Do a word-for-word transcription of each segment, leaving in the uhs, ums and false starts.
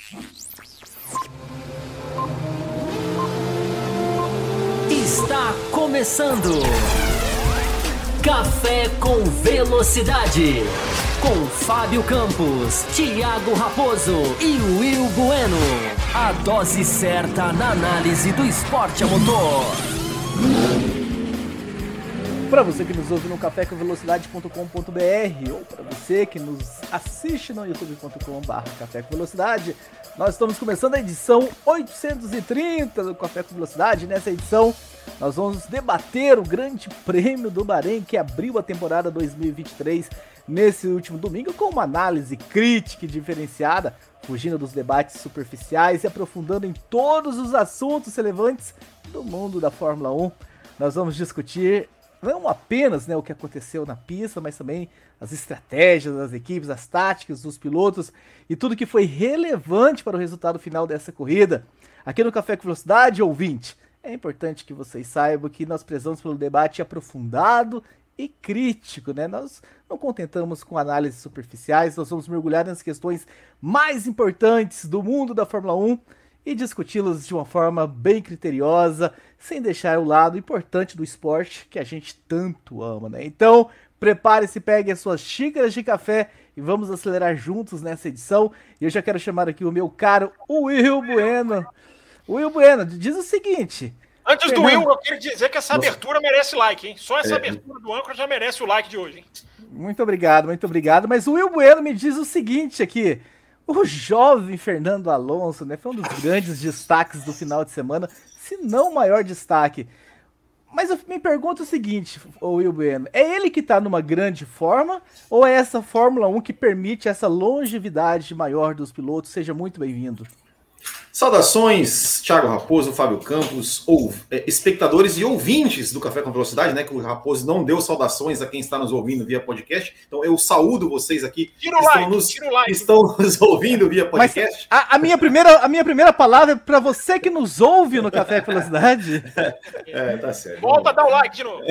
Está começando Café com Velocidade, com Fábio Campos, Thiago Raposo e Will Bueno. A dose certa na análise do esporte a motor. Para você que nos ouve no café com velocidade ponto com ponto b r ou para você que nos assiste no youtube ponto com barra café com velocidade, nós estamos começando a edição oitocentos e trinta do Café com Velocidade. Nessa edição, nós vamos debater o Grande Prêmio do Bahrein, que abriu a temporada dois mil e vinte e três nesse último domingo, com uma análise crítica e diferenciada, fugindo dos debates superficiais e aprofundando em todos os assuntos relevantes do mundo da Fórmula um. Nós vamos discutir não apenas, né, o que aconteceu na pista, mas também as estratégias das equipes, as táticas dos pilotos e tudo que foi relevante para o resultado final dessa corrida. Aqui no Café com Velocidade, ouvinte, é importante que vocês saibam que nós prezamos pelo debate aprofundado e crítico, né? Nós não contentamos com análises superficiais, nós vamos mergulhar nas questões mais importantes do mundo da Fórmula um e discuti-las de uma forma bem criteriosa, sem deixar o lado importante do esporte que a gente tanto ama, né? Então, prepare-se, pegue as suas xícaras de café e vamos acelerar juntos nessa edição. E eu já quero chamar aqui o meu caro Will Bueno. Will Bueno, diz o seguinte... Antes do Fernando... Will, eu quero dizer que essa abertura merece like, hein? Só essa é. abertura do âncora já merece o like de hoje, hein? Muito obrigado, muito obrigado. Mas o Will Bueno me diz o seguinte aqui... O jovem Fernando Alonso, né, foi um dos grandes destaques do final de semana, se não o maior destaque. Mas eu me pergunto o seguinte, o Will Bueno, é ele que está numa grande forma ou é essa Fórmula um que permite essa longevidade maior dos pilotos? Seja muito bem-vindo. Saudações, Thiago Raposo, Fábio Campos, ou, é, espectadores e ouvintes do Café com Velocidade, né? Que o Raposo não deu saudações a quem está nos ouvindo via podcast. Então eu saúdo vocês aqui que estão, like, nos, like. estão nos ouvindo via podcast. Mas a, a, minha primeira, a minha primeira palavra é para você que nos ouve no Café com Velocidade. É, tá certo. Volta a dar o like de novo.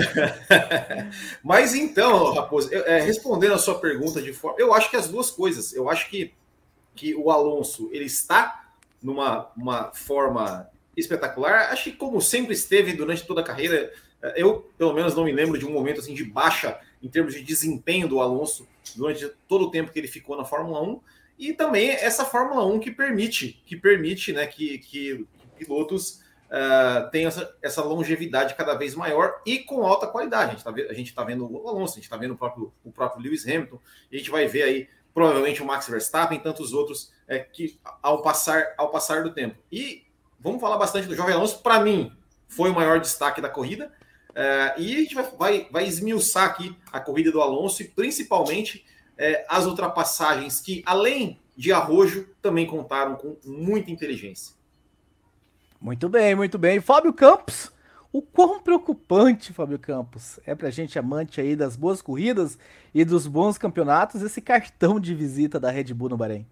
Mas então, Raposo, eu, é, respondendo a sua pergunta de forma... Eu acho que as duas coisas. Eu acho que, que o Alonso, ele está... numa uma forma espetacular, acho que como sempre esteve durante toda a carreira, eu pelo menos não me lembro de um momento assim de baixa em termos de desempenho do Alonso durante todo o tempo que ele ficou na Fórmula um, e também essa Fórmula um que permite, que permite, né, que, que pilotos uh, tenham essa, essa longevidade cada vez maior e com alta qualidade. A gente está a gente tá vendo o Alonso, a gente está vendo o próprio, o próprio Lewis Hamilton, e a gente vai ver aí provavelmente o Max Verstappen e tantos outros é, que ao passar, ao passar do tempo. E vamos falar bastante do jovem Alonso. Para mim, foi o maior destaque da corrida. É, e a gente vai, vai, vai esmiuçar aqui a corrida do Alonso e principalmente é, as ultrapassagens que, além de arrojo, também contaram com muita inteligência. Muito bem, muito bem. Fábio Campos, o quão preocupante, Fábio Campos, é pra gente amante aí das boas corridas e dos bons campeonatos esse cartão de visita da Red Bull no Bahrein?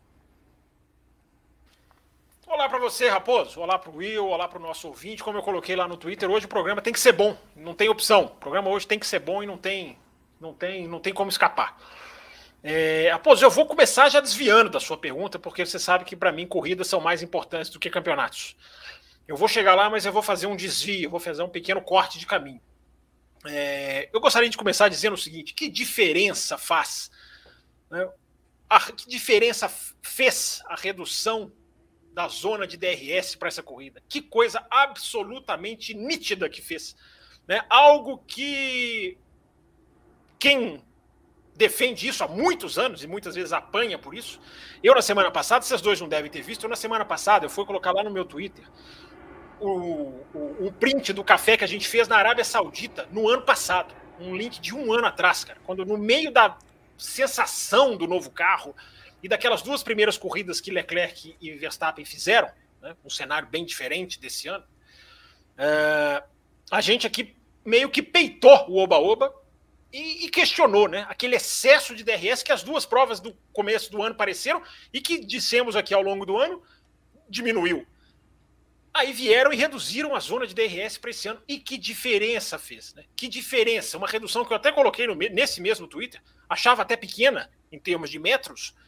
Olá para você, Raposo. Olá para o Will, olá para o nosso ouvinte. Como eu coloquei lá no Twitter, hoje o programa tem que ser bom, não tem opção. O programa hoje tem que ser bom e não tem, não tem, não tem como escapar. É, Raposo, eu vou começar já desviando da sua pergunta, porque você sabe que para mim corridas são mais importantes do que campeonatos. Eu vou chegar lá, mas eu vou fazer um desvio, eu vou fazer um pequeno corte de caminho. É, eu gostaria de começar dizendo o seguinte: que diferença faz, né, a, que diferença fez a redução da zona de D R S para essa corrida? Que coisa absolutamente nítida que fez, né? Algo que quem defende isso há muitos anos e muitas vezes apanha por isso. Eu, na semana passada, vocês dois não devem ter visto, eu, na semana passada, eu fui colocar lá no meu Twitter o, o, o print do café que a gente fez na Arábia Saudita no ano passado. Um link de um ano atrás, cara. Quando no meio da sensação do novo carro e daquelas duas primeiras corridas que Leclerc e Verstappen fizeram, né, um cenário bem diferente desse ano, uh, a gente aqui meio que peitou o oba-oba e, e questionou, né, aquele excesso de D R S que as duas provas do começo do ano pareceram e que dissemos aqui ao longo do ano diminuiu. Aí vieram e reduziram a zona de D R S para esse ano. E que diferença fez, né? Que diferença. Uma redução que eu até coloquei no, nesse mesmo Twitter, achava até pequena em termos de metros,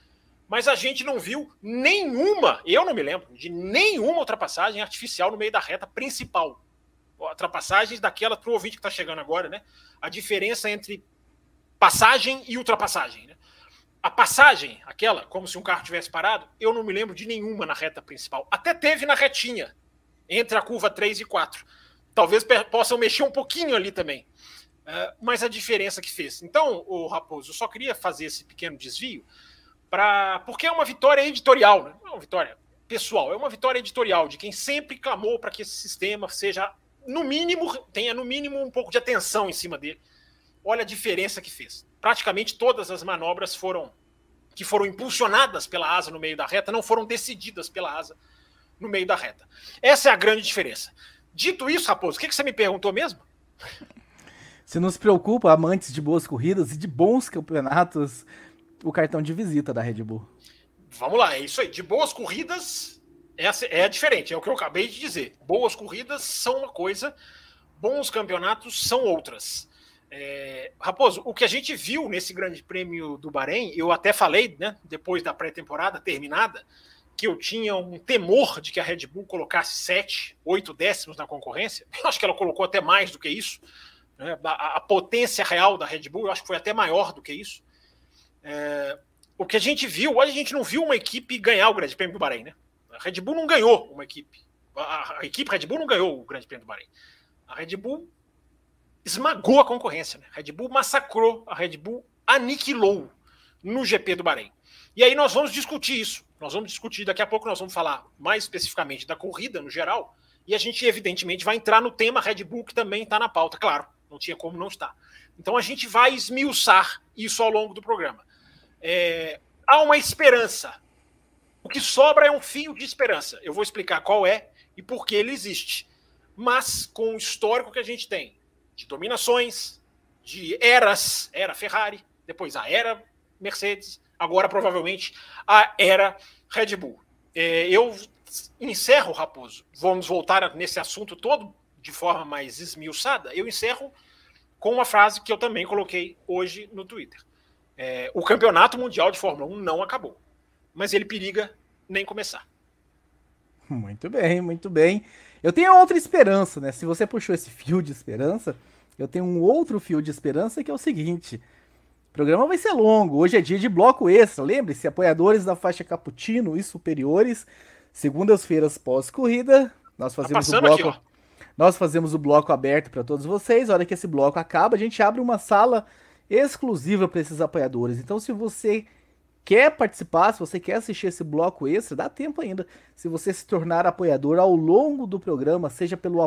mas a gente não viu nenhuma, eu não me lembro, de nenhuma ultrapassagem artificial no meio da reta principal. Ultrapassagens daquela, para o ouvinte que está chegando agora, né? A diferença entre passagem e ultrapassagem, né? A passagem, aquela, como se um carro tivesse parado, eu não me lembro de nenhuma na reta principal. Até teve na retinha, entre a curva três e quatro. Talvez possam mexer um pouquinho ali também. Uh, mas a diferença que fez. Então, o Raposo, eu só queria fazer esse pequeno desvio, pra, porque é uma vitória editorial, né? Não é uma vitória pessoal, é uma vitória editorial de quem sempre clamou para que esse sistema seja, no mínimo, tenha no mínimo um pouco de atenção em cima dele. Olha a diferença que fez. Praticamente todas as manobras foram que foram impulsionadas pela asa no meio da reta, não foram decididas pela asa no meio da reta. Essa é a grande diferença. Dito isso, Raposo, o que, que você me perguntou mesmo? Se nos preocupa, amantes de boas corridas e de bons campeonatos, o cartão de visita da Red Bull. Vamos lá, é isso aí. De boas corridas, essa é diferente, é o que eu acabei de dizer. Boas corridas são uma coisa, bons campeonatos são outras. É, Raposo, o que a gente viu nesse grande prêmio do Bahrein, eu até falei, né, depois da pré-temporada terminada, que eu tinha um temor de que a Red Bull colocasse sete, oito décimos na concorrência. Eu acho que ela colocou até mais do que isso. Né? A, a potência real da Red Bull, eu acho que foi até maior do que isso. É, o que a gente viu, a gente não viu uma equipe ganhar o Grande Prêmio do Bahrein, né? A Red Bull não ganhou uma equipe. A, a equipe Red Bull não ganhou o Grande Prêmio do Bahrein. A Red Bull esmagou a concorrência, né? A Red Bull massacrou, a Red Bull aniquilou no G P do Bahrein. E aí nós vamos discutir isso. Nós vamos discutir, daqui a pouco nós vamos falar mais especificamente da corrida no geral, e a gente evidentemente vai entrar no tema Red Bull, que também está na pauta, claro, não tinha como não estar. Então a gente vai esmiuçar isso ao longo do programa. É, há uma esperança. O que sobra é um fio de esperança. Eu vou explicar qual é e por que ele existe. Mas com o histórico que a gente tem, de dominações, de eras, era Ferrari, depois a era Mercedes, agora provavelmente a era Red Bull. É, eu encerro, Raposo, vamos voltar nesse assunto todo de forma mais esmiuçada, eu encerro com uma frase que eu também coloquei hoje no Twitter. É, o campeonato mundial de Fórmula um não acabou, mas ele periga nem começar. Muito bem, muito bem. Eu tenho outra esperança, né? Se você puxou esse fio de esperança, eu tenho um outro fio de esperança que é o seguinte: o programa vai ser longo, hoje é dia de bloco extra, lembre-se, apoiadores da faixa Cappuccino e superiores, segundas-feiras pós-corrida, nós fazemos tá o bloco, aqui, nós fazemos o bloco aberto para todos vocês. A hora que esse bloco acaba, a gente abre uma sala exclusiva para esses apoiadores. Então, se você quer participar, se você quer assistir esse bloco extra, dá tempo ainda. Se você se tornar apoiador ao longo do programa, seja pelo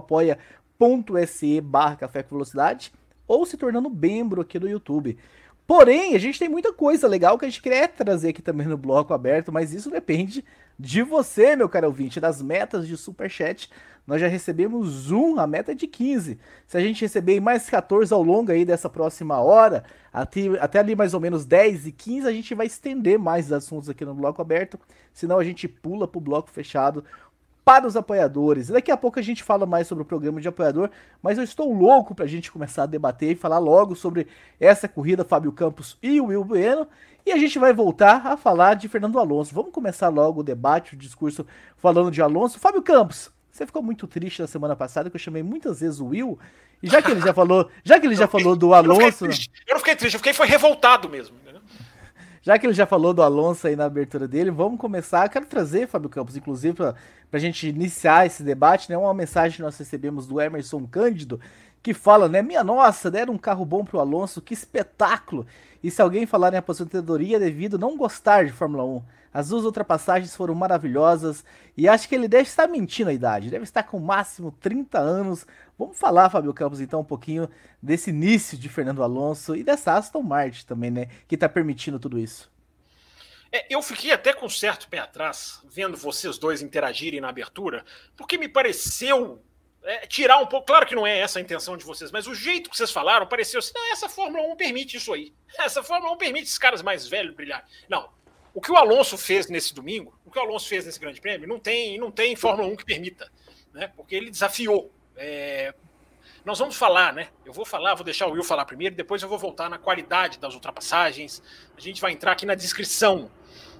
apoia.se barra Café com Velocidade, ou se tornando membro aqui do YouTube. Porém, a gente tem muita coisa legal que a gente quer trazer aqui também no bloco aberto, mas isso depende de você, meu caro ouvinte, das metas de Superchat. Nós já recebemos um, a meta é de quinze. Se a gente receber mais quatorze ao longo aí dessa próxima hora, até, até ali mais ou menos dez e quinze, a gente vai estender mais assuntos aqui no bloco aberto, senão a gente pula pro bloco fechado para os apoiadores. Daqui a pouco a gente fala mais sobre o programa de apoiador, mas eu estou louco para a gente começar a debater e falar logo sobre essa corrida, Fábio Campos e o Will Bueno, e a gente vai voltar a falar de Fernando Alonso. Vamos começar logo o debate, o discurso falando de Alonso. Fábio Campos, você ficou muito triste na semana passada, que eu chamei muitas vezes o Will, e já que ele já falou, já que ele já fiquei, falou do Alonso... Eu não, eu não fiquei triste, eu fiquei foi revoltado mesmo, entendeu? Já que ele já falou do Alonso aí na abertura dele, vamos começar. Eu quero trazer, Fábio Campos, inclusive, para a gente iniciar esse debate, né? Uma mensagem que nós recebemos do Emerson Cândido, que fala, né? Minha nossa, deram um carro bom pro Alonso, que espetáculo! E se alguém falar em aposentadoria é devido não gostar de Fórmula um. As duas ultrapassagens foram maravilhosas e acho que ele deve estar mentindo a idade, deve estar com máximo trinta anos. Vamos falar, Fábio Campos, então, um pouquinho desse início de Fernando Alonso e dessa Aston Martin também, né, que está permitindo tudo isso. É, eu fiquei até com um certo pé atrás, vendo vocês dois interagirem na abertura, porque me pareceu é, tirar um pouco, claro que não é essa a intenção de vocês, mas o jeito que vocês falaram pareceu assim, não, essa Fórmula um permite isso aí, essa Fórmula um permite esses caras mais velhos brilhar. Não. O que o Alonso fez nesse domingo, o que o Alonso fez nesse grande prêmio, não tem, não tem Fórmula um que permita, né? Porque ele desafiou. É... Nós vamos falar, né? Eu vou falar, vou deixar o Will falar primeiro, depois eu vou voltar na qualidade das ultrapassagens. A gente vai entrar aqui na descrição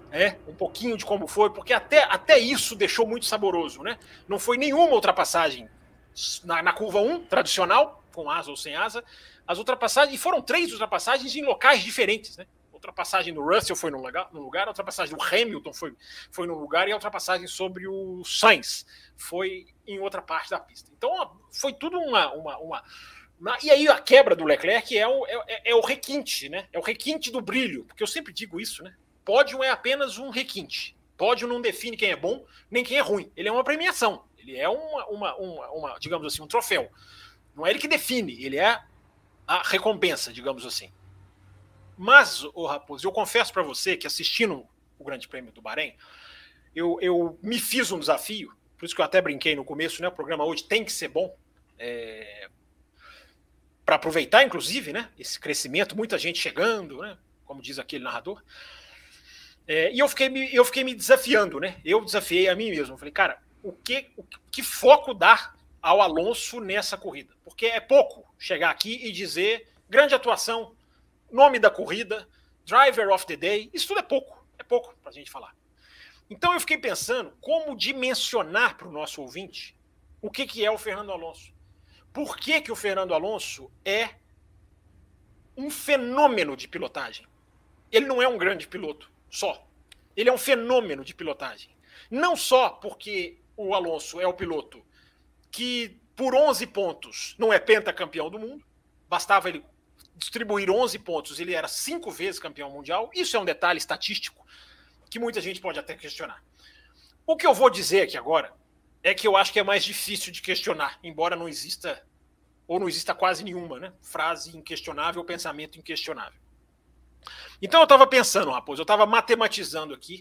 É, um pouquinho de como foi, porque até, até isso deixou muito saboroso, né? Não foi nenhuma ultrapassagem na, na curva um, tradicional, com asa ou sem asa. As ultrapassagens, e foram três ultrapassagens em locais diferentes, né? A ultrapassagem do Russell foi num lugar, num lugar, a ultrapassagem do Hamilton foi, foi num lugar, e a ultrapassagem sobre o Sainz foi em outra parte da pista. Então, foi tudo uma... uma, uma e aí a quebra do Leclerc é o, é, é o requinte, né? É o requinte do brilho, porque eu sempre digo isso, né? Pódio é apenas um requinte. Pódio não define quem é bom nem quem é ruim. Ele é uma premiação. Ele é uma, uma, uma, uma digamos assim, um troféu. Não é ele que define, ele é a recompensa, digamos assim. Mas, ô Raposo, eu confesso para você que assistindo o Grande Prêmio do Bahrein, eu, eu me fiz um desafio, por isso que eu até brinquei no começo, né? O programa hoje tem que ser bom. É... Para aproveitar, inclusive, né, esse crescimento, muita gente chegando, né, como diz aquele narrador. É, e eu fiquei, me, eu fiquei me desafiando, né? Eu desafiei a mim mesmo. Eu falei, cara, o que, o que foco dar ao Alonso nessa corrida? Porque é pouco chegar aqui e dizer grande atuação, nome da corrida, driver of the day. Isso tudo é pouco, é pouco para a gente falar. Então eu fiquei pensando como dimensionar para o nosso ouvinte o que, que é o Fernando Alonso. Por que, que o Fernando Alonso é um fenômeno de pilotagem? Ele não é um grande piloto só. Ele é um fenômeno de pilotagem. Não só porque o Alonso é o piloto que, por onze pontos, não é pentacampeão do mundo. Bastava ele distribuir onze pontos, ele era cinco vezes campeão mundial. Isso é um detalhe estatístico que muita gente pode até questionar. O que eu vou dizer aqui agora é que eu acho que é mais difícil de questionar, embora não exista, ou não exista quase nenhuma, né? Frase inquestionável, pensamento inquestionável. Então eu estava pensando, Raposo, eu estava matematizando aqui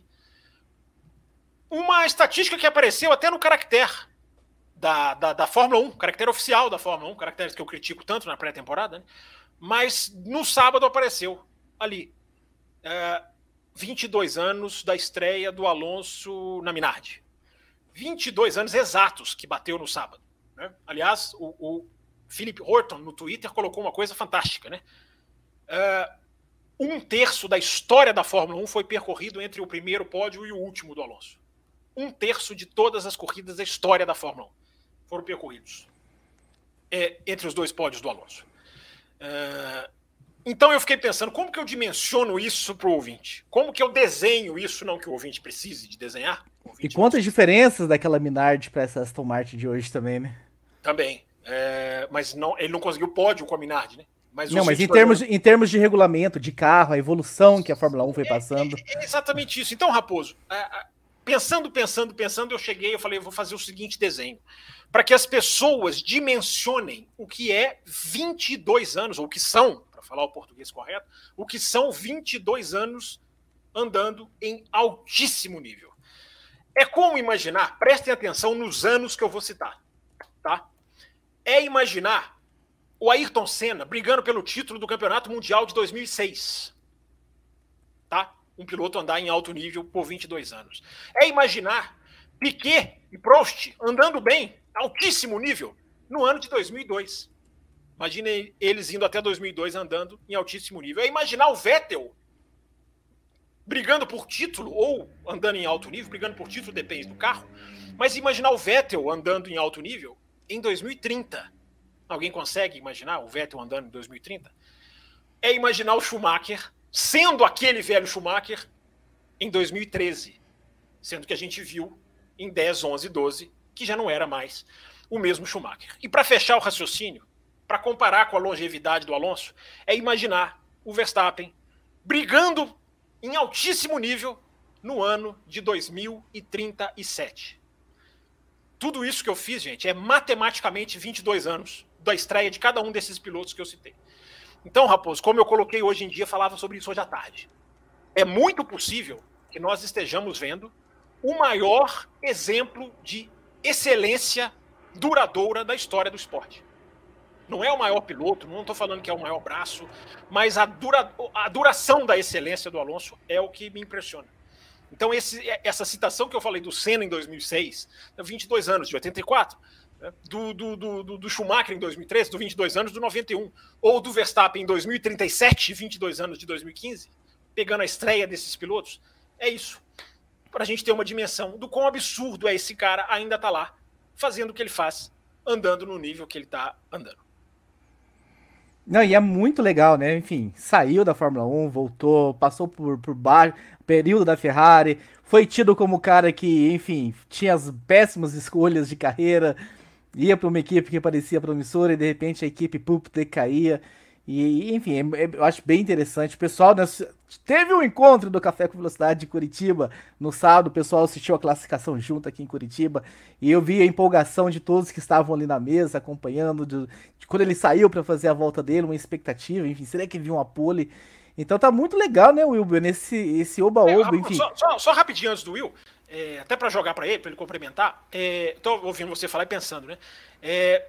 uma estatística que apareceu até no caractere da, da, da Fórmula um, caractere oficial da Fórmula um, caracteres que eu critico tanto na pré-temporada, né? Mas no sábado apareceu ali, é, vinte e dois anos da estreia do Alonso na Minardi. vinte e dois anos exatos que bateu no sábado, né? Aliás, o, o Philip Horton no Twitter colocou uma coisa fantástica, né? Uh, um terço da história da Fórmula um foi percorrido entre o primeiro pódio e o último do Alonso. Um terço de todas as corridas da história da Fórmula um foram percorridos é, entre os dois pódios do Alonso. Uh, então eu fiquei pensando, como que eu dimensiono isso para o ouvinte? Como que eu desenho isso, não que o ouvinte precise de desenhar? E quantas diferenças daquela Minardi para essa Aston Martin de hoje também, né? Também. É, mas não, ele não conseguiu pódio com a Minardi, né? Mas não, mas em termos, em termos de regulamento, de carro, a evolução que a Fórmula um foi passando. É, é exatamente isso. Então, Raposo, pensando, pensando, pensando, eu cheguei, eu falei, eu vou fazer o seguinte desenho. Para que as pessoas dimensionem o que é vinte e dois anos, ou o que são, para falar o português correto, o que são vinte e dois anos andando em altíssimo nível. É como imaginar, prestem atenção nos anos que eu vou citar, tá? É imaginar o Ayrton Senna brigando pelo título do Campeonato Mundial de dois mil e seis, tá? Um piloto andar em alto nível por vinte e dois anos. É imaginar Piquet e Prost andando bem, altíssimo nível, no ano de dois mil e dois. Imaginem eles indo até dois mil e dois andando em altíssimo nível. É imaginar o Vettel brigando por título, ou andando em alto nível, brigando por título depende do carro, mas imaginar o Vettel andando em alto nível em dois mil e trinta. Alguém consegue imaginar o Vettel andando em dois mil e trinta? É imaginar o Schumacher sendo aquele velho Schumacher em dois mil e treze, sendo que a gente viu em dez, onze, doze que já não era mais o mesmo Schumacher. E para fechar o raciocínio, para comparar com a longevidade do Alonso, é imaginar o Verstappen brigando em altíssimo nível no ano de dois mil e trinta e sete. Tudo isso que eu fiz, gente, é matematicamente vinte e dois anos da estreia de cada um desses pilotos que eu citei. Então, Raposo, como eu coloquei hoje em dia, falava sobre isso hoje à tarde. É muito possível que nós estejamos vendo o maior exemplo de excelência duradoura da história do esporte. Não é o maior piloto, não estou falando que é o maior braço, mas a, dura, a duração da excelência do Alonso é o que me impressiona. Então, esse, essa citação que eu falei do Senna em dois mil e seis, vinte e dois anos, de oitenta e quatro, né, do, do, do, do Schumacher em dois mil e treze, do vinte e dois anos, do noventa e um, ou do Verstappen em dois mil e trinta e sete, vinte e dois anos de dois mil e quinze, pegando a estreia desses pilotos, É isso. Para a gente ter uma dimensão do quão absurdo é esse cara ainda estar lá, fazendo o que ele faz, andando no nível que ele está andando. Não, e é muito legal, né? Enfim, saiu da Fórmula um, voltou, passou por, por baixo, período da Ferrari, foi tido como o cara que, enfim, tinha as péssimas escolhas de carreira, ia para uma equipe que parecia promissora e de repente a equipe pup, decaía. E, enfim, é- é- eu acho bem interessante. O pessoal, né, teve um encontro do Café com Velocidade de Curitiba no sábado. O pessoal assistiu a classificação junto aqui em Curitiba. E eu vi a empolgação de todos que estavam ali na mesa, acompanhando. De, de quando ele saiu para fazer a volta dele, uma expectativa. Enfim, será que viu uma pole? Então tá muito legal, né, Wilber? Nesse esse oba-oba, É, enfim. só, só- só rapidinho antes do Will, é, até para jogar para ele, para ele complementar, é, tô ouvindo você falar e pensando, né? É,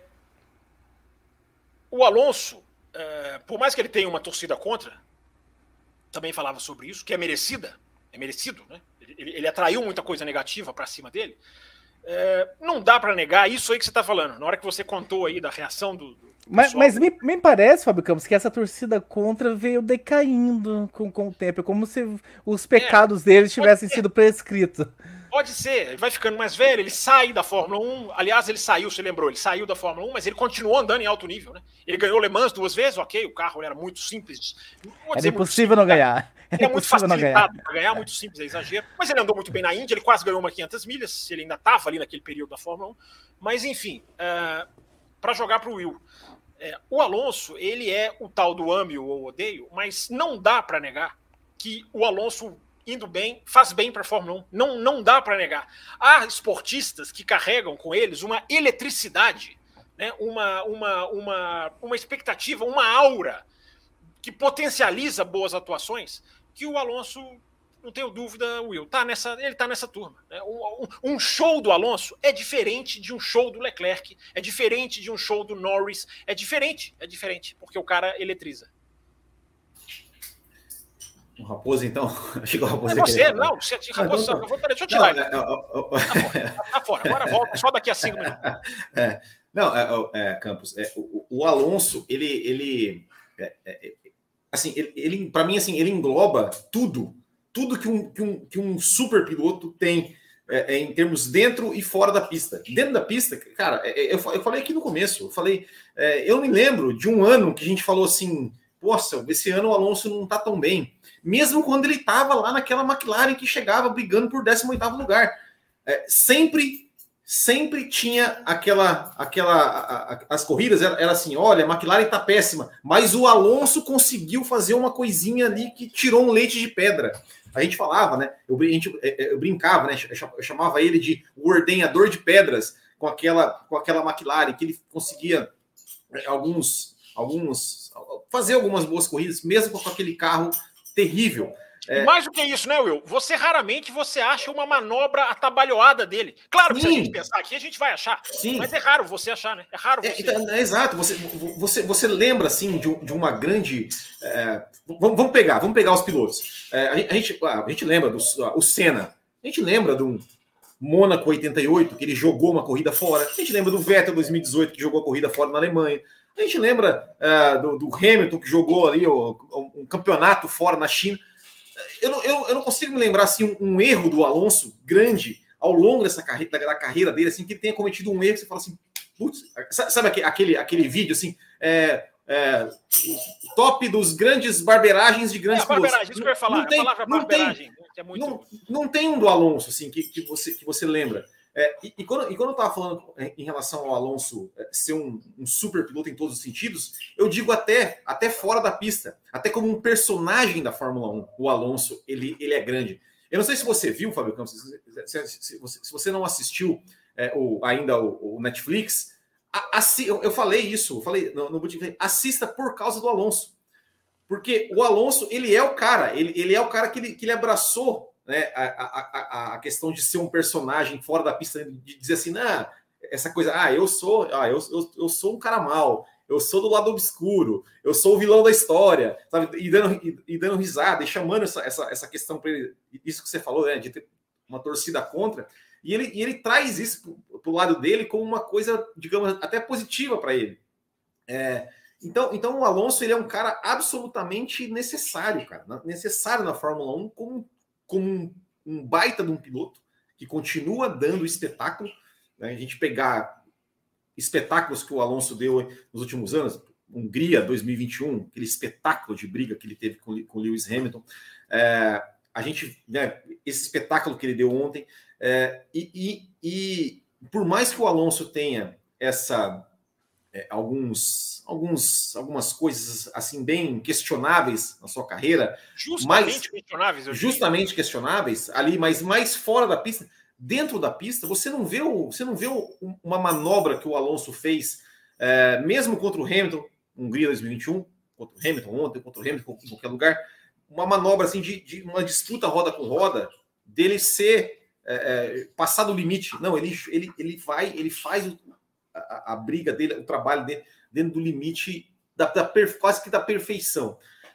o Alonso, é, por mais que ele tenha uma torcida contra, também falava sobre isso, que é merecida, é merecido, né? Ele, ele atraiu muita coisa negativa para cima dele. É, não dá para negar isso aí que você está falando. Na hora que você contou aí da reação do, do Mas, pessoal, mas me, me parece, Fábio Campos, que essa torcida contra veio decaindo com, com o tempo. É como se os pecados deles tivessem sido prescritos. pode ser, ele vai ficando mais velho, ele sai da Fórmula um. Aliás, ele saiu, você lembrou, ele saiu da Fórmula um, mas ele continuou andando em alto nível, né? Ele ganhou Le Mans duas vezes, ok, o carro era muito simples. Não vou Era dizer muito impossível não ganhar. Era Ele é muito impossível não ganhar. facilitado para ganhar, muito simples, é exagero. Mas ele andou muito bem na Índia, ele quase ganhou uma quinhentas milhas, ele ainda estava ali naquele período da Fórmula um. Mas, enfim, uh, para jogar para o Will, uh, o Alonso, ele é o tal do ame ou odeio, mas não dá para negar que o Alonso, indo bem, faz bem para a Fórmula um. Não, não dá para negar. Há esportistas que carregam com eles uma eletricidade, né? uma, uma, uma, uma expectativa, uma aura que potencializa boas atuações, que o Alonso, não tenho dúvida, Will, tá nessa, ele está nessa turma. Né? Um, um, um show do Alonso é diferente de um show do Leclerc, é diferente de um show do Norris, é diferente, é diferente, porque o cara eletriza. O Raposo, então. Chegou o Raposo. É você, não, você, Raposo, não, eu vou, deixa eu tirar ele. Não, é, é, Tá fora, tá fora, agora volta só daqui a cinco minutos. É, não, é, é, Campos, é, o, o Alonso, ele, ele, é, é, assim, ele, ele para mim, assim, ele engloba tudo, tudo que um, que um, que um super piloto tem é, é, em termos dentro e fora da pista. Dentro da pista, cara, é, eu, eu falei aqui no começo, eu falei, é, eu me lembro de um ano que a gente falou assim, poxa, esse ano o Alonso não tá tão bem. Mesmo quando ele estava lá naquela McLaren que chegava brigando por décimo oitavo lugar. É, sempre, sempre tinha aquela... aquela a, a, as corridas, era, era assim, olha, a McLaren está péssima, mas o Alonso conseguiu fazer uma coisinha ali que tirou um leite de pedra. A gente falava, né? Eu, a gente, eu brincava, né? Eu chamava ele de o ordenhador de pedras com aquela, com aquela McLaren, que ele conseguia alguns, alguns fazer algumas boas corridas, mesmo com aquele carro terrível. É... Mais do que isso, né, Will? Você raramente você acha uma manobra atabalhoada dele. Claro que Sim. se a gente pensar aqui, a gente vai achar. Sim. Mas é raro você achar, né? É raro você. É, então, é exato. Você, você, você lembra, assim, de, de uma grande... É, vamos, vamos pegar, vamos pegar os pilotos. É, a, gente, a gente lembra do o Senna. A gente lembra do Mônaco oitenta e oito, que ele jogou uma corrida fora. A gente lembra do Vettel dois mil e dezoito, que jogou a corrida fora na Alemanha. A gente lembra uh, do, do Hamilton, que jogou ali o, um campeonato fora na China. Eu não, eu, eu não consigo me lembrar assim, um, um erro do Alonso grande ao longo dessa carreira, da, da carreira dele, assim, que ele tenha cometido um erro que você fala assim, putz, sabe aquele, aquele vídeo assim, é, é, top dos grandes barberagens de grandes é, pilotos. Barberagem, isso que eu ia falar, não tem, a palavra não barberagem. Tem, que é muito... não, não tem um do Alonso assim, que, que, você, que você lembra. É, e, e, quando, e quando eu estava falando em relação ao Alonso ser um, um super piloto em todos os sentidos, eu digo até, até fora da pista, até como um personagem da Fórmula um, o Alonso, ele, ele é grande. Eu não sei se você viu, Fábio Campos, se, se, se, você, se você não assistiu é, o, ainda o, o Netflix, a, a, eu, eu falei isso, eu falei no, no bootcamp, assista por causa do Alonso. Porque o Alonso, ele é o cara, ele, ele é o cara que ele, que ele abraçou, né, a, a, a questão de ser um personagem fora da pista, de dizer assim, ah, essa coisa, ah, eu sou, ah, eu, eu, eu sou um cara mau, eu sou do lado obscuro, eu sou o vilão da história, sabe? E dando, e, e dando risada, e chamando essa, essa, essa questão para ele, isso que você falou, né, de ter uma torcida contra, e ele, e ele traz isso para o lado dele como uma coisa, digamos, até positiva para ele. É, então, então o Alonso, ele é um cara absolutamente necessário, cara, necessário na Fórmula um como como um, um baita de um piloto, que continua dando espetáculo, né? A gente pegar espetáculos que o Alonso deu nos últimos anos, Hungria dois mil e vinte e um, aquele espetáculo de briga que ele teve com, com Lewis Hamilton, é, a gente, né, esse espetáculo que ele deu ontem, é, e, e, e por mais que o Alonso tenha essa é, alguns, alguns, algumas coisas assim bem questionáveis na sua carreira, justamente mais, questionáveis, eu justamente questionáveis ali, mas mais fora da pista, dentro da pista, você não vê, o, você não vê o, uma manobra que o Alonso fez, é, mesmo contra o Hamilton, Hungria dois mil e vinte e um, contra o Hamilton ontem, contra o Hamilton em qualquer lugar, uma manobra assim de, de uma disputa roda com roda, dele ser é, é, passar do limite. Não, ele, ele, ele vai, ele faz o, a, a briga dele, o trabalho dele dentro do limite da, da per, quase que da perfeição.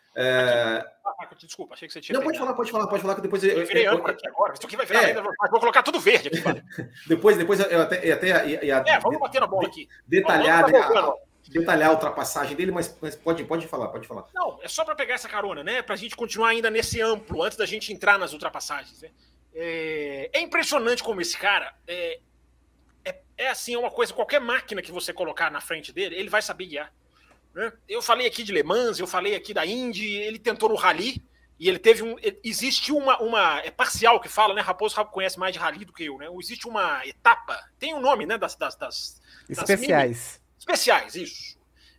É... Aqui, desculpa, achei que você tinha. Não, pode falar, pode falar, pode falar, que depois eu. Eu virei âncora aqui agora. Isso aqui vai virar é. ainda. Vou colocar tudo verde aqui. depois, depois eu até. Eu até ia, ia, é, vamos bater na bola aqui. Detalhar, a, detalhar a ultrapassagem dele, mas, mas pode, pode falar, pode falar. Não, é só para pegar essa carona, né? Para a gente continuar ainda nesse amplo, antes da gente entrar nas ultrapassagens. Né? É, é impressionante como esse cara. É, é, é assim, é uma coisa, qualquer máquina que você colocar na frente dele, ele vai saber guiar. Eu falei aqui de Le Mans, eu falei aqui da Indy, ele tentou no Rally, e ele teve um... Existe uma... uma é parcial que fala, né? Raposo conhece mais de Rally do que eu, né? Existe uma etapa, tem um nome, né? Das... das, das especiais. Das especiais, isso.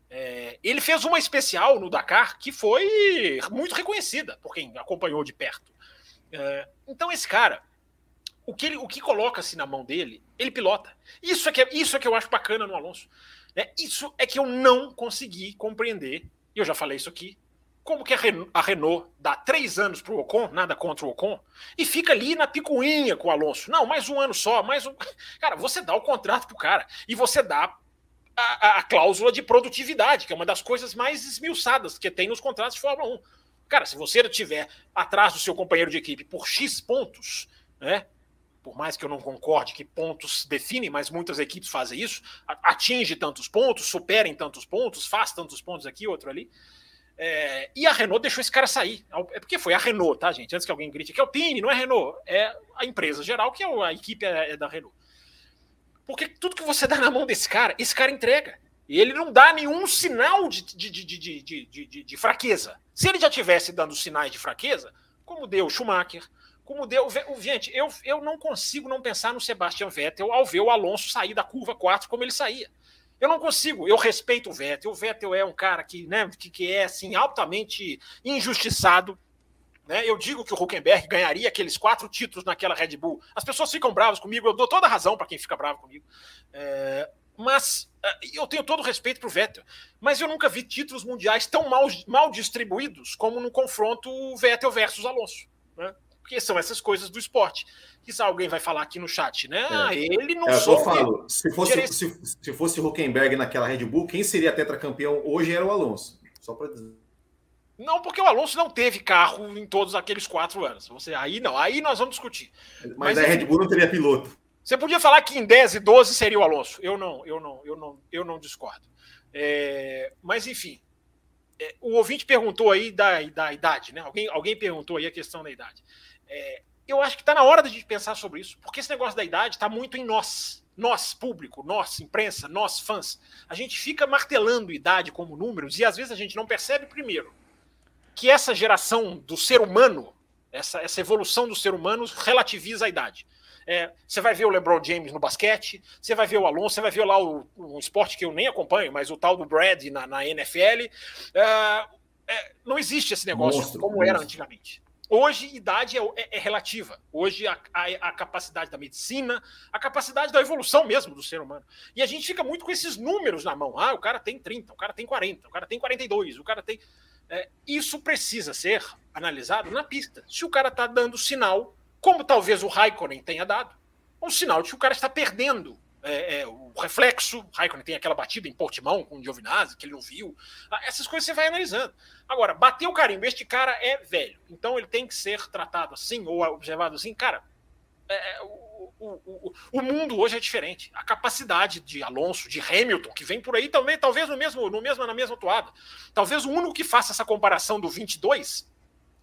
É, ele fez uma especial no Dakar que foi muito reconhecida por quem acompanhou de perto. É, então esse cara, o que, ele, o que coloca-se na mão dele, ele pilota. Isso é que, isso é que eu acho bacana no Alonso. É, isso é que eu não consegui compreender, e eu já falei isso aqui, como que a Renault, a Renault dá três anos para o Ocon, nada contra o Ocon, e fica ali na picuinha com o Alonso. Não, mais um ano só, mais um... Cara, você dá o contrato pro cara, e você dá a, a, a cláusula de produtividade, que é uma das coisas mais esmiuçadas que tem nos contratos de Fórmula um. Cara, se você estiver atrás do seu companheiro de equipe por X pontos, né? Por mais que eu não concorde que pontos definem, mas muitas equipes fazem isso, atinge tantos pontos, supera em tantos pontos, faz tantos pontos aqui, outro ali. É, e a Renault deixou esse cara sair. É porque foi a Renault, tá, gente? Antes que alguém grite que é o Alpine, não é Renault, é a empresa geral, que é a equipe é da Renault. Porque tudo que você dá na mão desse cara, esse cara entrega. E ele não dá nenhum sinal de, de, de, de, de, de, de fraqueza. Se ele já tivesse dando sinais de fraqueza, como deu o Schumacher, como deu o... Gente, eu, eu não consigo não pensar no Sebastian Vettel ao ver o Alonso sair da curva quatro como ele saía. Eu não consigo. Eu respeito o Vettel. O Vettel é um cara que, né, que, que é assim, altamente injustiçado. Né? Eu digo que o Hülkenberg ganharia aqueles quatro títulos naquela Red Bull. As pessoas ficam bravas comigo. Eu dou toda a razão para quem fica bravo comigo. É... Mas eu tenho todo o respeito para o Vettel. Mas eu nunca vi títulos mundiais tão mal, mal distribuídos como no confronto Vettel versus Alonso. Né? Porque são essas coisas do esporte. Que alguém vai falar aqui no chat, né? É. Ah, ele não é, soube... Eu falo, se fosse, se, se fosse o Hülkenberg naquela Red Bull, quem seria tetracampeão hoje era o Alonso. Só para dizer. Não, porque o Alonso não teve carro em todos aqueles quatro anos. Você, aí não, aí nós vamos discutir. Mas, Mas a Red Bull não teria piloto. Você podia falar que em dez e doze seria o Alonso. Eu não, eu não, eu não, eu não discordo. É, mas, enfim, é, o ouvinte perguntou aí da, da idade, né? Alguém, alguém perguntou aí a questão da idade. É, eu acho que está na hora de a gente pensar sobre isso, porque esse negócio da idade está muito em nós. Nós, público, nós, imprensa, nós, fãs. A gente fica martelando idade como números e às vezes a gente não percebe, primeiro, que essa geração do ser humano, essa, essa evolução do ser humano relativiza a idade. É, você vai ver o LeBron James no basquete, você vai ver o Alonso, você vai ver lá o, um esporte que eu nem acompanho, mas o tal do Brad na, na N F L. É, é, não existe esse negócio monstro, como monstro. Era antigamente. Hoje, idade é, é, é relativa. Hoje, a, a, a capacidade da medicina, a capacidade da evolução mesmo do ser humano. E a gente fica muito com esses números na mão. Ah, o cara tem trinta, o cara tem quarenta, o cara tem quarenta e dois, o cara tem... É, isso precisa ser analisado na pista. Se o cara está dando sinal, como talvez o Raikkonen tenha dado, um sinal de que o cara está perdendo é, é, o reflexo. O Raikkonen tem aquela batida em Portimão com o Giovinazzi, que ele não viu. Essas coisas você vai analisando. Agora, bater o carimbo, este cara é velho, então ele tem que ser tratado assim, ou observado assim. Cara, é, o, o, o, o mundo hoje é diferente. A capacidade de Alonso, de Hamilton, que vem por aí também, talvez no mesmo, no mesmo, na mesma toada. Talvez o único que faça essa comparação do vinte e dois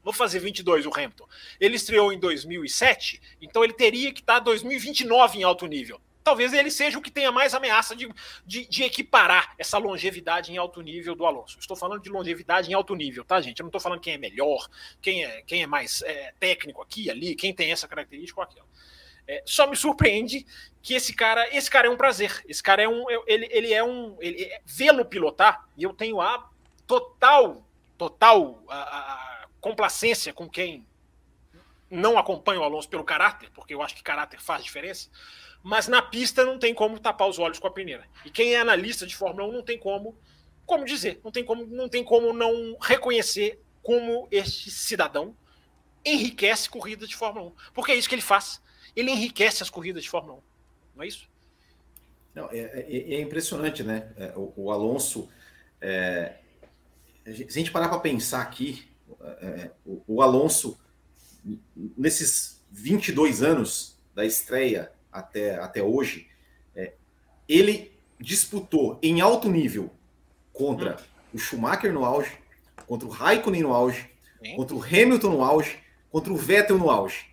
Vou fazer vinte e dois o Hamilton. Ele estreou em dois mil e sete, então ele teria que estar dois mil e vinte e nove em alto nível. Talvez ele seja o que tenha mais ameaça de, de, de equiparar essa longevidade em alto nível do Alonso. Estou falando de longevidade em alto nível, tá, gente? Eu não estou falando quem é melhor, quem é, quem é mais é, técnico aqui, ali, quem tem essa característica ou aquela. É, só me surpreende que esse cara, esse cara é um prazer. Esse cara é um, ele, ele é um, ele é, vê-lo pilotar, e eu tenho a total, total a, a complacência com quem não acompanha o Alonso pelo caráter, porque eu acho que caráter faz diferença. Mas na pista não tem como tapar os olhos com a peneira. E quem é analista de Fórmula um não tem como, como dizer, não tem como, não tem como não reconhecer como este cidadão enriquece corridas de Fórmula um. Porque é isso que ele faz. Ele enriquece as corridas de Fórmula um. Não é isso? Não, é, é, é impressionante, né? É, o, o Alonso, é, se a gente parar para pensar aqui, é, o, o Alonso, nesses vinte e dois anos da estreia até, até hoje, é, ele disputou em alto nível contra hum. o Schumacher no auge, contra o Raikkonen no auge, Sim. contra o Hamilton no auge, contra o Vettel no auge.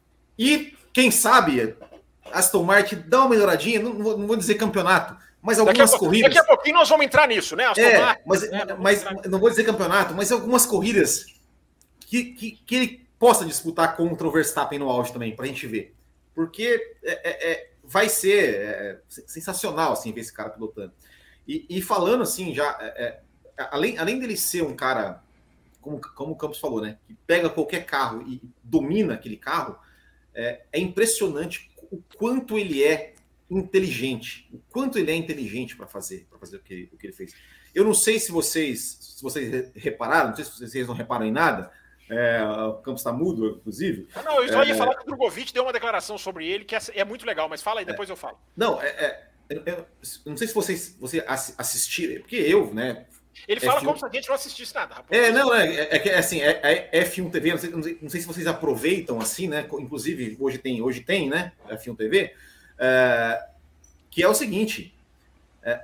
E, quem sabe, Aston Martin dá uma melhoradinha, não vou, não vou dizer campeonato, mas algumas daqui a, corridas... Daqui a pouquinho nós vamos entrar nisso, né? Aston é, Martin, mas, é, mas não vou dizer campeonato, mas algumas corridas que, que, que ele possa disputar contra o Verstappen no auge também, para a gente ver. Porque é, é, é, vai ser é, sensacional assim, ver esse cara pilotando. E, e falando assim, já é, é, além, além dele ser um cara, como, como o Campos falou, né, que pega qualquer carro e domina aquele carro, é, é impressionante o quanto ele é inteligente, o quanto ele é inteligente para fazer, para fazer o que, o que ele fez. Eu não sei se vocês, se vocês repararam, não sei se vocês não reparam em nada. É, o Campos está mudo, inclusive. Não, eu só ia é, falar que o Drogovic deu uma declaração sobre ele que é, é muito legal, mas fala aí, depois é, eu falo. Não, é, é, eu, eu não sei se vocês, vocês assistiram, porque eu, né? Ele fala F um... como se a gente não assistisse nada, rapaz. É, não, é, é que é, assim, é, é F um T V, não sei, não, sei, não sei se vocês aproveitam assim, né? Inclusive, hoje tem, hoje tem, né? F um T V, é, que é o seguinte: é,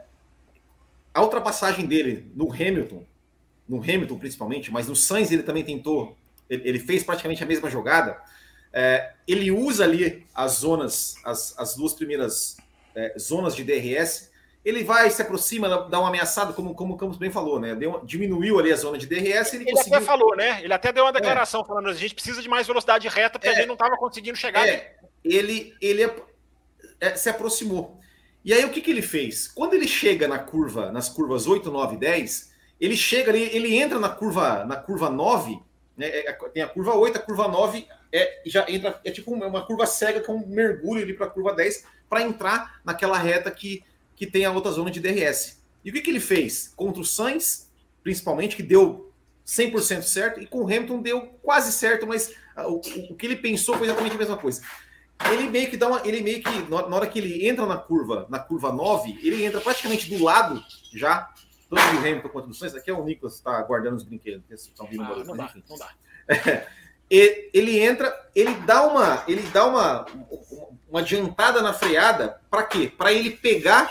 a ultrapassagem dele no Hamilton. No Hamilton principalmente, mas no Sainz ele também tentou, ele, ele fez praticamente a mesma jogada. É, ele usa ali as zonas, as, as duas primeiras é, zonas de D R S, ele vai, se aproxima, dá uma ameaçada, como, como o Campos bem falou, né? Deu, diminuiu ali a zona de D R S. Ele, ele conseguiu... até falou, né? Ele até deu uma declaração é. falando, a gente precisa de mais velocidade reta, porque é. a gente não estava conseguindo chegar. É. Ele, ele é, se aproximou. E aí o que, que ele fez? Quando ele chega na curva, nas curvas oito, nove e dez, ele chega ali, ele entra na curva, na curva nove, né, tem a curva oito, a curva nove é, já entra, é tipo uma curva cega com um mergulho ali para a curva dez, para entrar naquela reta que, que tem a outra zona de D R S. E o que, que ele fez? Contra o Sainz, principalmente, que deu cem por cento certo, e com o Hamilton deu quase certo, mas o, o, o que ele pensou foi exatamente a mesma coisa. Ele meio que dá uma, ele meio que, na hora que ele entra na curva, na curva nove, ele entra praticamente do lado já, tanto do Hamilton quanto do Sainz. Aqui é o Nicolas, está guardando os brinquedos. Estão vindo ah, não, dá, não dá. É, ele entra, ele dá uma, ele dá uma, uma adiantada na freada. Para quê? Para ele pegar,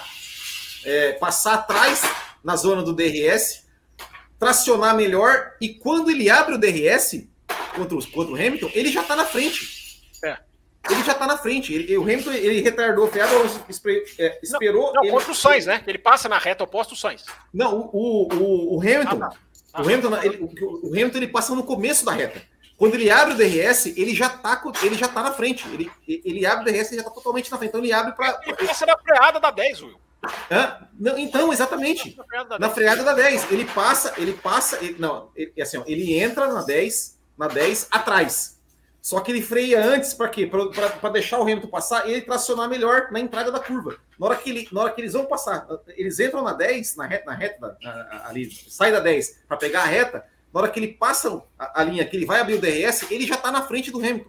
é, passar atrás na zona do D R S, tracionar melhor, e quando ele abre o D R S contra, os, contra o Hamilton, ele já está na frente. É. Ele já está na frente. Ele, o Hamilton ele retardou a freada, é, esperou. Não, não ele... contra o Sainz, né? Ele passa na reta oposta do Sainz. Não, o, o, o Hamilton. Ah, tá. ah, o, Hamilton tá. ele, o, o Hamilton ele passa no começo da reta. Quando ele abre o D R S, ele já está ele já tá na frente. Ele, ele abre o D R S e já está totalmente na frente. Então ele abre para. Ele passa na freada da dez, Will. Hã? Não, então, exatamente. Na freada da, na freada da dez. Ele passa, ele passa. Ele, não, ele, assim, ó, ele entra na dez, na dez atrás. Só que ele freia antes, para quê? Para deixar o Hamilton passar e ele tracionar melhor na entrada da curva. Na hora que, ele, na hora que eles vão passar, eles entram na dez, na reta, na reta na, ali, sai da dez para pegar a reta, na hora que ele passa a, a linha, que ele vai abrir o D R S, ele já está na frente do Hamilton.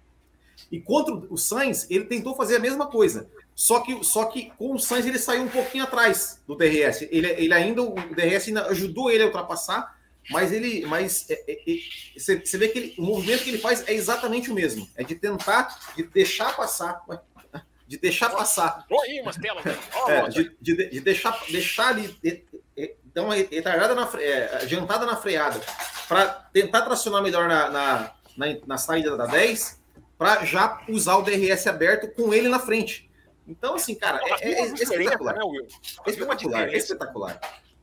E contra o Sainz, ele tentou fazer a mesma coisa. Só que, só que com o Sainz ele saiu um pouquinho atrás do D R S. Ele, ele ainda, o D R S ainda ajudou ele a ultrapassar, mas ele, mas é, é, é, você, você vê que ele, o movimento que ele faz é exatamente o mesmo, é de tentar, de deixar passar, de deixar passar, aí umas telas, é, de, de, de deixar, deixar ali, de, Então, retardada na fre... é, adiantada na freada, para tentar tracionar melhor na, na, na, na saída da dez, para já usar o D R S aberto com ele na frente. Então, assim, cara, é, é, é espetacular. Né, Will? É espetacular, é espetacular.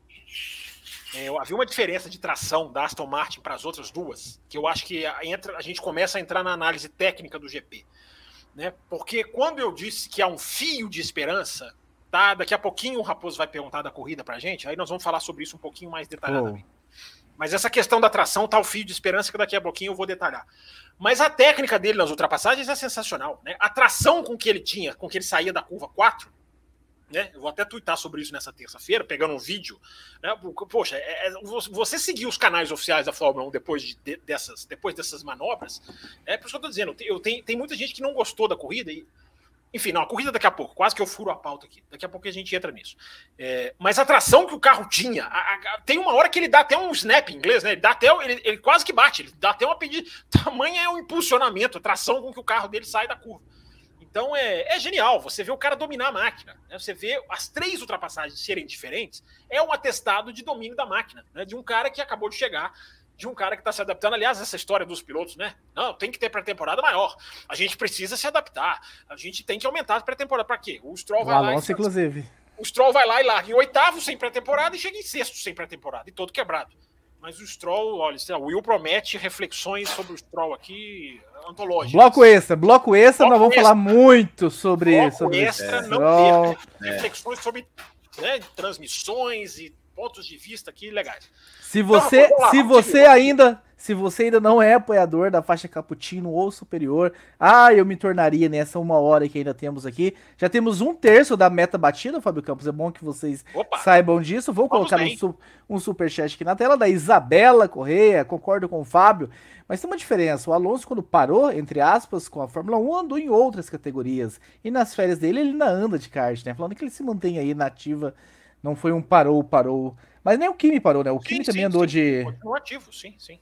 É, havia uma diferença de tração da Aston Martin para as outras duas, que eu acho que entra, a gente começa a entrar na análise técnica do G P. Né? Porque quando eu disse que há um fio de esperança, tá? Daqui a pouquinho o Raposo vai perguntar da corrida para a gente, aí nós vamos falar sobre isso um pouquinho mais detalhadamente. Oh. Mas essa questão da tração tá o fio de esperança que daqui a pouquinho eu vou detalhar. Mas a técnica dele nas ultrapassagens é sensacional. Né? A tração com que ele tinha, com que ele saía da curva quatro, né? Eu vou até tuitar sobre isso nessa terça-feira, pegando um vídeo. Né? Poxa, é, é, você seguir os canais oficiais da Fórmula um depois, de, de, dessas, depois dessas manobras, é por isso que eu tô dizendo, eu tenho, tem muita gente que não gostou da corrida, e, enfim, não, a corrida daqui a pouco, quase que eu furo a pauta aqui, daqui a pouco a gente entra nisso. É, mas a tração que o carro tinha, a, a, tem uma hora que ele dá até um snap em inglês, né? Ele, dá até, ele, ele quase que bate, ele dá até uma pedida, tamanho é o impulsionamento, a tração com que o carro dele sai da curva. Então é, é genial, você vê o cara dominar a máquina, né? Você vê as três ultrapassagens serem diferentes, é um atestado de domínio da máquina, né? De um cara que acabou de chegar, de um cara que está se adaptando. Aliás, essa história dos pilotos, né? Não, tem que ter pré-temporada maior, a gente precisa se adaptar, a gente tem que aumentar a pré-temporada. Para quê? O Stroll vai o lá Alonso, e inclusive. O Stroll vai lá e larga em oitavo sem pré-temporada e chega em sexto sem pré-temporada, e todo quebrado. Mas o Stroll, olha, o Will promete reflexões sobre o Stroll aqui, antológicas. Bloco extra, bloco extra, bloco nós vamos extra. falar muito sobre bloco sobre extra, isso. Não Stroll. ter reflexões sobre, né, transmissões e pontos de vista aqui legais. Se você, então, lá, se você ainda, se você ainda não é apoiador da faixa cappuccino ou superior, ah, eu me tornaria nessa uma hora que ainda temos aqui. Já temos um terço da meta batida, Fábio Campos. É bom que vocês Opa. saibam disso. Vou Vamos colocar um, su um superchat aqui na tela da Isabela Correia. Concordo com o Fábio. Mas tem uma diferença. O Alonso, quando parou, entre aspas, com a Fórmula um, andou em outras categorias. E nas férias dele, ele ainda anda de kart, né? Falando que ele se mantém aí na ativa. Não foi um parou, parou. Mas nem o Kimi parou, né? O sim, Kimi sim, também sim, andou sim. de... Continua ativo, sim, sim.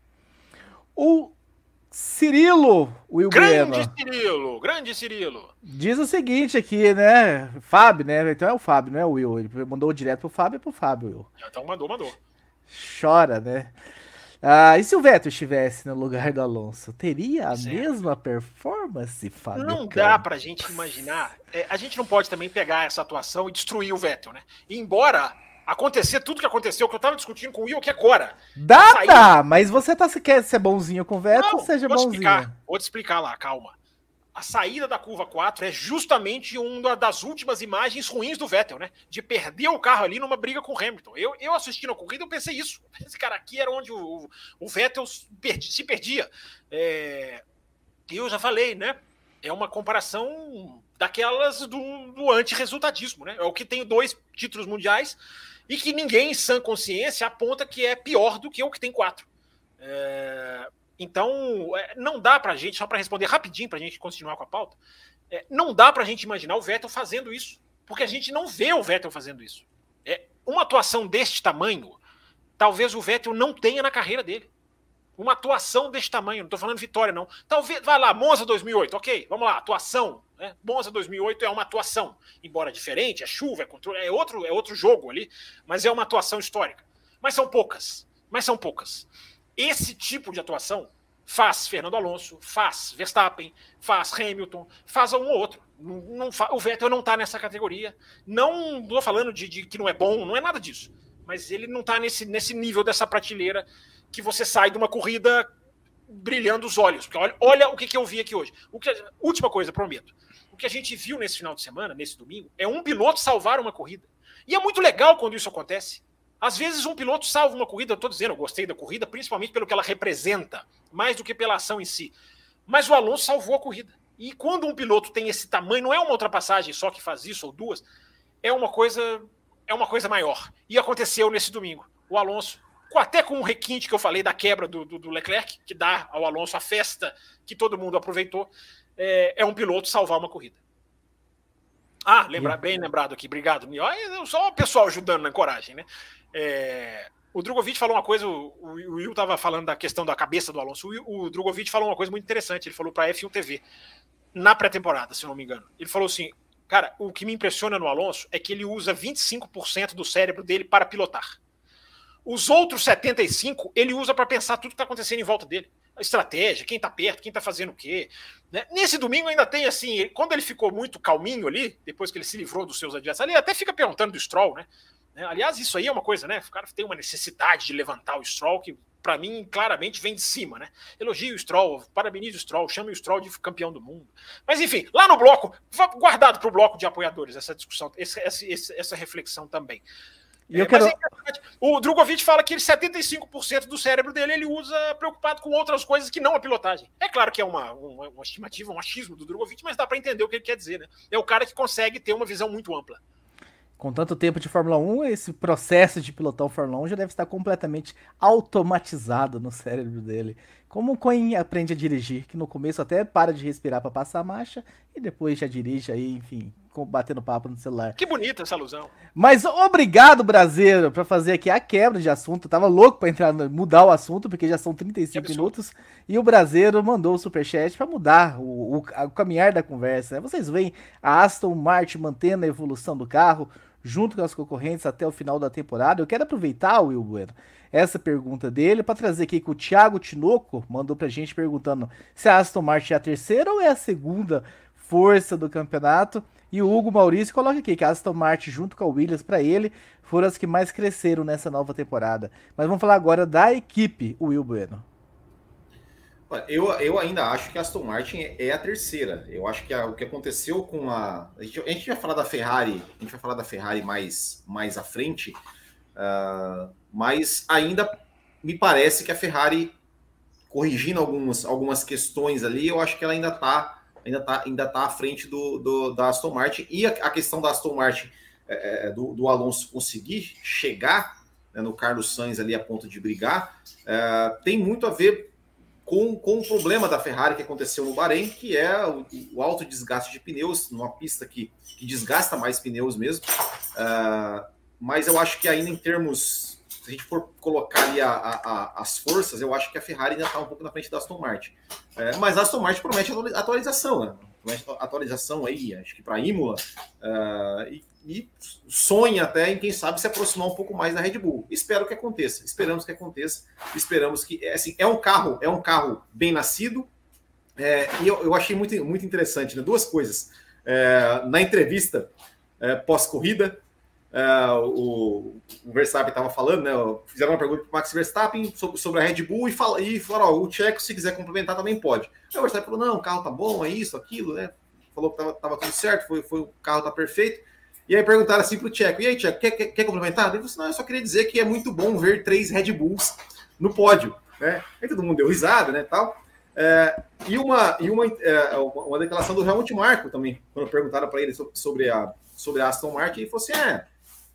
O Cirilo, o Will Grande Bueno. Cirilo, grande Cirilo. Diz o seguinte aqui, né? Fábio, né? Então é o Fábio, não é o Will. Ele mandou direto pro Fábio, é pro Fábio, Will. Então mandou, mandou. Chora, né? Ah, e se o Vettel estivesse no lugar do Alonso, teria a certo. mesma performance, Fábio? Não dá pra gente imaginar. É, a gente não pode também pegar essa atuação e destruir o Vettel, né? E embora acontecer tudo que aconteceu, que eu tava discutindo com o Will aqui agora. Dá, sair... dá, mas você tá, quer ser bonzinho com o Vettel, não, seja vou bonzinho. Te explicar, vou te explicar lá, calma. A saída da curva quatro é justamente uma das últimas imagens ruins do Vettel, né? De perder o carro ali numa briga com o Hamilton. Eu, eu assistindo a corrida, eu pensei isso. Esse cara aqui era onde o, o Vettel perdi, se perdia. É... Eu já falei, né? É uma comparação daquelas do, do anti-resultadismo, né? É o que tem dois títulos mundiais e que ninguém em sã consciência aponta que é pior do que o que tem quatro. É... Então, não dá pra gente, só para responder rapidinho, pra gente continuar com a pauta, é, não dá pra gente imaginar o Vettel fazendo isso, porque a gente não vê o Vettel fazendo isso. É, uma atuação deste tamanho, talvez o Vettel não tenha na carreira dele. Uma atuação deste tamanho, não tô falando vitória não. Talvez, vai lá, Monza dois mil e oito, ok, vamos lá, atuação. Né? Monza dois mil e oito é uma atuação, embora diferente, é chuva, é controle, é outro, é outro jogo ali, mas é uma atuação histórica. Mas são poucas, mas são poucas. Esse tipo de atuação faz Fernando Alonso, faz Verstappen, faz Hamilton, faz um ou outro. Não, não, o Vettel não está nessa categoria. Não estou falando de, de que não é bom, não é nada disso. Mas ele não está nesse, nesse nível dessa prateleira que você sai de uma corrida brilhando os olhos. Porque olha, olha o que, que eu vi aqui hoje. O que, última coisa, prometo. O que a gente viu nesse final de semana, nesse domingo, é um piloto salvar uma corrida. E é muito legal quando isso acontece. Às vezes um piloto salva uma corrida, eu estou dizendo, eu gostei da corrida, principalmente pelo que ela representa, mais do que pela ação em si. Mas o Alonso salvou a corrida. E quando um piloto tem esse tamanho, não é uma ultrapassagem só que faz isso, ou duas, é uma coisa, é uma coisa maior. E aconteceu nesse domingo. O Alonso, até com o requinte que eu falei da quebra do, do, do Leclerc, que dá ao Alonso a festa que todo mundo aproveitou, é, é um piloto salvar uma corrida. Ah, lembra, bem lembrado aqui, obrigado. Só o pessoal ajudando na coragem, né? É, o Drogovic falou uma coisa, o, o Will estava falando da questão da cabeça do Alonso, o, o Drogovic falou uma coisa muito interessante, ele falou para a F um T V, na pré-temporada, se eu não me engano. Ele falou assim, cara, o que me impressiona no Alonso é que ele usa vinte e cinco por cento do cérebro dele para pilotar. Os outros setenta e cinco ele usa para pensar tudo que está acontecendo em volta dele. A estratégia, quem está perto, quem está fazendo o quê. Né? Nesse domingo ainda tem assim, quando ele ficou muito calminho ali, depois que ele se livrou dos seus adversários, ele até fica perguntando do Stroll, né? Aliás, isso aí é uma coisa, né? O cara tem uma necessidade de levantar o Stroll que, para mim, claramente vem de cima, né? Elogio o Stroll, parabenize o Stroll, chame o Stroll de campeão do mundo. Mas, enfim, lá no bloco, guardado para o bloco de apoiadores, essa discussão, essa, essa, essa reflexão também. E eu é, quero... mas é o Drogovic fala que ele, setenta e cinco por cento do cérebro dele ele usa preocupado com outras coisas que não a pilotagem. É claro que é uma, uma, uma estimativa, um achismo do Drogovic, mas dá para entender o que ele quer dizer, né? É o cara que consegue ter uma visão muito ampla. Com tanto tempo de Fórmula um, esse processo de pilotar o Fórmula um já deve estar completamente automatizado no cérebro dele. Como quem aprende a dirigir, que no começo até para de respirar para passar a marcha e depois já dirige aí, enfim, batendo papo no celular. Que bonita essa alusão. Mas obrigado, Brasileiro, para fazer aqui a quebra de assunto. Eu tava louco para entrar, mudar o assunto, porque já são trinta e cinco minutos. E o Brasileiro mandou o superchat para mudar o, o, o caminhar da conversa. Vocês veem a Aston Martin mantendo a evolução do carro junto com as concorrentes até o final da temporada. Eu quero aproveitar, Will Bueno, essa pergunta dele para trazer aqui que o Thiago Tinoco mandou pra gente perguntando se a Aston Martin é a terceira ou é a segunda força do campeonato. E o Hugo Maurício coloca aqui que a Aston Martin junto com a Williams para ele foram as que mais cresceram nessa nova temporada. Mas vamos falar agora da equipe, o Will Bueno. Eu, eu ainda acho que a Aston Martin é a terceira. Eu acho que a, o que aconteceu com a... A gente, a gente vai falar da Ferrari, a gente vai falar da Ferrari mais, mais à frente, uh, mas ainda me parece que a Ferrari, corrigindo algumas, algumas questões ali, eu acho que ela ainda está ainda tá, ainda tá à frente do, do, da Aston Martin. E a, a questão da Aston Martin, é, do, do Alonso conseguir chegar, né, no Carlos Sainz ali a ponto de brigar, é, tem muito a ver Com, com o problema da Ferrari que aconteceu no Bahrein, que é o, o alto desgaste de pneus, numa pista que, que desgasta mais pneus mesmo. Uh, mas eu acho que ainda em termos, se a gente for colocar ali a, a, a, as forças, eu acho que a Ferrari ainda está um pouco na frente da Aston Martin. Uh, mas a Aston Martin promete atualização, né? Promete atualização aí, acho que para Imola, uh, e, e sonha até em, quem sabe, se aproximar um pouco mais da Red Bull. Espero que aconteça, esperamos que aconteça, esperamos que, assim, é um carro, é um carro bem nascido, é, e eu, eu achei muito, muito interessante, né? Duas coisas. É, na entrevista é, pós-corrida, é, o, o Verstappen estava falando, né? Fizeram uma pergunta para o Max Verstappen sobre, sobre a Red Bull e, fala, e falaram, ó, o Checo, se quiser complementar, também pode. Aí o Verstappen falou, não, o carro tá bom, é isso, aquilo, né? Falou que tava, tava tudo certo, foi, foi, o carro tá perfeito. E aí perguntaram assim pro Checo, e aí, Checo, quer, quer, quer complementar? Ele falou assim, não, eu só queria dizer que é muito bom ver três Red Bulls no pódio, né? Aí todo mundo deu risada, né, tal. É, e uma, e uma, é, uma declaração do Helmut Marko também, quando perguntaram para ele sobre a, sobre a Aston Martin, ele falou assim, é,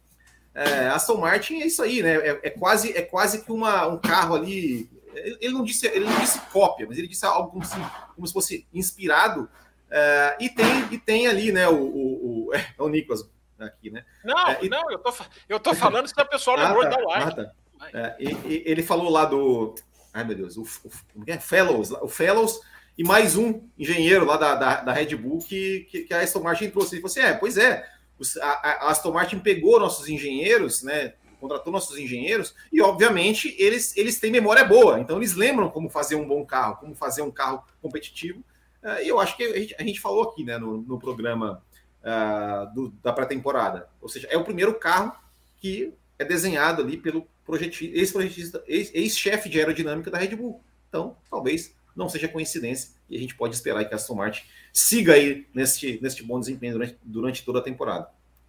é Aston Martin é isso aí, né, é, é, quase, é quase que uma, um carro ali, ele não disse, ele não disse cópia, mas ele disse algo como se, como se fosse inspirado, é, e, tem, e tem ali, né, o, o, o, é, é o Nicolas, aqui, né? Não, é, e... não, eu tô, eu tô falando se a pessoa lembrou ah, tá, de dar like. Ah, tá. é, e, e, ele falou lá do... Ai, meu Deus, o, o, o Fellows, o Fellows e mais um engenheiro lá da, da, da Red Bull que, que, que a Aston Martin trouxe. Ele falou assim, é, pois é, a, a Aston Martin pegou nossos engenheiros, né, contratou nossos engenheiros e, obviamente, eles, eles têm memória boa. Então, eles lembram como fazer um bom carro, como fazer um carro competitivo. E eu acho que a gente, a gente falou aqui, né, no, no programa... Uh, do, da pré-temporada, ou seja, é o primeiro carro que é desenhado ali pelo projetista, ex-projetista, ex-chefe de aerodinâmica da Red Bull. Então, talvez não seja coincidência e a gente pode esperar que a Aston Martin siga aí neste, neste bom desempenho durante, durante toda a temporada.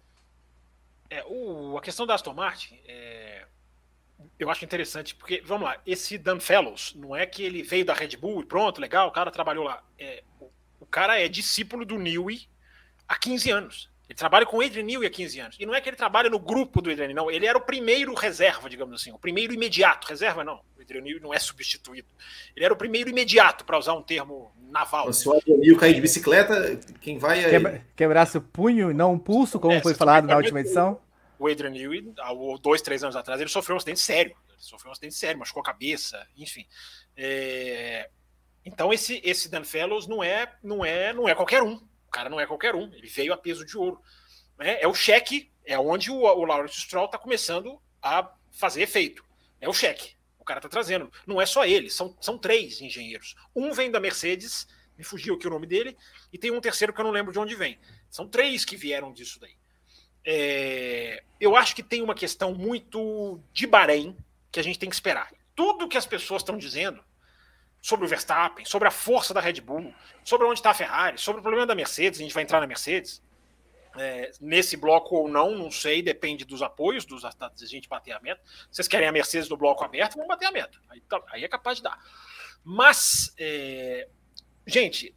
É, o, a questão da Aston Martin, é, eu acho interessante, porque, vamos lá, esse Dan Fellows, não é que ele veio da Red Bull e pronto, legal, o cara trabalhou lá. É, o, o cara é discípulo do Newey há quinze anos. Ele trabalha com o Adrian Newey há quinze anos. E não é que ele trabalha no grupo do Adrian Newey, não. Ele era o primeiro reserva, digamos assim. O primeiro imediato. Reserva, não. O Adrian Newey não é substituído. Ele era o primeiro imediato, para usar um termo naval. Se o Adrian Newey cair de bicicleta, quem vai... É... Quebra, quebrasse o punho e não o pulso, como é, foi falado na última edição? O Adrian Newey, há dois, três anos atrás, ele sofreu um acidente sério. Ele sofreu um acidente sério, machucou a cabeça, enfim. É... Então, esse, esse Dan Fellows não é, não, é, não é qualquer um. O cara não é qualquer um, ele veio a peso de ouro. Né? É o cheque, é onde o, o Lawrence Stroll está começando a fazer efeito. É o cheque. O cara está trazendo. Não é só ele, são, são três engenheiros. Um vem da Mercedes, me fugiu aqui o nome dele, e tem um terceiro que eu não lembro de onde vem. São três que vieram disso daí. É, eu acho que tem uma questão muito de Bahrein que a gente tem que esperar. Tudo que as pessoas estão dizendo sobre o Verstappen, sobre a força da Red Bull, sobre onde está a Ferrari, sobre o problema da Mercedes, a gente vai entrar na Mercedes, é, nesse bloco ou não, não sei, depende dos apoios, dos, da, da gente bater a meta. Vocês querem a Mercedes no bloco aberto, vamos bater a meta. Aí, tá, aí é capaz de dar. Mas, é, gente,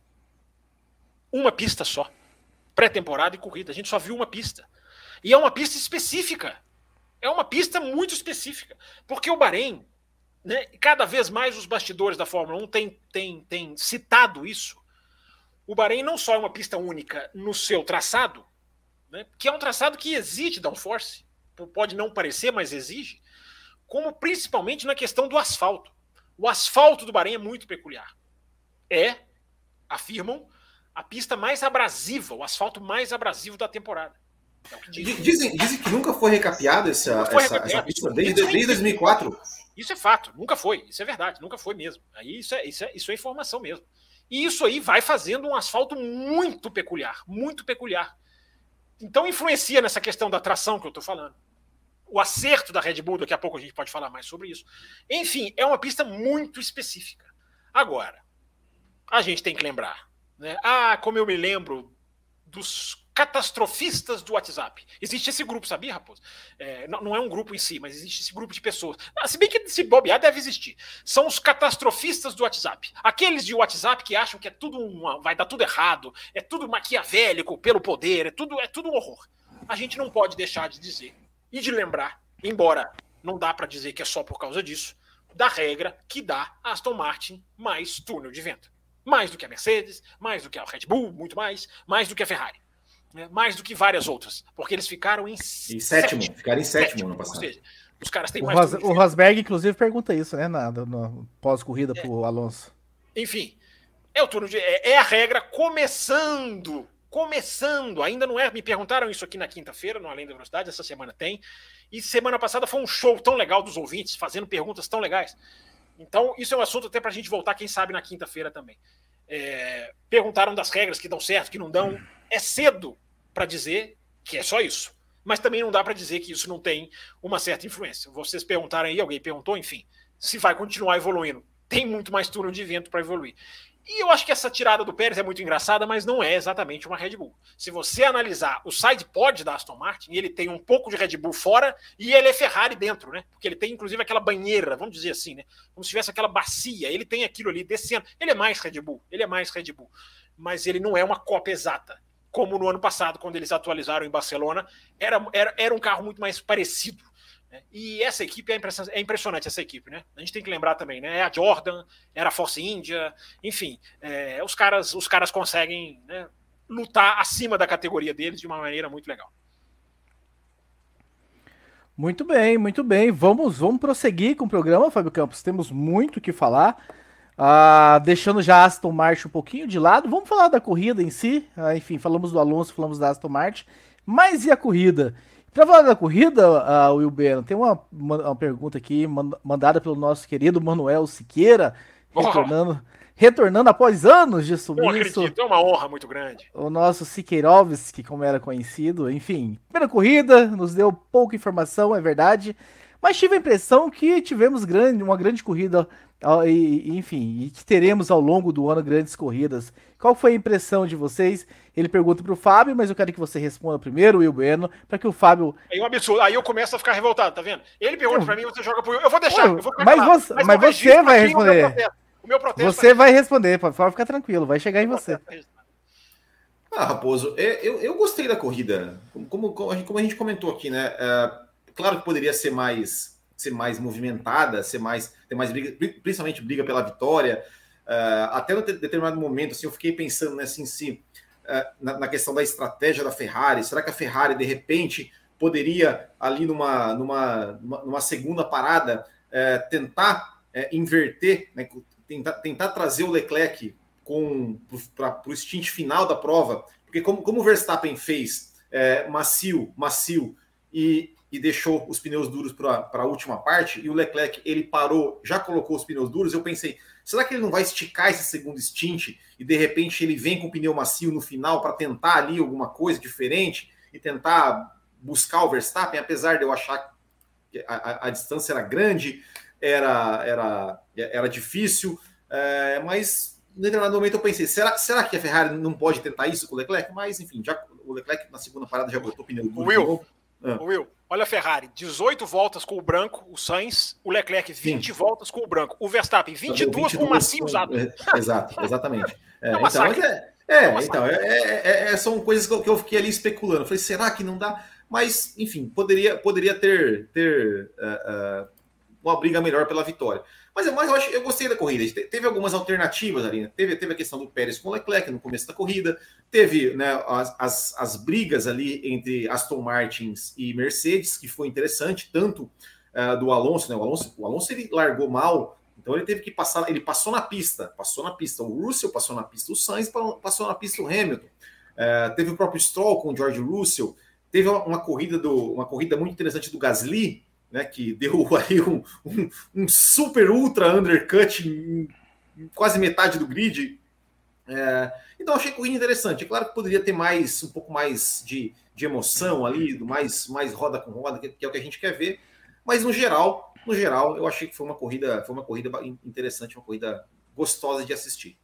uma pista só. Pré-temporada e corrida. A gente só viu uma pista. E é uma pista específica. É uma pista muito específica. Porque o Bahrein, né, cada vez mais os bastidores da Fórmula um têm tem, tem citado isso. O Bahrein não só é uma pista única no seu traçado, né, que é um traçado que exige downforce, pode não parecer, mas exige, como principalmente na questão do asfalto. O asfalto do Bahrein é muito peculiar. É, afirmam, a pista mais abrasiva, o asfalto mais abrasivo da temporada. É o que dizem. Dizem, dizem que nunca foi recapeada essa, foi essa, essa pista desde, desde dois mil e quatro. Isso é fato, nunca foi. Isso é verdade, nunca foi mesmo. Aí isso é, isso é, isso é informação mesmo. E isso aí vai fazendo um asfalto muito peculiar, muito peculiar. Então influencia nessa questão da tração que eu estou falando. O acerto da Red Bull, daqui a pouco a gente pode falar mais sobre isso. Enfim, é uma pista muito específica. Agora, a gente tem que lembrar, né? Ah, como eu me lembro dos catastrofistas do WhatsApp. Existe esse grupo, sabia, Raposo? É, não, não é um grupo em si, mas existe esse grupo de pessoas. Ah, se bem que se bobear deve existir. São os catastrofistas do WhatsApp. Aqueles de WhatsApp que acham que é tudo uma, vai dar tudo errado, é tudo maquiavélico pelo poder, é tudo, é tudo um horror. A gente não pode deixar de dizer e de lembrar, embora não dá para dizer que é só por causa disso, da regra que dá a Aston Martin mais túnel de vento. Mais do que a Mercedes, mais do que a Red Bull, muito mais, mais do que a Ferrari. Né? Mais do que várias outras, porque eles ficaram em, em sétimo, sétimo. Ficaram em sétimo, sétimo no passado. Ou seja, os caras têm o mais. Ros, o Rosberg, inclusive, pergunta isso, né, na, no pós-corrida é. pro Alonso. Enfim, é o turno de, é, é a regra começando, começando. Ainda não é. Me perguntaram isso aqui na quinta-feira, no Além da Velocidade. Essa semana tem. E semana passada foi um show tão legal dos ouvintes, fazendo perguntas tão legais. Então, isso é um assunto até para a gente voltar, quem sabe, na quinta-feira também. É, perguntaram das regras que dão certo, que não dão. É cedo para dizer que é só isso. Mas também não dá para dizer que isso não tem uma certa influência. Vocês perguntaram aí, alguém perguntou, enfim, se vai continuar evoluindo. Tem muito mais túnel de vento para evoluir. E eu acho que essa tirada do Pérez é muito engraçada, mas não é exatamente uma Red Bull. Se você analisar o side pod da Aston Martin, ele tem um pouco de Red Bull fora e ele é Ferrari dentro, né? Porque ele tem inclusive aquela banheira, vamos dizer assim, né? Como se tivesse aquela bacia, ele tem aquilo ali descendo. Ele é mais Red Bull, ele é mais Red Bull. Mas ele não é uma cópia exata. Como no ano passado, quando eles atualizaram em Barcelona, era, era, era um carro muito mais parecido. E essa equipe é impressionante, é impressionante essa equipe, né? A gente tem que lembrar também, né? É a Jordan, era a Force India, enfim, é, os, caras, os caras conseguem, né, lutar acima da categoria deles de uma maneira muito legal. Muito bem, muito bem. Vamos, vamos prosseguir com o programa, Fábio Campos. Temos muito o que falar. Ah, deixando já a Aston Martin um pouquinho de lado, vamos falar da corrida em si. Ah, enfim, falamos do Alonso, falamos da Aston Martin. Mas e a corrida? Para falar da corrida, uh, Will Bueno, tem uma, uma, uma pergunta aqui mandada pelo nosso querido Manuel Siqueira, retornando, oh. retornando após anos de sumiço. Não acredito, é uma honra muito grande. O nosso Siqueirovski, como era conhecido, enfim. Primeira corrida, nos deu pouca informação, é verdade, mas tive a impressão que tivemos grande, uma grande corrida, e, enfim, e que teremos ao longo do ano grandes corridas. Qual foi a impressão de vocês? Ele pergunta para o Fábio, mas eu quero que você responda primeiro, Will Bueno, para que o Fábio... É um absurdo. Aí eu começo a ficar revoltado, tá vendo? Ele pergunta para mim, você joga pro... Eu vou deixar, eu vou Mas você, mas mas você vai responder. O meu protesto, o meu protesto você tá vai responder, pode ficar tranquilo, vai chegar em você. Ah, Raposo, eu, eu gostei da corrida. Como, como, como a gente comentou aqui, né? É, claro que poderia ser mais, ser mais movimentada, ser mais, ter mais briga, principalmente briga pela vitória. Uh, até no determinado momento, assim, eu fiquei pensando, né, assim, se, uh, na, na questão da estratégia da Ferrari. Será que a Ferrari, de repente, poderia, ali numa, numa, numa segunda parada, uh, tentar uh, inverter, né, tentar, tentar trazer o Leclerc para o stint final da prova? Porque como, como o Verstappen fez uh, macio, macio, e, e deixou os pneus duros para a última parte, e o Leclerc ele parou, já colocou os pneus duros, eu pensei, será que ele não vai esticar esse segundo stint e de repente ele vem com o pneu macio no final para tentar ali alguma coisa diferente e tentar buscar o Verstappen, apesar de eu achar que a, a, a distância era grande, era, era, era difícil, é, mas no determinado momento eu pensei, será, será que a Ferrari não pode tentar isso com o Leclerc? Mas enfim, já, o Leclerc na segunda parada já botou o pneu duro. Will, ah. Will, olha a Ferrari, dezoito voltas com o branco, o Sainz, o Leclerc vinte Sim. voltas com o branco, o Verstappen vinte e duas com o macio usado. Exato, exatamente. É, é então, é, é, é então é, é, é, são coisas que eu fiquei ali especulando. Eu falei, será que não dá? Mas, enfim, poderia, poderia ter, ter uh, uh, uma briga melhor pela vitória. Mas, mas eu, acho, eu gostei da corrida. Teve algumas alternativas ali. Né? Teve, teve a questão do Pérez com o Leclerc no começo da corrida. Teve, né, as, as, as brigas ali entre Aston Martins e Mercedes, que foi interessante, tanto uh, do Alonso, né? O Alonso, o Alonso ele largou mal, então ele teve que passar, ele passou na pista, passou na pista o Russell, passou na pista o Sainz, passou na pista o Hamilton. Uh, teve o próprio Stroll com o George Russell. Teve uma, uma, corrida do, uma corrida muito interessante do Gasly, né, que deu aí um, um, um super ultra undercut em, em quase metade do grid. É, então achei a corrida interessante. É claro que poderia ter mais, um pouco mais de, de emoção ali, mais, mais roda com roda, que, que é o que a gente quer ver. Mas no geral, no geral, eu achei que foi uma corrida, foi uma corrida interessante, uma corrida gostosa de assistir.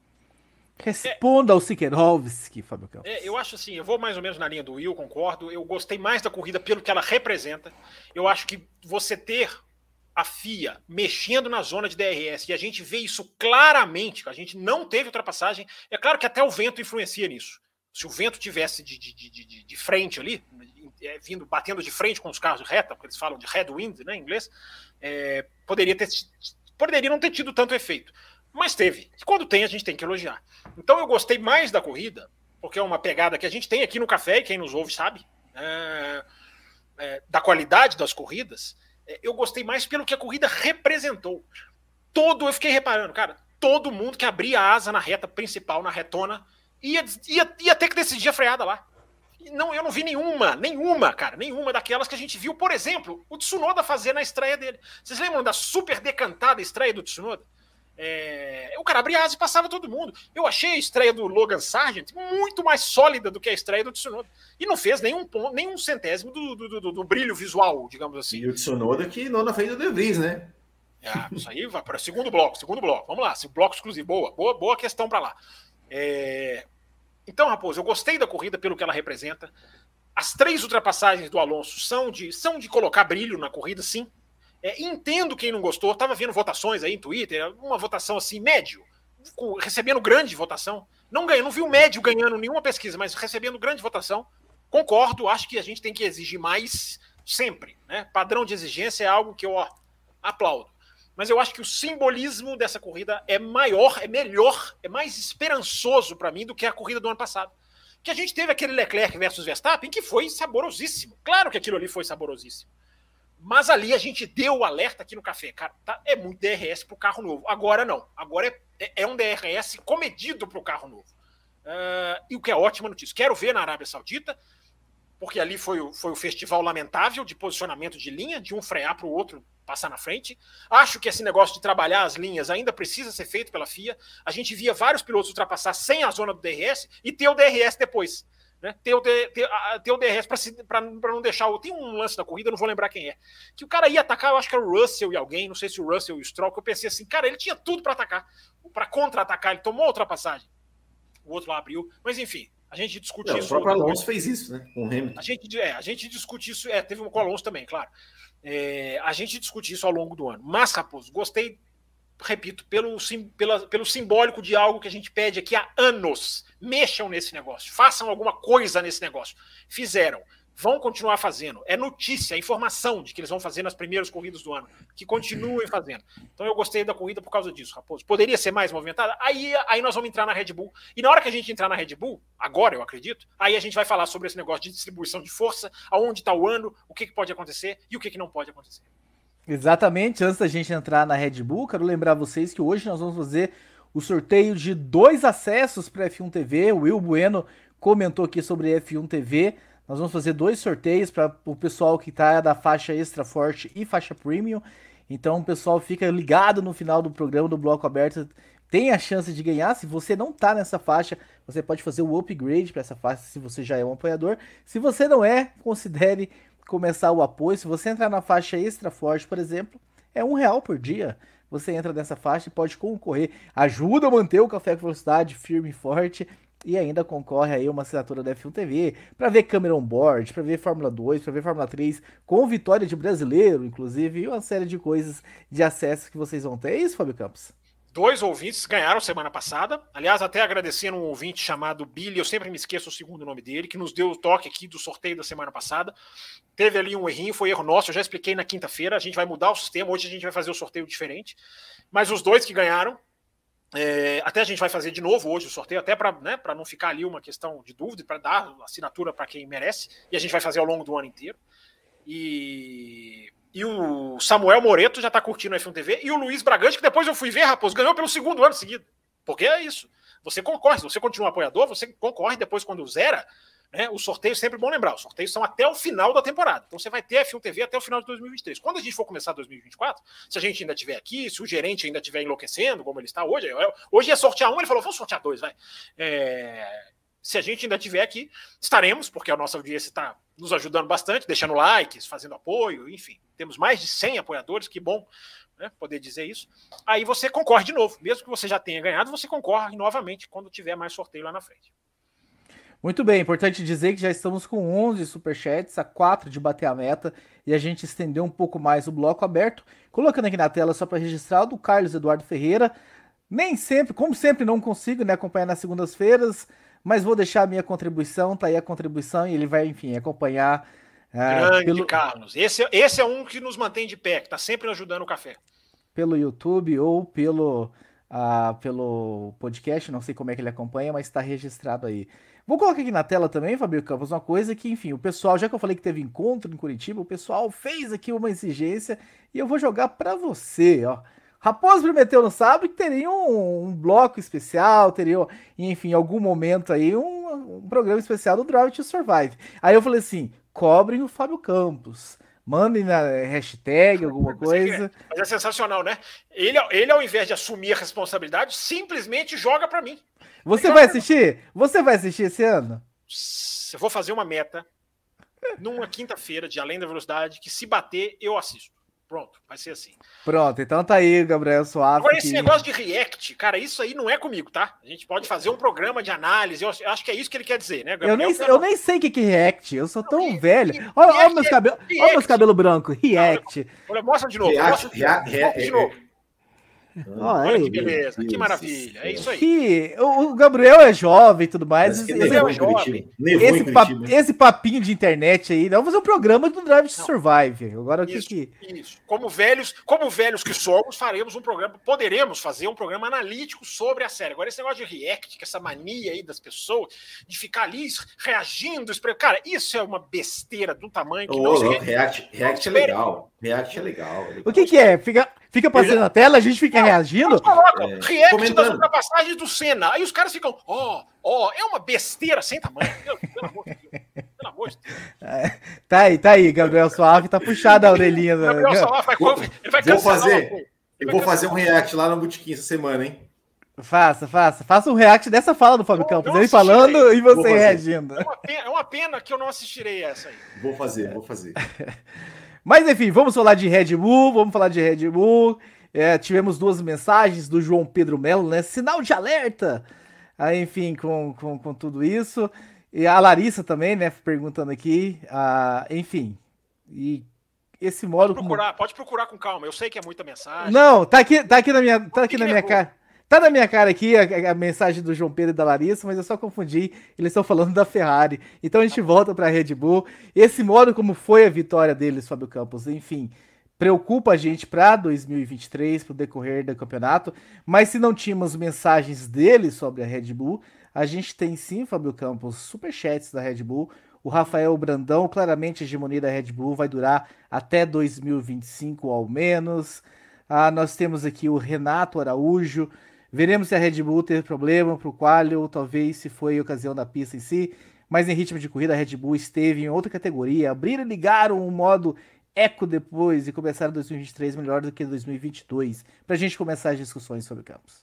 Responda é, ao Sikerovski, Fábio Campos. É, eu acho assim, eu vou mais ou menos na linha do Will, concordo. Eu gostei mais da corrida pelo que ela representa. Eu acho que você ter a F I A mexendo na zona de D R S, e a gente vê isso claramente, que a gente não teve ultrapassagem. É claro que até o vento influencia nisso. Se o vento tivesse de, de, de, de, de frente ali, é, vindo, batendo de frente com os carros de reta, porque eles falam de headwind, né, em inglês, é, poderia, ter, poderia não ter tido tanto efeito. Mas teve. E quando tem, a gente tem que elogiar. Então eu gostei mais da corrida, porque é uma pegada que a gente tem aqui no café, e quem nos ouve sabe, é, é, da qualidade das corridas. É, eu gostei mais pelo que a corrida representou. Todo, eu fiquei reparando, cara, todo mundo que abria a asa na reta principal, na retona, ia, ia, ia ter que decidir a freada lá. E não, eu não vi nenhuma, nenhuma, cara, nenhuma daquelas que a gente viu, por exemplo, o Tsunoda fazer na estreia dele. Vocês lembram da super decantada estreia do Tsunoda? É, o cara abria asa e passava todo mundo. Eu achei a estreia do Logan Sargent muito mais sólida do que a estreia do Tsunoda. E não fez nenhum ponto, nenhum centésimo do, do, do, do brilho visual, digamos assim. E o Tsunoda que não na frente do De Vries, né? É, isso aí vai para o segundo bloco, segundo bloco. Vamos lá, bloco exclusivo. Boa, boa, boa questão para lá. É, então, Raposo, eu gostei da corrida pelo que ela representa. As três ultrapassagens do Alonso são de, são de colocar brilho na corrida, sim. É, entendo quem não gostou, estava vendo votações aí em Twitter, uma votação assim, médio, com, recebendo grande votação. Não ganhou, não vi o médio ganhando nenhuma pesquisa, mas recebendo grande votação. Concordo, acho que a gente tem que exigir mais sempre. Né? Padrão de exigência é algo que eu ó, aplaudo. Mas eu acho que o simbolismo dessa corrida é maior, é melhor, é mais esperançoso para mim do que a corrida do ano passado. Que a gente teve aquele Leclerc versus Verstappen que foi saborosíssimo. Claro que aquilo ali foi saborosíssimo. Mas ali a gente deu o alerta aqui no café, cara, tá, é muito D R S pro carro novo. Agora não, agora é, é, é um D R S comedido pro carro novo. Uh, e o que é ótima notícia. Quero ver na Arábia Saudita, porque ali foi o, foi o festival lamentável de posicionamento de linha, de um frear pro outro passar na frente. Acho que esse negócio de trabalhar as linhas ainda precisa ser feito pela F I A. A gente via vários pilotos ultrapassar sem a zona do D R S e ter o D R S depois. Né? Ter, o ter, ter, ter o D R S para não deixar. Tem um lance da corrida, não vou lembrar quem é. Que o cara ia atacar, eu acho que era o Russell e alguém, não sei se o Russell e o Stroll, que eu pensei assim, cara, ele tinha tudo para atacar, para contra-atacar, ele tomou a ultrapassagem. O outro lá abriu, mas enfim, a gente discute não, isso. O próprio Alonso fez isso, né? Com o Hamilton. A gente, é, a gente discute isso, é, teve um com o Alonso também, claro. É, a gente discute isso ao longo do ano. Mas, Raposo, gostei, repito, pelo, sim, pela, pelo simbólico de algo que a gente pede aqui há anos. Mexam nesse negócio, façam alguma coisa nesse negócio. Fizeram, vão continuar fazendo. É notícia, é informação de que eles vão fazer nas primeiras corridas do ano. Que continuem fazendo. Então eu gostei da corrida por causa disso, Raposo. Poderia ser mais movimentada? Aí, aí nós vamos entrar na Red Bull. E na hora que a gente entrar na Red Bull, agora eu acredito, aí a gente vai falar sobre esse negócio de distribuição de força, aonde está o ano, o que, que pode acontecer e o que, que não pode acontecer. Exatamente, antes da gente entrar na Red Bull, quero lembrar vocês que hoje nós vamos fazer o sorteio de dois acessos para F um T V. O Will Bueno comentou aqui sobre F um T V Nós vamos fazer dois sorteios para o pessoal que tá da faixa extra forte e faixa premium. Então o pessoal fica ligado no final do programa do Bloco Aberto. Tem a chance de ganhar. Se você não tá nessa faixa, você pode fazer o upgrade para essa faixa se você já é um apoiador. Se você não é, considere começar o apoio. Se você entrar na faixa extra forte, por exemplo, é um real por dia. Você entra nessa faixa e pode concorrer. Ajuda a manter o Café com Velocidade firme e forte. E ainda concorre aí uma assinatura da F um T V para ver câmera on board, para ver Fórmula dois, para ver Fórmula três, com vitória de brasileiro, inclusive, e uma série de coisas de acesso que vocês vão ter. É isso, Fábio Campos? Dois ouvintes ganharam semana passada. Aliás, até agradecendo um ouvinte chamado Billy, eu sempre me esqueço o segundo nome dele, que nos deu o toque aqui do sorteio da semana passada. Teve ali um errinho, foi erro nosso, eu já expliquei na quinta-feira. A gente vai mudar o sistema, hoje a gente vai fazer o sorteio diferente. Mas os dois que ganharam, É, até a gente vai fazer de novo hoje o sorteio, até para, né, para não ficar ali uma questão de dúvida, para dar assinatura para quem merece, e a gente vai fazer ao longo do ano inteiro. E, e o Samuel Moreto já está curtindo o F um T V, e o Luiz Bragante, que depois eu fui ver, Raposo, ganhou pelo segundo ano seguido. Porque é isso. Você concorre, se você continua apoiador, você concorre depois quando zera. Né, o sorteio, sempre bom lembrar, os sorteios são até o final da temporada. Então você vai ter F um T V até o final de dois mil e vinte e três. Quando a gente for começar dois mil e vinte e quatro, se a gente ainda estiver aqui, se o gerente ainda estiver enlouquecendo, como ele está hoje, hoje ia sortear um, ele falou, vamos sortear dois, vai. É, se a gente ainda estiver aqui, estaremos, porque a nossa audiência está nos ajudando bastante, deixando likes, fazendo apoio, enfim. Temos mais de cem apoiadores, que bom, né, poder dizer isso. Aí você concorre de novo. Mesmo que você já tenha ganhado, você concorre novamente quando tiver mais sorteio lá na frente. Muito bem, importante dizer que já estamos com onze superchats, a quatro de bater a meta, e a gente estendeu um pouco mais o bloco aberto, colocando aqui na tela só para registrar o do Carlos Eduardo Ferreira. Nem sempre, como sempre, não consigo, né, acompanhar nas segundas-feiras, mas vou deixar a minha contribuição, tá aí a contribuição, e ele vai, enfim, acompanhar. Grande, uh, pelo... Carlos. Esse, esse é um que nos mantém de pé, que está sempre ajudando o café. Pelo YouTube ou pelo, uh, pelo podcast, não sei como é que ele acompanha, mas está registrado aí. Vou colocar aqui na tela também, Fabio Campos, uma coisa que, enfim, o pessoal, já que eu falei que teve encontro em Curitiba, o pessoal fez aqui uma exigência e eu vou jogar pra você, ó. Raposo prometeu no sábado que teria um, um bloco especial, teria, enfim, em algum momento aí, um, um programa especial do Drive to Survive. Aí eu falei assim, cobrem o Fábio Campos. Mandem na hashtag, alguma coisa. Mas é sensacional, né? Ele, ele, ao invés de assumir a responsabilidade, simplesmente joga pra mim. Você vai assistir? Você vai assistir esse ano? Eu vou fazer uma meta numa quinta-feira de Além da Velocidade, que se bater, eu assisto. Pronto, vai ser assim. Pronto, então tá aí, Gabriel Suave. Agora, esse que... negócio de react, cara, isso aí não é comigo, tá? A gente pode fazer um programa de análise, eu acho que é isso que ele quer dizer, né, Gabriel? Eu nem, eu nem sei o que, que é react, eu sou tão não, velho. Re olha, olha meus cabelos, olha meus cabelos brancos, react. Olha, mostra de novo, react, mostra de, react, react, de novo. Olha aí, que beleza, Deus, que maravilha, é isso aí. Que, o Gabriel é jovem e tudo mais. Esse, esse, é jovem. Esse, pap, esse papinho de internet aí, vamos fazer um programa do Drive to Survive. Agora isso, o que que... Isso, como velhos, como velhos que somos, faremos um programa, poderemos fazer um programa analítico sobre a série. Agora esse negócio de react, que essa mania aí das pessoas, de ficar ali reagindo, cara, isso é uma besteira do tamanho que oh, não se... React, react é legal, react é legal. É legal. O que que é? Fica... Fica passando já... na tela, a gente fica não, reagindo. Coloca, é, react comentando. Das ultrapassagens do Senna. Aí os caras ficam, ó, oh, ó, oh, é uma besteira sem tamanho. Pelo, pelo amor de Deus. Pelo amor de Deus. É, tá aí, tá aí, Gabriel Suave, tá puxado a orelhinha. Gabriel Suave vai, vou, ele vai vou fazer, ele Eu vai vou fazer um react lá no Botequim essa semana, hein? Faça, faça. Faça um react dessa fala do Fábio não, Campos. Não ele falando e você reagindo. É uma, pena, é uma pena que eu não assistirei essa aí. Vou fazer, vou fazer. Mas enfim, vamos falar de Red Bull, vamos falar de Red Bull. É, tivemos duas mensagens do João Pedro Melo, né? Sinal de alerta! Aí, enfim, com, com, com tudo isso. E a Larissa também, né? Perguntando aqui. Ah, enfim. E esse modo. Pode procurar, como... pode procurar com calma. Eu sei que é muita mensagem. Não, tá aqui, tá aqui na minha, tá aqui na minha cara. Tá na minha cara aqui a, a mensagem do João Pedro e da Larissa, mas eu só confundi. Eles estão falando da Ferrari. Então a gente volta para a Red Bull. Esse modo, como foi a vitória deles, Fábio Campos, enfim. Preocupa a gente para dois mil e vinte e três, para o decorrer do campeonato, mas se não tínhamos mensagens dele sobre a Red Bull, a gente tem sim, Fábio Campos, superchats da Red Bull. O Rafael Brandão, claramente a hegemonia da Red Bull vai durar até dois mil e vinte e cinco ao menos. Ah, nós temos aqui o Renato Araújo. Veremos se a Red Bull teve problema para o quali ou talvez se foi a ocasião da pista em si. mas em ritmo de corrida a Red Bull esteve em outra categoria, abriram e ligaram o modo Eco depois e começaram dois mil e vinte e três melhor do que dois mil e vinte e dois, pra gente começar as discussões sobre Campos.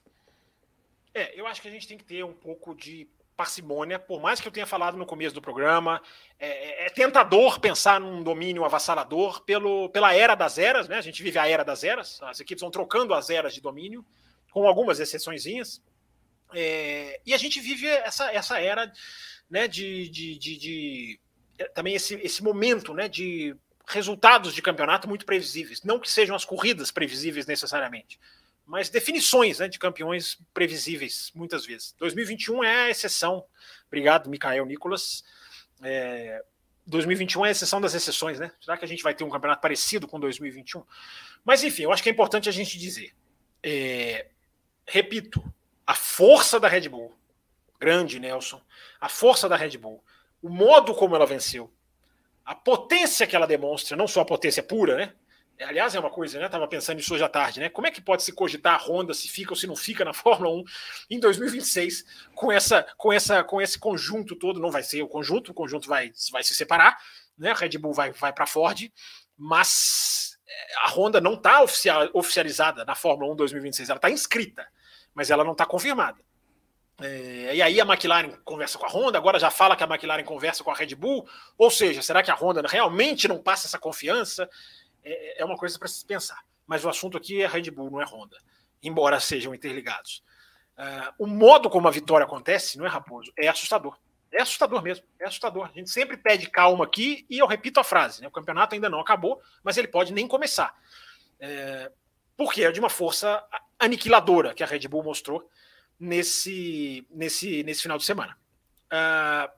É, eu acho que a gente tem que ter um pouco de parcimônia, por mais que eu tenha falado no começo do programa, é, é tentador pensar num domínio avassalador pelo, pela era das eras, né? A gente vive a era das eras, as equipes vão trocando as eras de domínio, com algumas exceçõezinhas, é, e a gente vive essa, essa era, né, de, de, de, de também esse, esse momento, né, de resultados de campeonato muito previsíveis, não que sejam as corridas previsíveis necessariamente, mas definições, né, de campeões previsíveis, muitas vezes. dois mil e vinte e um é a exceção. Obrigado, Micael Nicolas. É, dois mil e vinte e um é a exceção das exceções, né? Será que a gente vai ter um campeonato parecido com dois mil e vinte e um? Mas, enfim, eu acho que é importante a gente dizer. É, repito, a força da Red Bull, grande, Nelson, a força da Red Bull, o modo como ela venceu, a potência que ela demonstra, não só a potência pura, né? Aliás, é uma coisa, né? Estava pensando nisso hoje à tarde, né? Como é que pode se cogitar a Honda se fica ou se não fica na Fórmula um em dois mil e vinte e seis com, essa, com, essa, com esse conjunto todo? Não vai ser o conjunto, o conjunto vai, vai se separar, né? A Red Bull vai, vai para a Ford, mas a Honda não está oficial, oficializada na Fórmula um dois mil e vinte e seis, ela está inscrita, mas ela não está confirmada. É, e aí a McLaren conversa com a Honda, agora já fala que a McLaren conversa com a Red Bull, ou seja, será que a Honda realmente não passa essa confiança? É uma coisa para se pensar. Mas o assunto aqui é Red Bull, não é Honda. Embora sejam interligados. Uh, o modo como a vitória acontece, não é, Raposo? É assustador. É assustador mesmo. É assustador. A gente sempre pede calma aqui e eu repito a frase. Né? O campeonato ainda não acabou, mas ele pode nem começar. É, porque é de uma força aniquiladora que a Red Bull mostrou nesse, nesse, nesse final de semana. Uh,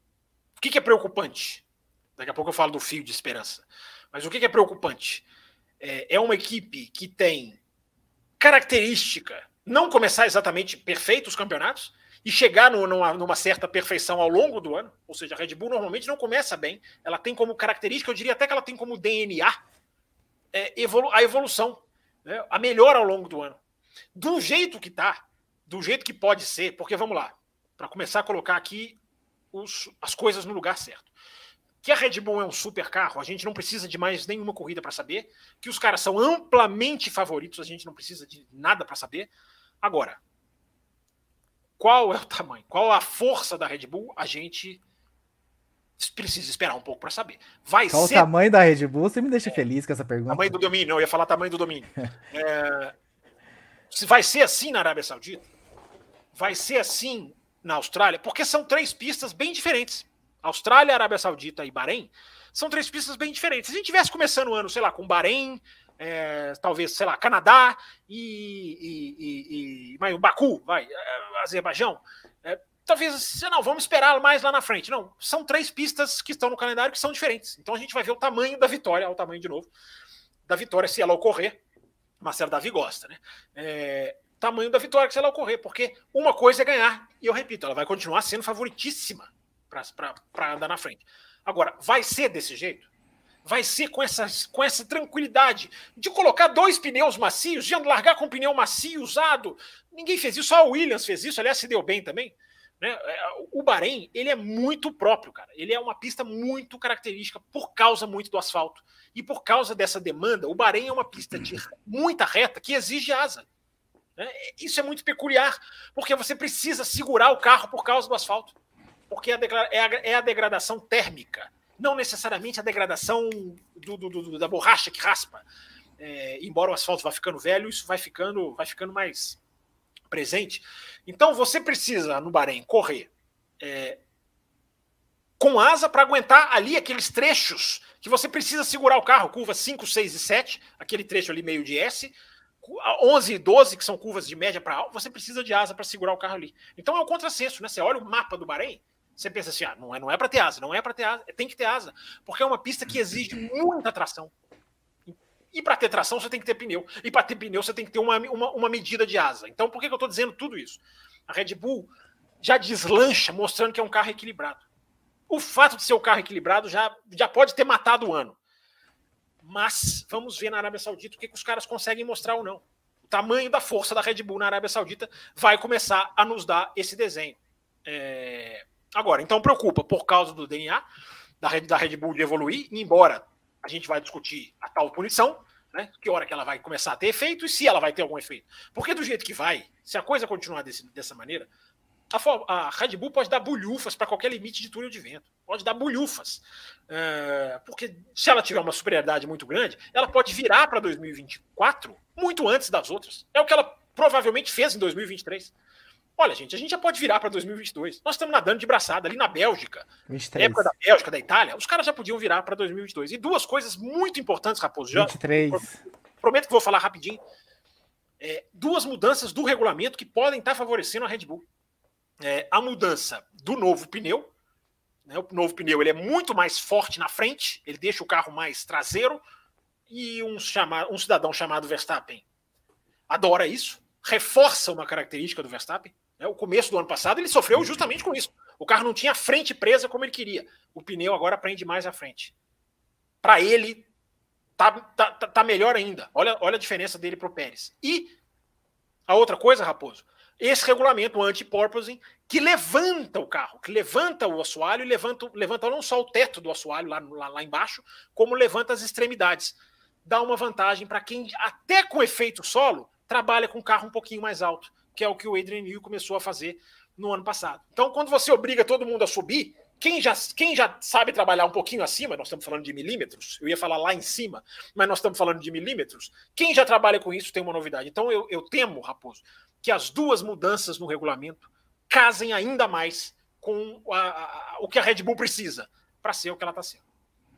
o que, que é preocupante? Daqui a pouco eu falo do fio de esperança. Mas o que é preocupante? É uma equipe que tem característica não começar exatamente perfeito os campeonatos e chegar no, numa, numa certa perfeição ao longo do ano. Ou seja, a Red Bull normalmente não começa bem. Ela tem como característica, eu diria até que ela tem como D N A é, evolu- a evolução, né? A melhora ao longo do ano. Do jeito que está, do jeito que pode ser, porque vamos lá, para começar a colocar aqui os, as coisas no lugar certo. Que a Red Bull é um super carro, a gente não precisa de mais nenhuma corrida para saber. Que os caras são amplamente favoritos, a gente não precisa de nada para saber. Agora, qual é o tamanho? Qual a força da Red Bull? A gente precisa esperar um pouco para saber. Vai qual ser... o tamanho da Red Bull? Você me deixa feliz com essa pergunta. Tamanho do domínio, não, eu ia falar tamanho do domínio. é... Se vai ser assim na Arábia Saudita? Vai ser assim na Austrália? Porque são três pistas bem diferentes. Austrália, Arábia Saudita e Bahrein são três pistas bem diferentes. Se a gente tivesse começando o ano, sei lá, com Bahrein, é, talvez, sei lá, Canadá e, e, e, e mas, Baku, vai, é, Azerbaijão, é, talvez, não, vamos esperar mais lá na frente. Não, são três pistas que estão no calendário que são diferentes. Então a gente vai ver o tamanho da vitória, o tamanho de novo, da vitória se ela ocorrer. Marcelo Davi gosta, né? É, tamanho da vitória se ela ocorrer, porque uma coisa é ganhar, e eu repito, ela vai continuar sendo favoritíssima para andar na frente. Agora, vai ser desse jeito? Vai ser com essa, com essa tranquilidade de colocar dois pneus macios, de largar com pneu macio usado? Ninguém fez isso, só o Williams fez isso, aliás, se deu bem também. Né? O Bahrein, ele é muito próprio, cara. Ele é uma pista muito característica por causa muito do asfalto. E por causa dessa demanda, o Bahrein é uma pista de muita reta que exige asa. Né? Isso é muito peculiar, porque você precisa segurar o carro por causa do asfalto. Porque é a degradação térmica, não necessariamente a degradação do, do, do, da borracha que raspa. É, embora o asfalto vá ficando velho, isso vai ficando, vai ficando mais presente. Então você precisa, no Bahrein, correr é, com asa para aguentar ali aqueles trechos que você precisa segurar o carro, curvas cinco, seis e sete, aquele trecho ali meio de S, onze e doze, que são curvas de média para alta, você precisa de asa para segurar o carro ali. Então é um contrassenso, né? Você olha o mapa do Bahrein, você pensa assim, ah, não é, não é para ter asa, não é para ter asa, tem que ter asa, porque é uma pista que exige muita tração. E para ter tração você tem que ter pneu, e para ter pneu você tem que ter uma, uma, uma medida de asa. Então por que, que eu estou dizendo tudo isso? A Red Bull já deslancha mostrando que é um carro equilibrado. O fato de ser um carro equilibrado já, já pode ter matado o ano. Mas vamos ver na Arábia Saudita o que, que os caras conseguem mostrar ou não. O tamanho da força da Red Bull na Arábia Saudita vai começar a nos dar esse desenho. É... Agora, então preocupa por causa do D N A da Red, da Red Bull de evoluir, embora a gente vai discutir a tal punição, né? Que hora que ela vai começar a ter efeito e se ela vai ter algum efeito. Porque do jeito que vai, se a coisa continuar desse, dessa maneira, a, a Red Bull pode dar bulhufas para qualquer limite de túnel de vento. Pode dar bulhufas. É, porque se ela tiver uma superioridade muito grande, ela pode virar para dois mil e vinte e quatro muito antes das outras. É o que ela provavelmente fez em dois mil e vinte e três. Olha, gente, a gente já pode virar para dois mil e vinte e dois. Nós estamos nadando de braçada ali na Bélgica. vinte e Na três. época da Bélgica, da Itália, os caras já podiam virar para dois mil e vinte e dois. E duas coisas muito importantes, Raposo. Já vinte e três. prometo que vou falar rapidinho. É, duas mudanças do regulamento que podem estar favorecendo a Red Bull. É, a mudança do novo pneu. Né, o novo pneu ele é muito mais forte na frente, ele deixa o carro mais traseiro. E um, chama, um cidadão chamado Verstappen adora isso, reforça uma característica do Verstappen. O começo do ano passado ele sofreu justamente com isso. O carro não tinha a frente presa como ele queria. O pneu agora prende mais à frente. Para ele, tá, tá, tá melhor ainda. Olha, olha a diferença dele para o Pérez. E a outra coisa, Raposo, esse regulamento anti-porpoising que levanta o carro, que levanta o assoalho e levanta, levanta não só o teto do assoalho lá, lá, lá embaixo, como levanta as extremidades. Dá uma vantagem para quem, até com efeito solo, trabalha com carro um pouquinho mais alto, que é o que o Adrian Newey começou a fazer no ano passado. Então, quando você obriga todo mundo a subir, quem já, quem já sabe trabalhar um pouquinho acima, nós estamos falando de milímetros, eu ia falar lá em cima, mas nós estamos falando de milímetros, quem já trabalha com isso tem uma novidade. Então, eu, eu temo, Raposo, que as duas mudanças no regulamento casem ainda mais com a, a, o que a Red Bull precisa para ser o que ela está sendo.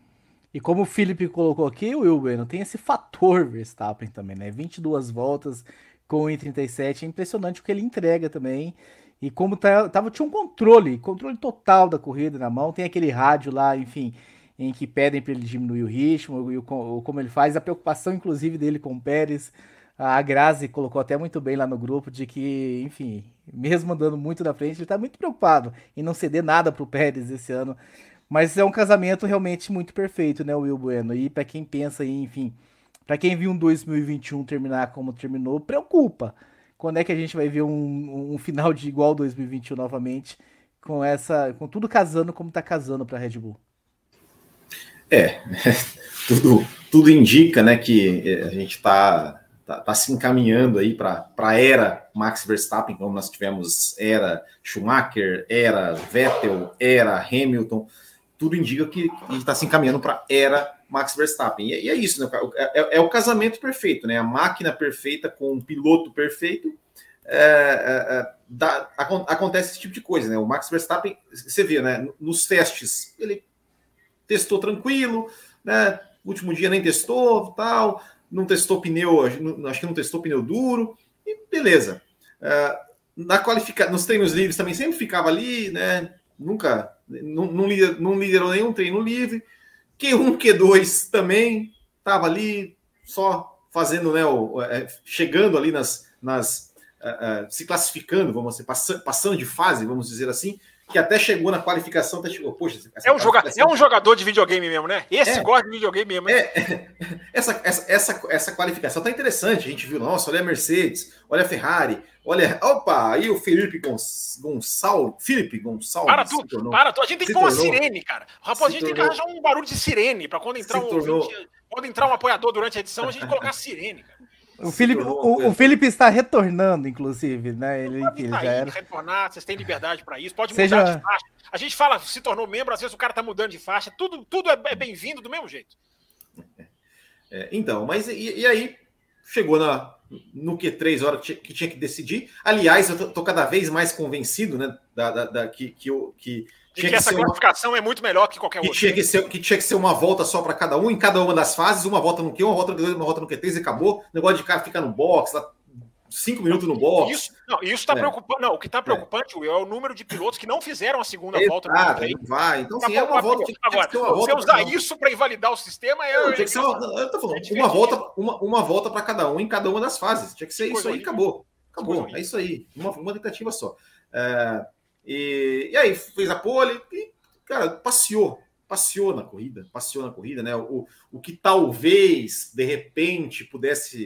E como o Felipe colocou aqui, o Will Bueno, tem esse fator Verstappen também, né? vinte e duas voltas com o I trinta e sete, é impressionante o que ele entrega também. E como tá, tava, tinha um controle, controle total da corrida na mão, tem aquele rádio lá, enfim, em que pedem para ele diminuir o ritmo, e o, o, como ele faz, a preocupação inclusive dele com o Pérez. A Grazi colocou até muito bem lá no grupo de que, enfim, mesmo andando muito na frente, ele tá muito preocupado em não ceder nada pro Pérez esse ano. Mas é um casamento realmente muito perfeito, né, Will Bueno? E para quem pensa aí, enfim, para quem viu um dois mil e vinte e um terminar como terminou, preocupa. Quando é que a gente vai ver um, um final de igual dois mil e vinte e um novamente, com essa, com tudo casando como tá casando para a Red Bull? É, tudo, tudo indica, né, que a gente tá, tá, tá se encaminhando aí para a era Max Verstappen, como nós tivemos era Schumacher, era Vettel, era Hamilton. Tudo indica que a gente está se encaminhando para a era Max Verstappen. E, e é isso, né? É, é, é o casamento perfeito, né? A máquina perfeita com um piloto perfeito. É, é, dá, acontece esse tipo de coisa, né? O Max Verstappen, você vê, né? Nos testes, ele testou tranquilo, né? No último dia nem testou, tal, não testou pneu, acho que não testou pneu duro, e beleza. É, na qualifica... Nos treinos livres também sempre ficava ali, né? Nunca, não, não, liderou, não liderou nenhum treino livre. Q um, Q dois também estava ali só fazendo, né, o, é, chegando ali nas, nas uh, uh, se classificando, vamos dizer, passando, passando de fase, vamos dizer assim, que até chegou na qualificação, até chegou, poxa, é um, joga, é um jogador de videogame mesmo, né? Esse é, gosta de videogame mesmo. É, é, essa, essa, essa, essa qualificação tá interessante, a gente viu, nossa, olha a Mercedes, olha a Ferrari, olha, opa, aí o Felipe Gonçalves, Felipe Gonçalves. Para tudo, tornou, para tudo, a gente tem que pôr uma sirene, cara. Rapaz, a gente tornou, tem que arranjar um barulho de sirene, para quando entrar um tornou, ouvinte, quando entrar um apoiador durante a edição, a gente colocar sirene, cara. O Felipe, o, o Felipe está retornando, inclusive, né? Ele, pode ele já aí, era. Retornar, vocês têm liberdade para isso. Pode Seja... mudar de faixa. A gente fala, se tornou membro, às vezes o cara está mudando de faixa. Tudo, tudo é, é bem-vindo do mesmo jeito. É, então, mas e, e aí chegou na, no Q três, hora que, que tinha que decidir. Aliás, eu tô, tô cada vez mais convencido, né, da, da, da que, que, eu, que E que, que essa classificação uma... é muito melhor que qualquer que outra. Tinha que, ser, que tinha que ser uma volta só para cada um, em cada uma das fases, uma volta no Q um, uma volta no Q dois, uma volta no Q três e acabou. O negócio de cara ficar no box, lá, cinco minutos no box. Isso, não, isso tá é. preocupante. Não, o que está preocupante, Will, é o número de pilotos que não fizeram a segunda é, volta. Ah, não vai. Então, sim, é uma volta. Que agora, que uma volta você usar isso para invalidar o sistema é. Não, tinha que ser uma, eu tô falando, uma volta, uma, uma volta para cada um em cada uma das fases. Tinha que ser que isso aí, horrível. acabou. Acabou. É isso aí. Uma, uma tentativa só. É, e, e aí, fez a pole e, cara, passeou. Passeou na corrida. Passeou na corrida, né? O, o que talvez, de repente, pudesse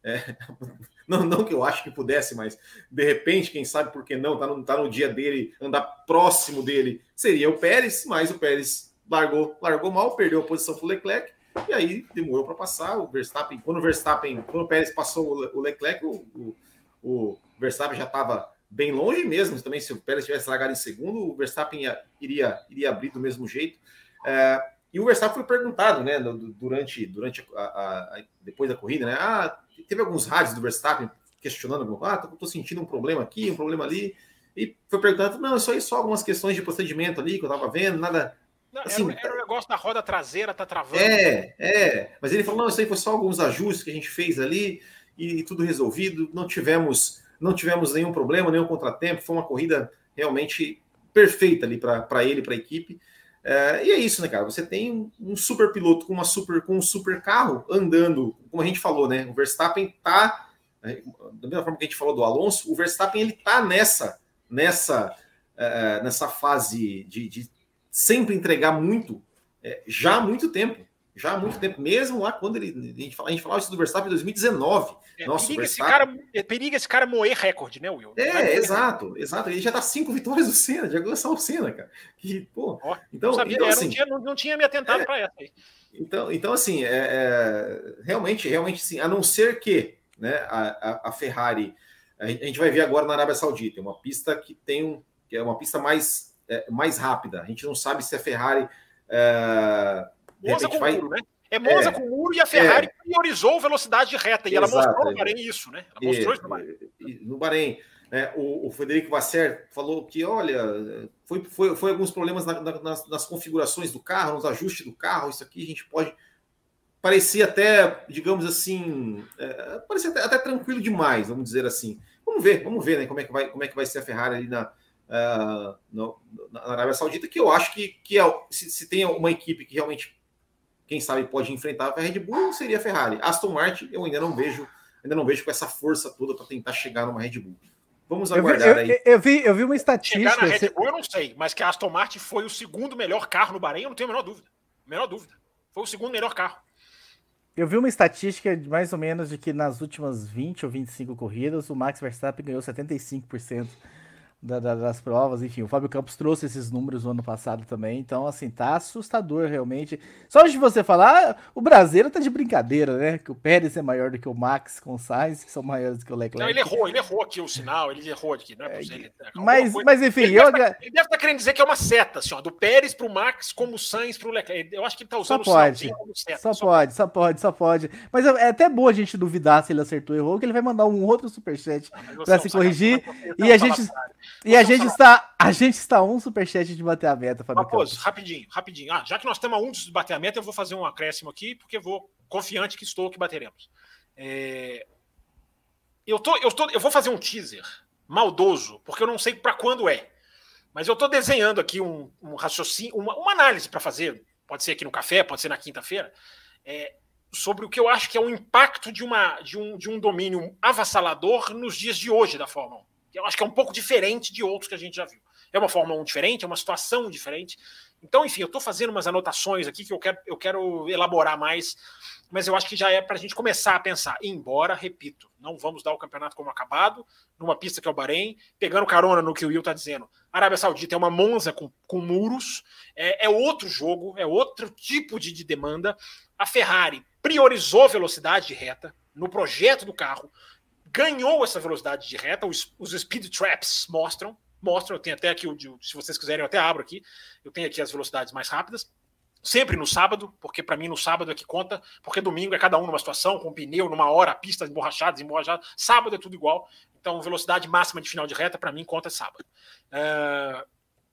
É, não, não que eu acho que pudesse, mas de repente, quem sabe por que não, tá no, tá no dia dele, andar próximo dele, seria o Pérez, mas o Pérez largou, largou mal, perdeu a posição para o Leclerc, e aí demorou para passar. O Verstappen, quando o Verstappen, quando o Pérez passou o Leclerc, o, o, o Verstappen já estava bem longe mesmo. Também, se o Pérez tivesse largado em segundo, o Verstappen ia, iria, iria abrir do mesmo jeito. É, e o Verstappen foi perguntado, né, durante, durante a, a, a, depois da corrida, né? Ah, teve alguns rádios do Verstappen questionando, ah, tô, tô sentindo um problema aqui, um problema ali, e foi perguntando, não, isso aí só algumas questões de procedimento ali que eu tava vendo, nada. Não, assim, era, era o negócio da roda traseira, tá travando. É, é, mas ele falou, não, isso aí foi só alguns ajustes que a gente fez ali e tudo resolvido, não tivemos, não tivemos nenhum problema, nenhum contratempo, foi uma corrida realmente perfeita ali para ele, para a equipe. É, e é isso, né, cara? Você tem um super piloto com, uma super, com um super carro andando, como a gente falou, né? O Verstappen tá, da mesma forma que a gente falou do Alonso, o Verstappen ele tá nessa, nessa, uh, nessa fase de, de sempre entregar muito, é, já há muito tempo. Já há muito tempo, mesmo lá quando ele. A gente, fala, a gente falava isso do Verstappen em dois mil e dezenove. É, Nossa, periga, Verstappen... esse cara, é, periga esse cara moer recorde, né, Will? É, exato, recorde. exato. Ele já tá cinco vitórias do Senna, já ganhou só o Senna, cara. Que, pô, oh, então, não sabia, então, era, assim, não, tinha, não, não tinha me atentado é, para essa aí. Então, então assim, é, é, realmente, realmente, sim, a não ser que, né, a, a, a Ferrari, a gente vai ver agora na Arábia Saudita, uma pista que tem um, que é uma pista mais, é, mais rápida. A gente não sabe se a Ferrari é, Monza com vai... muro, né? É Monza é, com muro e a Ferrari é, priorizou velocidade reta. E exato, ela mostrou no Bahrein isso, né? Ela mostrou é, isso no Bahrein. No Bahrein. Né, o, o Frederico Vasser falou que, olha, foi, foi, foi alguns problemas na, na, nas, nas configurações do carro, nos ajustes do carro, isso aqui a gente pode... Parecia até, digamos assim, é, parecia até, até tranquilo demais, vamos dizer assim. Vamos ver, vamos ver, né, como é que vai, como é que vai ser a Ferrari ali na, uh, no, na Arábia Saudita, que eu acho que, que é, se, se tem uma equipe que realmente, quem sabe, pode enfrentar a Red Bull, seria a Ferrari. Aston Martin, eu ainda não vejo, ainda não vejo com essa força toda para tentar chegar numa Red Bull. Vamos aguardar eu vi, aí. Eu, eu, vi, eu vi uma estatística... Chegar na Red Bull eu não sei, mas que a Aston Martin foi o segundo melhor carro no Bahrein, eu não tenho a menor dúvida. Menor dúvida. Foi o segundo melhor carro. Eu vi uma estatística de mais ou menos de que nas últimas vinte ou vinte e cinco corridas, o Max Verstappen ganhou setenta e cinco por cento da, da, das provas. Enfim, o Fábio Campos trouxe esses números no ano passado também. Então, assim, tá assustador realmente. Só de você falar, o brasileiro tá de brincadeira, né? Que o Pérez é maior do que o Max com o Sainz, que são maiores do que o Leclerc. Não, ele errou, ele errou aqui o sinal, ele errou aqui, não é possível. É, mas, mas, enfim, ele eu... deve tá, ele deve estar tá querendo dizer que é uma seta, assim, ó, do Pérez pro Max, como o Sainz pro Leclerc. Eu acho que ele tá usando só pode, o como seta. Só, só pode, só pode, só pode. Mas é até bom a gente duvidar se ele acertou ou errou, que ele vai mandar um outro superchat ah, para se corrigir. E a gente, e a gente está a gente está a um superchat de bater a meta, Fábio Campos. Rapidinho, rapidinho. Ah, já que nós estamos a um de bater a meta, eu vou fazer um acréscimo aqui, porque vou confiante que estou que bateremos. É... Eu, tô, eu, tô, eu vou fazer um teaser maldoso, porque eu não sei para quando é. Mas eu estou desenhando aqui um, um raciocínio, uma, uma análise para fazer, pode ser aqui no café, pode ser na quinta-feira, é, sobre o que eu acho que é o impacto de, uma, de, um, de um domínio avassalador nos dias de hoje da Fórmula um. Eu acho que é um pouco diferente de outros que a gente já viu. É uma Fórmula um diferente, é uma situação diferente. Então, enfim, eu estou fazendo umas anotações aqui que eu quero, eu quero elaborar mais, mas eu acho que já é para a gente começar a pensar. Embora, repito, não vamos dar o campeonato como acabado, numa pista que é o Bahrein, pegando carona no que o Will está dizendo. A Arábia Saudita é uma Monza com, com muros, é, é outro jogo, é outro tipo de, de demanda. A Ferrari priorizou velocidade de reta no projeto do carro, ganhou essa velocidade de reta, os, os speed traps mostram, mostram, eu tenho até aqui, se vocês quiserem eu até abro aqui, eu tenho aqui as velocidades mais rápidas, sempre no sábado, porque para mim no sábado é que conta, porque domingo é cada um numa situação, com pneu, numa hora, a pista emborrachada, desemborrachada, sábado é tudo igual, então velocidade máxima de final de reta para mim conta sábado. Uh...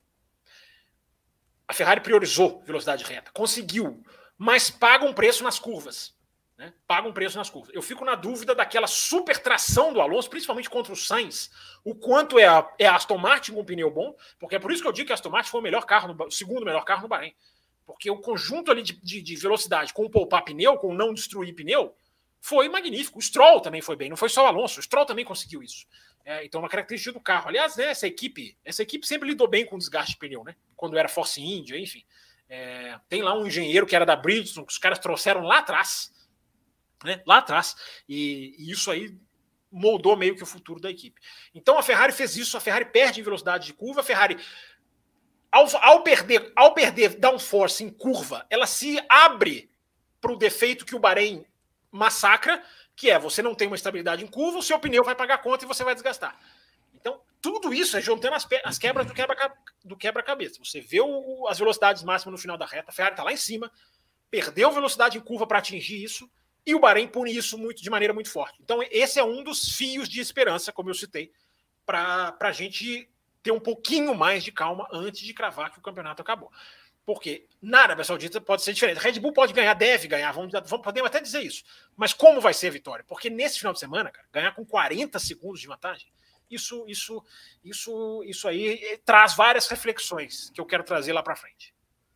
A Ferrari priorizou velocidade de reta, conseguiu, mas paga um preço nas curvas. Né? Paga um preço nas curvas. Eu fico na dúvida daquela super tração do Alonso, principalmente contra o Sainz, o quanto é a, é a Aston Martin com um pneu bom, porque é por isso que eu digo que a Aston Martin foi o melhor carro, no, o segundo melhor carro no Bahrein. Porque o conjunto ali de, de, de velocidade com poupar pneu, com não destruir pneu, foi magnífico. O Stroll também foi bem, não foi só o Alonso, o Stroll também conseguiu isso. É, então, uma característica do carro. Aliás, né, essa equipe, essa equipe sempre lidou bem com desgaste de pneu, né? Quando era Force India, enfim. É, tem lá um engenheiro que era da Bridgestone, que os caras trouxeram lá atrás. né, lá atrás. E, e isso aí moldou meio que o futuro da equipe. Então a Ferrari fez isso, a Ferrari perde em velocidade de curva, a Ferrari, ao, ao perder, ao perder downforce em curva, ela se abre para o defeito que o Bahrein massacra, que é você não tem uma estabilidade em curva, o seu pneu vai pagar a conta e você vai desgastar. Então, tudo isso é juntando as, as quebras do quebra-cabeça. Do quebra você vê o, as velocidades máximas no final da reta, a Ferrari está lá em cima, perdeu velocidade em curva para atingir isso, e o Bahrein pune isso muito, de maneira muito forte. Então, esse é um dos fios de esperança, como eu citei, para a gente ter um pouquinho mais de calma antes de cravar que o campeonato acabou. Porque na Arábia Saudita pode ser diferente. A Red Bull pode ganhar, deve ganhar, vamos, vamos, podemos até dizer isso. Mas como vai ser a vitória? Porque nesse final de semana, cara, ganhar com quarenta segundos de vantagem, isso, isso, isso, isso aí traz várias reflexões que eu quero trazer lá para frente.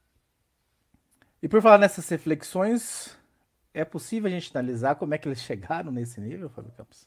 E por falar nessas reflexões, é possível a gente analisar como é que eles chegaram nesse nível, Fábio Campos?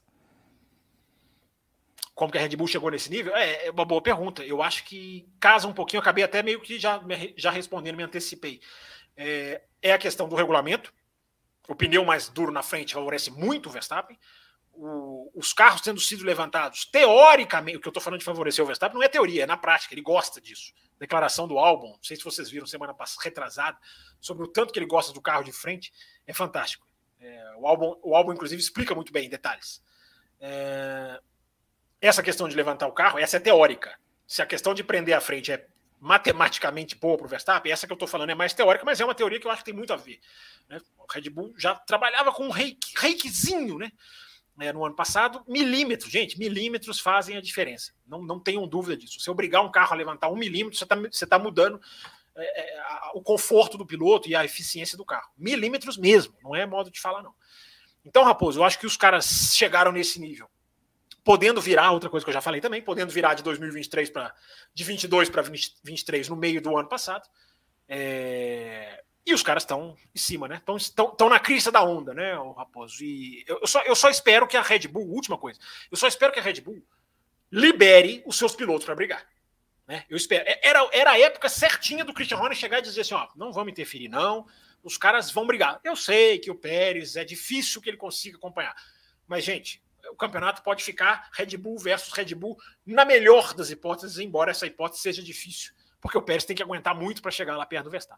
Como que a Red Bull chegou nesse nível? É, é uma boa pergunta. Eu acho que casa um pouquinho, eu acabei até meio que já, já respondendo, me antecipei. É, é a questão do regulamento. O pneu mais duro na frente favorece muito o Verstappen. O, os carros tendo sido levantados, teoricamente, o que eu estou falando de favorecer o Verstappen não é teoria, é na prática, ele gosta disso. Declaração do Albon, não sei se vocês viram semana passada, retrasada, sobre o tanto que ele gosta do carro de frente, é fantástico. É, o, Albon, o Albon, inclusive, explica muito bem em detalhes. É, essa questão de levantar o carro, essa é teórica. Se a questão de prender a frente é matematicamente boa para o Verstappen, essa que eu estou falando é mais teórica, mas é uma teoria que eu acho que tem muito a ver. Né? O Red Bull já trabalhava com um reiki, reikizinho, né? É, no ano passado, milímetros, gente, milímetros fazem a diferença. Não, não tenham dúvida disso. Se obrigar um carro a levantar um milímetro, você está você tá mudando é, é, a, o conforto do piloto e a eficiência do carro. Milímetros mesmo, não é modo de falar, não. Então, Raposo, eu acho que os caras chegaram nesse nível, podendo virar, outra coisa que eu já falei também, podendo virar de dois mil e vinte e três para de vinte e dois para vinte e três no meio do ano passado. É... E os caras estão em cima, né? Estão na crista da onda, né, o Raposo? E eu, eu, só, eu só espero que a Red Bull, última coisa, eu só espero que a Red Bull libere os seus pilotos para brigar. Né? Eu espero. Era, era a época certinha do Christian Horner chegar e dizer assim: ó, não vamos interferir, não, os caras vão brigar. Eu sei que o Pérez é difícil que ele consiga acompanhar. Mas, gente, o campeonato pode ficar Red Bull versus Red Bull, na melhor das hipóteses, embora essa hipótese seja difícil, porque o Pérez tem que aguentar muito para chegar lá perto do Verstappen.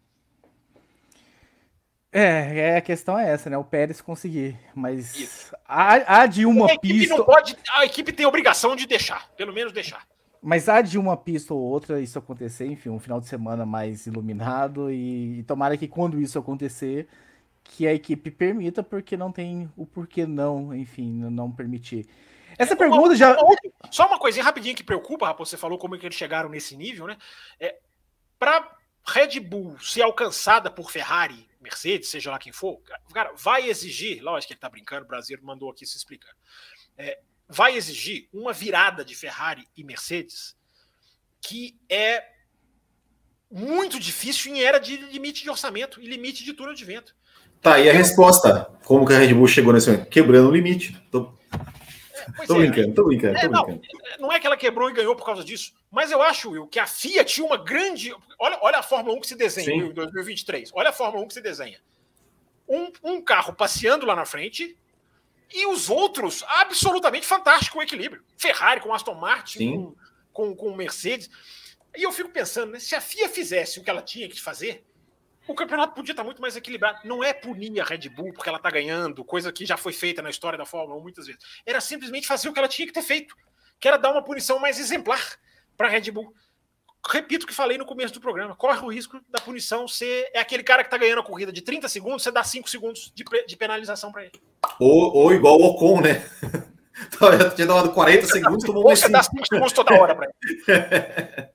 É, a questão é essa, né? O Pérez conseguir, mas há, há de uma a equipe pista... Não pode, a equipe tem a obrigação de deixar, pelo menos deixar. Mas há de uma pista ou outra isso acontecer, enfim, um final de semana mais iluminado e, e tomara que quando isso acontecer, que a equipe permita, porque não tem o porquê não, enfim, não permitir. Essa é, pergunta uma, já... Uma, só uma coisinha rapidinho que preocupa, Raposo, você falou como é que eles chegaram nesse nível, né? É, para Red Bull ser alcançada por Ferrari, Mercedes, seja lá quem for, cara, vai exigir, lógico que ele tá brincando, o Brasil mandou aqui se explicando, é, vai exigir uma virada de Ferrari e Mercedes que é muito difícil em era de limite de orçamento e limite de túnel de vento. Tá, e a resposta, como que a Red Bull chegou nesse momento? Quebrando o limite. Tô, é, tô, é, brincando, tô brincando, tô é, brincando. Não, não é que ela quebrou e ganhou por causa disso, mas eu acho, Will, que a F I A tinha uma grande... Olha, olha a Fórmula um que se desenha, Will, em dois mil e vinte e três. Olha a Fórmula um que se desenha. Um, um carro passeando lá na frente e os outros absolutamente fantástico o equilíbrio. Ferrari com Aston Martin, com, com, com Mercedes. E eu fico pensando, né, se a F I A fizesse o que ela tinha que fazer, o campeonato podia estar muito mais equilibrado. Não é punir a Red Bull porque ela está ganhando, coisa que já foi feita na história da Fórmula um muitas vezes. Era simplesmente fazer o que ela tinha que ter feito, que era dar uma punição mais exemplar para a Red Bull. Repito o que falei no começo do programa, corre o risco da punição ser é aquele cara que está ganhando a corrida de trinta segundos, você dá cinco segundos de, de penalização para ele. Ou, ou igual o Ocon, né? Tinha dado quarenta segundos, tomou um você dá cinco segundos toda hora para ele.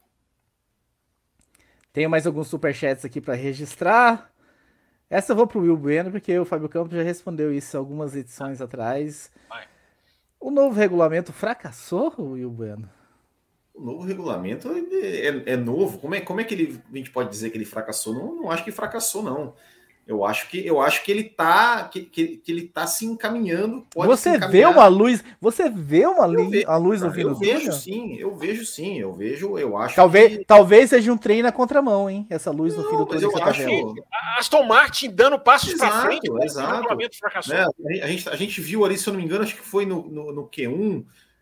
Tenho mais alguns superchats aqui para registrar. Essa eu vou pro Will Bueno, porque o Fábio Campos já respondeu isso algumas edições atrás. Vai. O novo regulamento fracassou, Will Bueno? O novo regulamento é, é, é novo. Como é, como é que ele, a gente pode dizer que ele fracassou? Não, não acho que fracassou, não. Eu acho que eu acho que ele tá que, que, que ele tá se encaminhando. Pode você se encaminhar. vê uma luz, você vê uma li, vejo, a luz no cara, fim eu do vejo túnel? sim, eu vejo sim, eu vejo, eu acho. Talvez, que... talvez seja um trem na contramão, hein? Essa luz no Não, fim do mas túnel eu que você acho... tá vendo. A Aston Martin dando passos para frente, Exato, exato. o regulamento fracassou. Né? A, gente, a gente viu ali, se eu não me engano, acho que foi no, no, no Q um,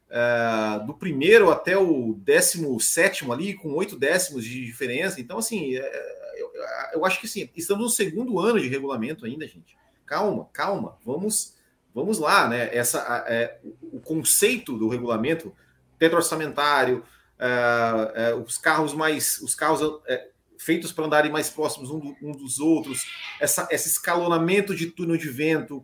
uh, do primeiro até o décimo sétimo ali, com oito décimos de diferença. Então, assim, eu, eu acho que sim, estamos no segundo ano de regulamento ainda, gente. Calma, calma, vamos, vamos lá, né? Essa, é, o conceito do regulamento, teto orçamentário, é, é, os carros mais, os carros é, feitos para andarem mais próximos um, do, um dos outros, essa, esse escalonamento de túnel de vento,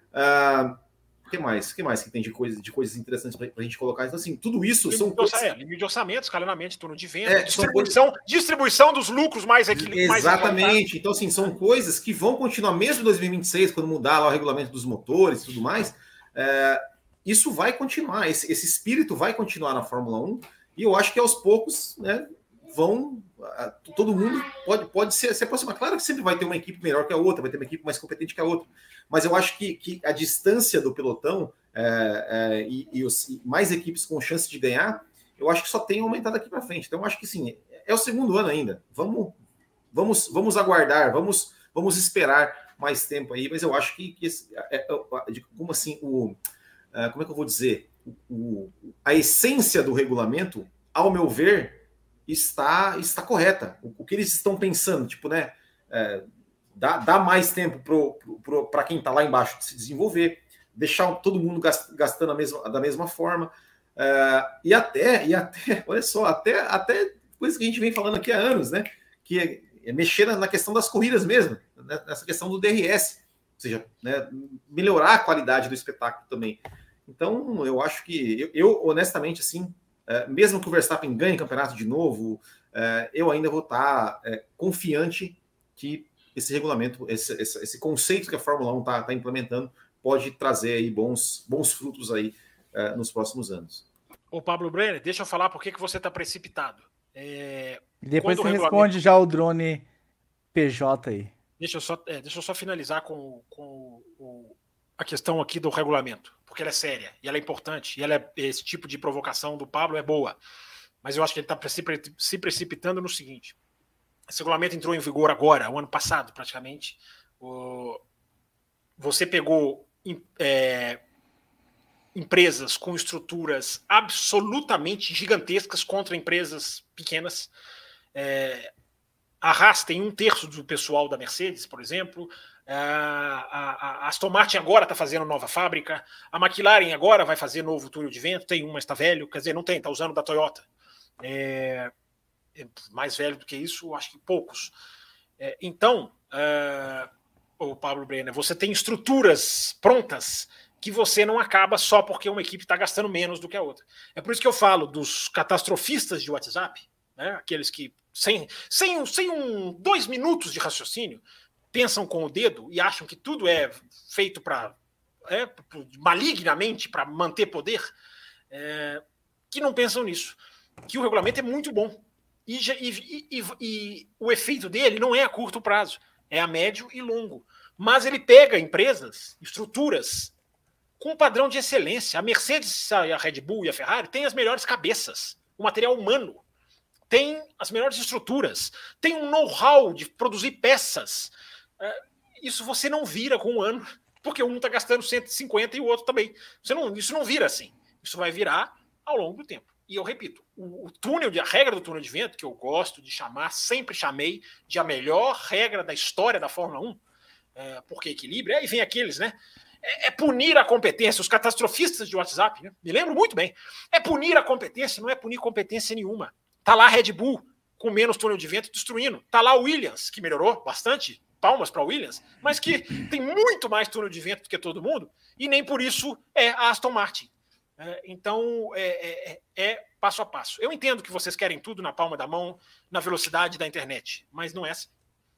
uh, o que mais? O que mais que tem de, coisa, de coisas interessantes para a gente colocar? Então, assim, tudo isso limite são coisas... É, limite de orçamento, escalonamento de túnel de vento, é, distribuição, coisas... distribuição dos lucros mais equilibrados. Exatamente. Mais então, assim, são coisas que vão continuar mesmo em dois mil e vinte e seis, quando mudar lá o regulamento dos motores e tudo mais. É, isso vai continuar, esse, esse espírito vai continuar na Fórmula um, e eu acho que aos poucos, né, vão... Todo mundo pode, pode se, se aproximar. Claro que sempre vai ter uma equipe melhor que a outra, vai ter uma equipe mais competente que a outra, mas eu acho que, que a distância do pelotão é, é, e, e, os, e mais equipes com chance de ganhar, eu acho que só tem aumentado daqui para frente. Então, eu acho que sim, é o segundo ano ainda. Vamos, vamos, vamos aguardar, vamos, vamos esperar mais tempo aí, mas eu acho que, que esse, é, é, como assim, o, é, como é que eu vou dizer? O, a essência do regulamento, ao meu ver, está, está correta. O, o que eles estão pensando, tipo, né? É, dá, dá mais tempo para quem está lá embaixo se desenvolver, deixar todo mundo gastando a mesma, da mesma forma. É, e até, e até, olha só, até, até coisa que a gente vem falando aqui há anos, né? Que é, é mexer na questão das corridas mesmo, né, nessa questão do D R S, ou seja, né, melhorar a qualidade do espetáculo também. Então, eu acho que, eu, eu honestamente, assim, é, mesmo que o Verstappen ganhe campeonato de novo, é, eu ainda vou estar é, confiante que esse regulamento, esse, esse, esse conceito que a Fórmula um está tá implementando pode trazer aí bons, bons frutos aí é, nos próximos anos. Ô Pablo Brenner, deixa eu falar por que, que você está precipitado. É, e depois você regulamento... responde já o drone P J aí. Deixa eu só, é, deixa eu só finalizar com, com o, a questão aqui do regulamento, porque ela é séria, e ela é importante, e ela é, esse tipo de provocação do Pablo é boa, mas eu acho que ele está se precipitando no seguinte: esse regulamento entrou em vigor agora, o ano passado praticamente, o, você pegou é, empresas com estruturas absolutamente gigantescas contra empresas pequenas, é, arrastem um terço do pessoal da Mercedes, por exemplo. A, a, a Aston Martin agora está fazendo nova fábrica, a McLaren agora vai fazer novo túnel de vento, tem um, mas está velho, quer dizer, não tem, está usando da Toyota. É, é mais velho do que isso, acho que poucos. É, então, uh, o Pablo Brenner, você tem estruturas prontas que você não acaba só porque uma equipe está gastando menos do que a outra. É por isso que eu falo dos catastrofistas de WhatsApp, né, aqueles que sem, sem, sem um, dois minutos de raciocínio pensam com o dedo e acham que tudo é feito para é, malignamente para manter poder, é, que não pensam nisso, que o regulamento é muito bom e, e, e, e o efeito dele não é a curto prazo, é a médio e longo, mas ele pega empresas, estruturas com um padrão de excelência. A Mercedes, a Red Bull e a Ferrari têm as melhores cabeças, o material humano, tem as melhores estruturas, tem um know-how de produzir peças. Isso você não vira com um ano, porque um está gastando cento e cinquenta e o outro também. Você não, isso não vira assim. Isso vai virar ao longo do tempo. E eu repito, o, o túnel, de, a regra do túnel de vento, que eu gosto de chamar, sempre chamei de a melhor regra da história da Fórmula um, é, porque equilíbrio, aí vem aqueles, né? É, é punir a competência, os catastrofistas de WhatsApp, né? Me lembro muito bem. É punir a competência, não é punir competência nenhuma. Tá lá a Red Bull com menos túnel de vento destruindo. Tá lá o Williams, que melhorou bastante, palmas para Williams, mas que tem muito mais túnel de vento do que todo mundo, e nem por isso é a Aston Martin. É, então, é, é, é passo a passo. Eu entendo que vocês querem tudo na palma da mão, na velocidade da internet, mas não é assim.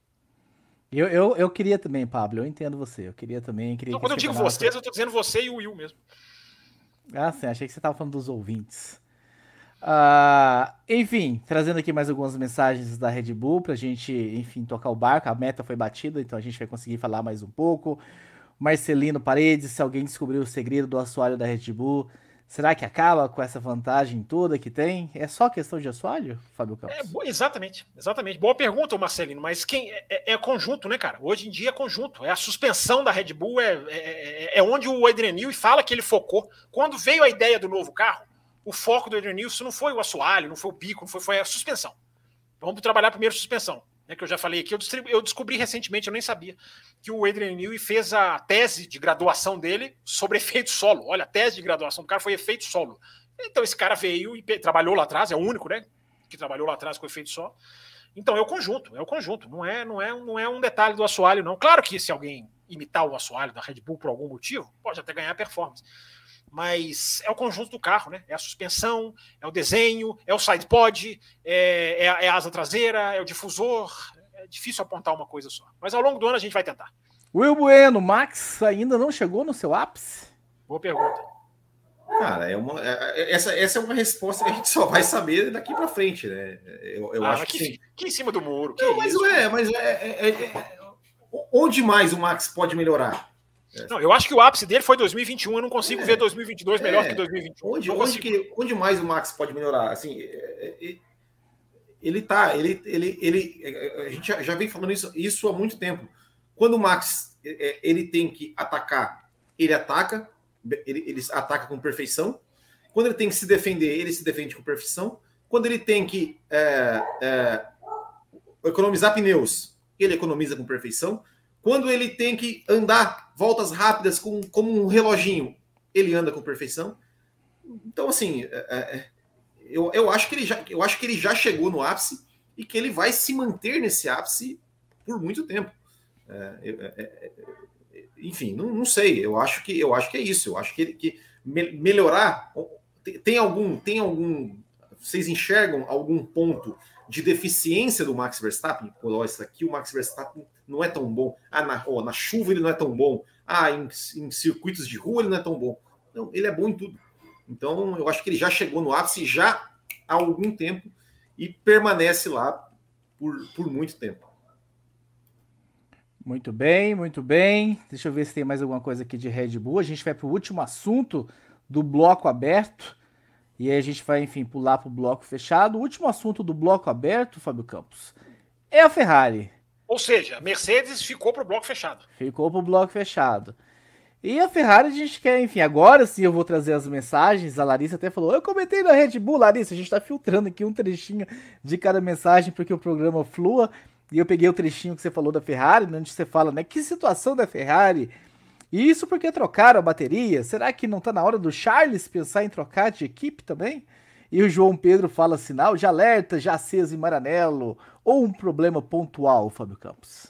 Eu, eu, eu queria também, Pablo, eu entendo você. Eu queria também. Queria então, quando eu digo vocês, eu estou dizendo você e o Will mesmo. Ah, sim, achei que você estava falando dos ouvintes. Uh, enfim, trazendo aqui mais algumas mensagens da Red Bull pra gente, enfim, tocar o barco. A meta foi batida, então a gente vai conseguir falar mais um pouco. Marcelino Paredes, se alguém descobriu o segredo do assoalho da Red Bull, será que acaba com essa vantagem toda que tem? É só questão de assoalho, Fábio Campos? É, exatamente, exatamente. Boa pergunta, Marcelino, mas quem é, é, é conjunto, né, cara? Hoje em dia é conjunto. É a suspensão da Red Bull, é, é, é onde o Adrian Newey fala que ele focou. Quando veio a ideia do novo carro, o foco do Adrian Newey não foi o assoalho, não foi o pico, não foi, foi a suspensão. Vamos trabalhar primeiro suspensão. Né, que eu já falei aqui, eu, eu descobri recentemente, eu nem sabia, que o Adrian Newey fez a tese de graduação dele sobre efeito solo. Olha, a tese de graduação do cara foi efeito solo. Então esse cara veio e trabalhou lá atrás, é o único, né, que trabalhou lá atrás com efeito solo. Então é o conjunto, é o conjunto, não é, não é, não é um detalhe do assoalho, não. Claro que se alguém imitar o assoalho da Red Bull por algum motivo, pode até ganhar performance. Mas é o conjunto do carro, né? É a suspensão, é o desenho, é o sidepod, é, é, a, é a asa traseira, é o difusor. É difícil apontar uma coisa só. Mas ao longo do ano a gente vai tentar. Will Bueno, Max ainda não chegou no seu ápice? Boa pergunta. Cara, é uma, é, essa, essa é uma resposta que a gente só vai saber daqui para frente, né? Eu, eu ah, acho que, que, que em cima do muro. Não, mas é, mas é, é, é, é, onde mais o Max pode melhorar? Não, eu acho que o ápice dele foi dois mil e vinte e um, eu não consigo é, ver dois mil e vinte e dois melhor é, que dois mil e vinte e um. Onde, onde, que, onde mais o Max pode melhorar? Assim, é, é, ele tá, ele, ele, ele, a gente já, já vem falando isso, isso há muito tempo. Quando o Max é, ele tem que atacar, ele ataca, ele, ele ataca com perfeição. Quando ele tem que se defender, ele se defende com perfeição. Quando ele tem que é, é, economizar pneus, ele economiza com perfeição. Quando ele tem que andar voltas rápidas com, como um reloginho, ele anda com perfeição. Então, assim, é, é, eu, eu, acho que ele já, eu acho que ele já chegou no ápice e que ele vai se manter nesse ápice por muito tempo. É, é, é, enfim, não, não sei. Eu acho que, eu acho que é isso. Eu acho que, que me, melhorar... Tem, tem algum... Tem algum vocês enxergam algum ponto de deficiência do Max Verstappen? Pô, isso aqui o Max Verstappen não é tão bom. Ah, na, oh, na chuva ele não é tão bom. Ah, em, em circuitos de rua ele não é tão bom. Não, ele é bom em tudo. Então, eu acho que ele já chegou no ápice já há algum tempo e permanece lá por, por muito tempo. Muito bem, muito bem. Deixa eu ver se tem mais alguma coisa aqui de Red Bull. A gente vai para o último assunto do bloco aberto. E aí a gente vai, enfim, pular para o bloco fechado. O último assunto do bloco aberto, Fábio Campos, é a Ferrari. Ou seja, a Mercedes ficou para o bloco fechado. Ficou para o bloco fechado. E a Ferrari a gente quer, enfim, agora sim eu vou trazer as mensagens. A Larissa até falou, eu comentei na Red Bull, Larissa, a gente tá filtrando aqui um trechinho de cada mensagem porque o programa flua. E eu peguei o trechinho que você falou da Ferrari, onde você fala, né, que situação da Ferrari. E isso porque trocaram a bateria? Será que não tá na hora do Charles pensar em trocar de equipe também? E o João Pedro fala sinal de alerta, já aceso em Maranello, ou um problema pontual, Fábio Campos?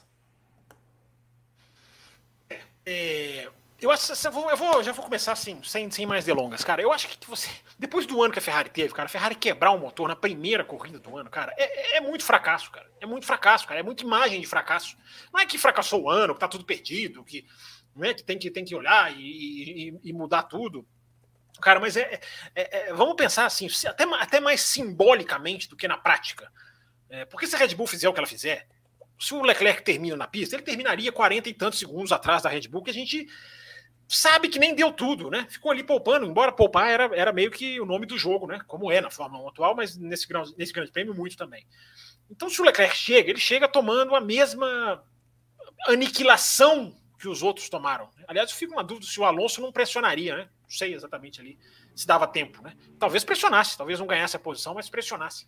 É, eu acho que eu vou, eu vou, já vou começar assim, sem, sem mais delongas, cara. Eu acho que você, depois do ano que a Ferrari teve, cara, a Ferrari quebrar o motor na primeira corrida do ano, cara, é, é muito fracasso, cara. É muito fracasso, cara. É muita imagem de fracasso. Não é que fracassou o ano, que tá tudo perdido, que, não é, que, tem, que tem que olhar e, e, e mudar tudo. Cara, mas é, é, é, vamos pensar assim, até, até mais simbolicamente do que na prática. É, porque se a Red Bull fizer o que ela fizer, se o Leclerc termina na pista, ele terminaria quarenta e tantos segundos atrás da Red Bull, que a gente sabe que nem deu tudo, né? Ficou ali poupando, embora poupar era, era meio que o nome do jogo, né? Como é na Fórmula um atual, mas nesse, nesse grande prêmio muito também. Então, se o Leclerc chega, ele chega tomando a mesma aniquilação que os outros tomaram. Aliás, eu fico uma dúvida se o Alonso não pressionaria, né? Não sei exatamente ali se dava tempo, né? Talvez pressionasse, talvez não ganhasse a posição, mas pressionasse.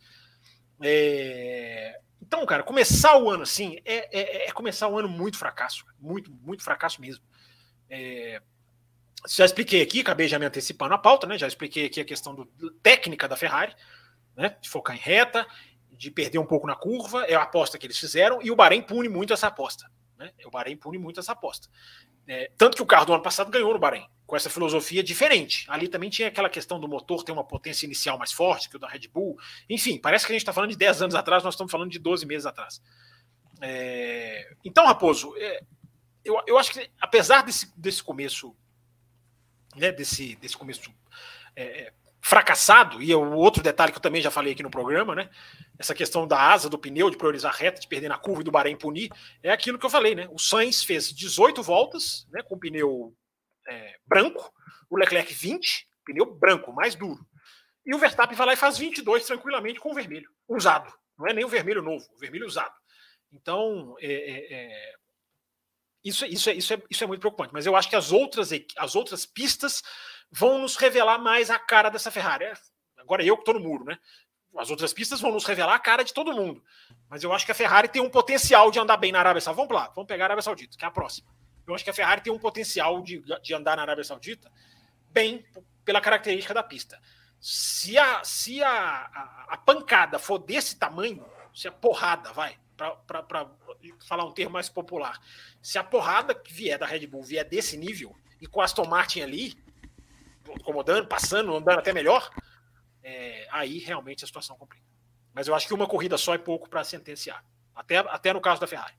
É... Então, cara, começar o ano assim é, é, é começar o ano muito fracasso, muito, muito fracasso mesmo. É... Já expliquei aqui, acabei já me antecipando a pauta, né? Já expliquei aqui a questão do, técnica da Ferrari, né? De focar em reta, de perder um pouco na curva, é a aposta que eles fizeram, e o Bahrein pune muito essa aposta. Né? O Bahrein pune muito essa aposta. É, tanto que o carro do ano passado ganhou no Bahrein, com essa filosofia diferente. Ali também tinha aquela questão do motor ter uma potência inicial mais forte que o da Red Bull. Enfim, parece que a gente está falando de dez anos atrás, nós estamos falando de doze meses atrás. É, então, Raposo, é, eu, eu acho que apesar desse, desse começo, né, desse, desse começo é, fracassado, e o outro detalhe que eu também já falei aqui no programa, né? Essa questão da asa do pneu, de priorizar reta, de perder na curva e do Bahrein punir, é aquilo que eu falei, né? O Sainz fez dezoito voltas, né, com pneu é, branco, o Leclerc vinte, pneu branco, mais duro. E o Verstappen vai lá e faz vinte e dois tranquilamente com o vermelho, usado. Não é nem o vermelho novo, o vermelho usado. Então, é, é, é... Isso, isso, é, isso, é, isso é muito preocupante. Mas eu acho que as outras, as outras pistas vão nos revelar mais a cara dessa Ferrari. É, agora eu que estou no muro, né? As outras pistas vão nos revelar a cara de todo mundo. Mas eu acho que a Ferrari tem um potencial de andar bem na Arábia Saudita. Vamos lá, vamos pegar a Arábia Saudita, que é a próxima. Eu acho que a Ferrari tem um potencial de, de andar na Arábia Saudita bem pela característica da pista. Se a, se a, a, a pancada for desse tamanho, se a porrada, vai, para falar um termo mais popular, se a porrada que vier da Red Bull vier desse nível, e com a Aston Martin ali, incomodando, passando, andando até melhor, é, aí realmente a situação complica. Mas eu acho que uma corrida só é pouco para sentenciar, até, até no caso da Ferrari.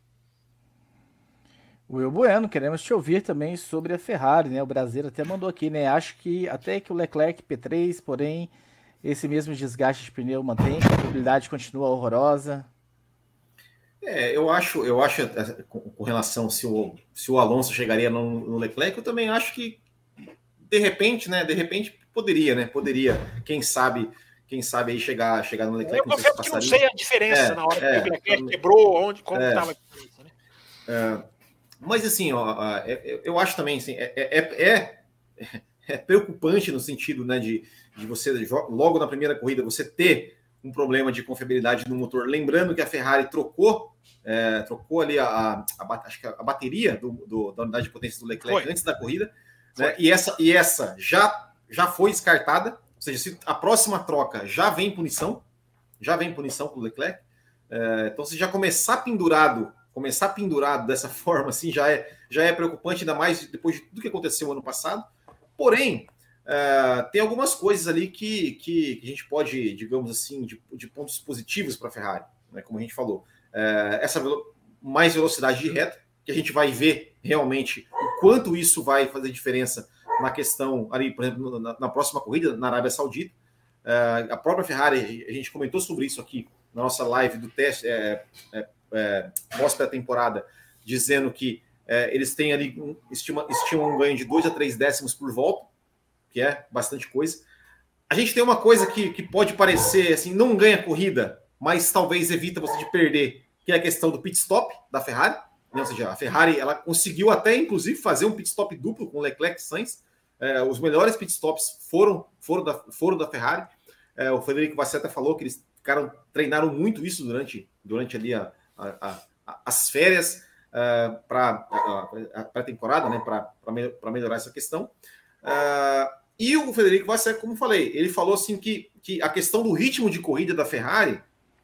Will Bueno, queremos te ouvir também sobre a Ferrari, né? O brasileiro até mandou aqui, né? Acho que até que o Leclerc P três, porém, esse mesmo desgaste de pneu mantém, a probabilidade continua horrorosa. É, eu acho, eu acho com, com relação se o, se o Alonso chegaria no, no Leclerc, eu também acho que de repente, né? De repente poderia, né? Poderia, quem sabe, quem sabe aí chegar, chegar no Leclerc. Eu confesso que não sei a diferença é, na hora que é, o Leclerc quebrou, onde, como estava é, a diferença, né? É, mas assim, ó, eu acho também assim, é, é, é, é preocupante no sentido, né, de, de você, logo na primeira corrida, você ter um problema de confiabilidade no motor. Lembrando que a Ferrari trocou, é, trocou ali a, a, a, acho que a bateria do, do, da unidade de potência do Leclerc foi. Antes da corrida, né, e essa, e essa já, já foi descartada, ou seja, se a próxima troca já vem punição, já vem punição para o Leclerc, é, então se já começar pendurado Começar pendurado dessa forma assim já é, já é preocupante, ainda mais depois de tudo que aconteceu ano passado. Porém, uh, tem algumas coisas ali que, que, que a gente pode, digamos assim, de, de pontos positivos para a Ferrari, né, como a gente falou. Uh, essa velo- mais velocidade de reta, que a gente vai ver realmente o quanto isso vai fazer diferença na questão, ali, por exemplo, na, na próxima corrida, na Arábia Saudita. Uh, a própria Ferrari, a gente comentou sobre isso aqui na nossa live do teste, é, é, É, pós-pré-temporada, dizendo que é, eles têm ali um, estima, estimam um ganho de dois a três décimos por volta, que é bastante coisa. A gente tem uma coisa que, que pode parecer assim, não ganha corrida, mas talvez evita você de perder, que é a questão do pit stop da Ferrari. Ou seja, a Ferrari ela conseguiu até, inclusive, fazer um pit stop duplo com Leclerc e Sainz. É, os melhores pit stops foram, foram, da, foram da Ferrari. É, o Federico Vassetta falou que eles ficaram, treinaram muito isso durante, durante ali a A, a, as férias uh, para a pré-temporada, né, para melhorar essa questão. Uh, e o Federico Vasseur, como falei, ele falou assim que, que a questão do ritmo de corrida da Ferrari,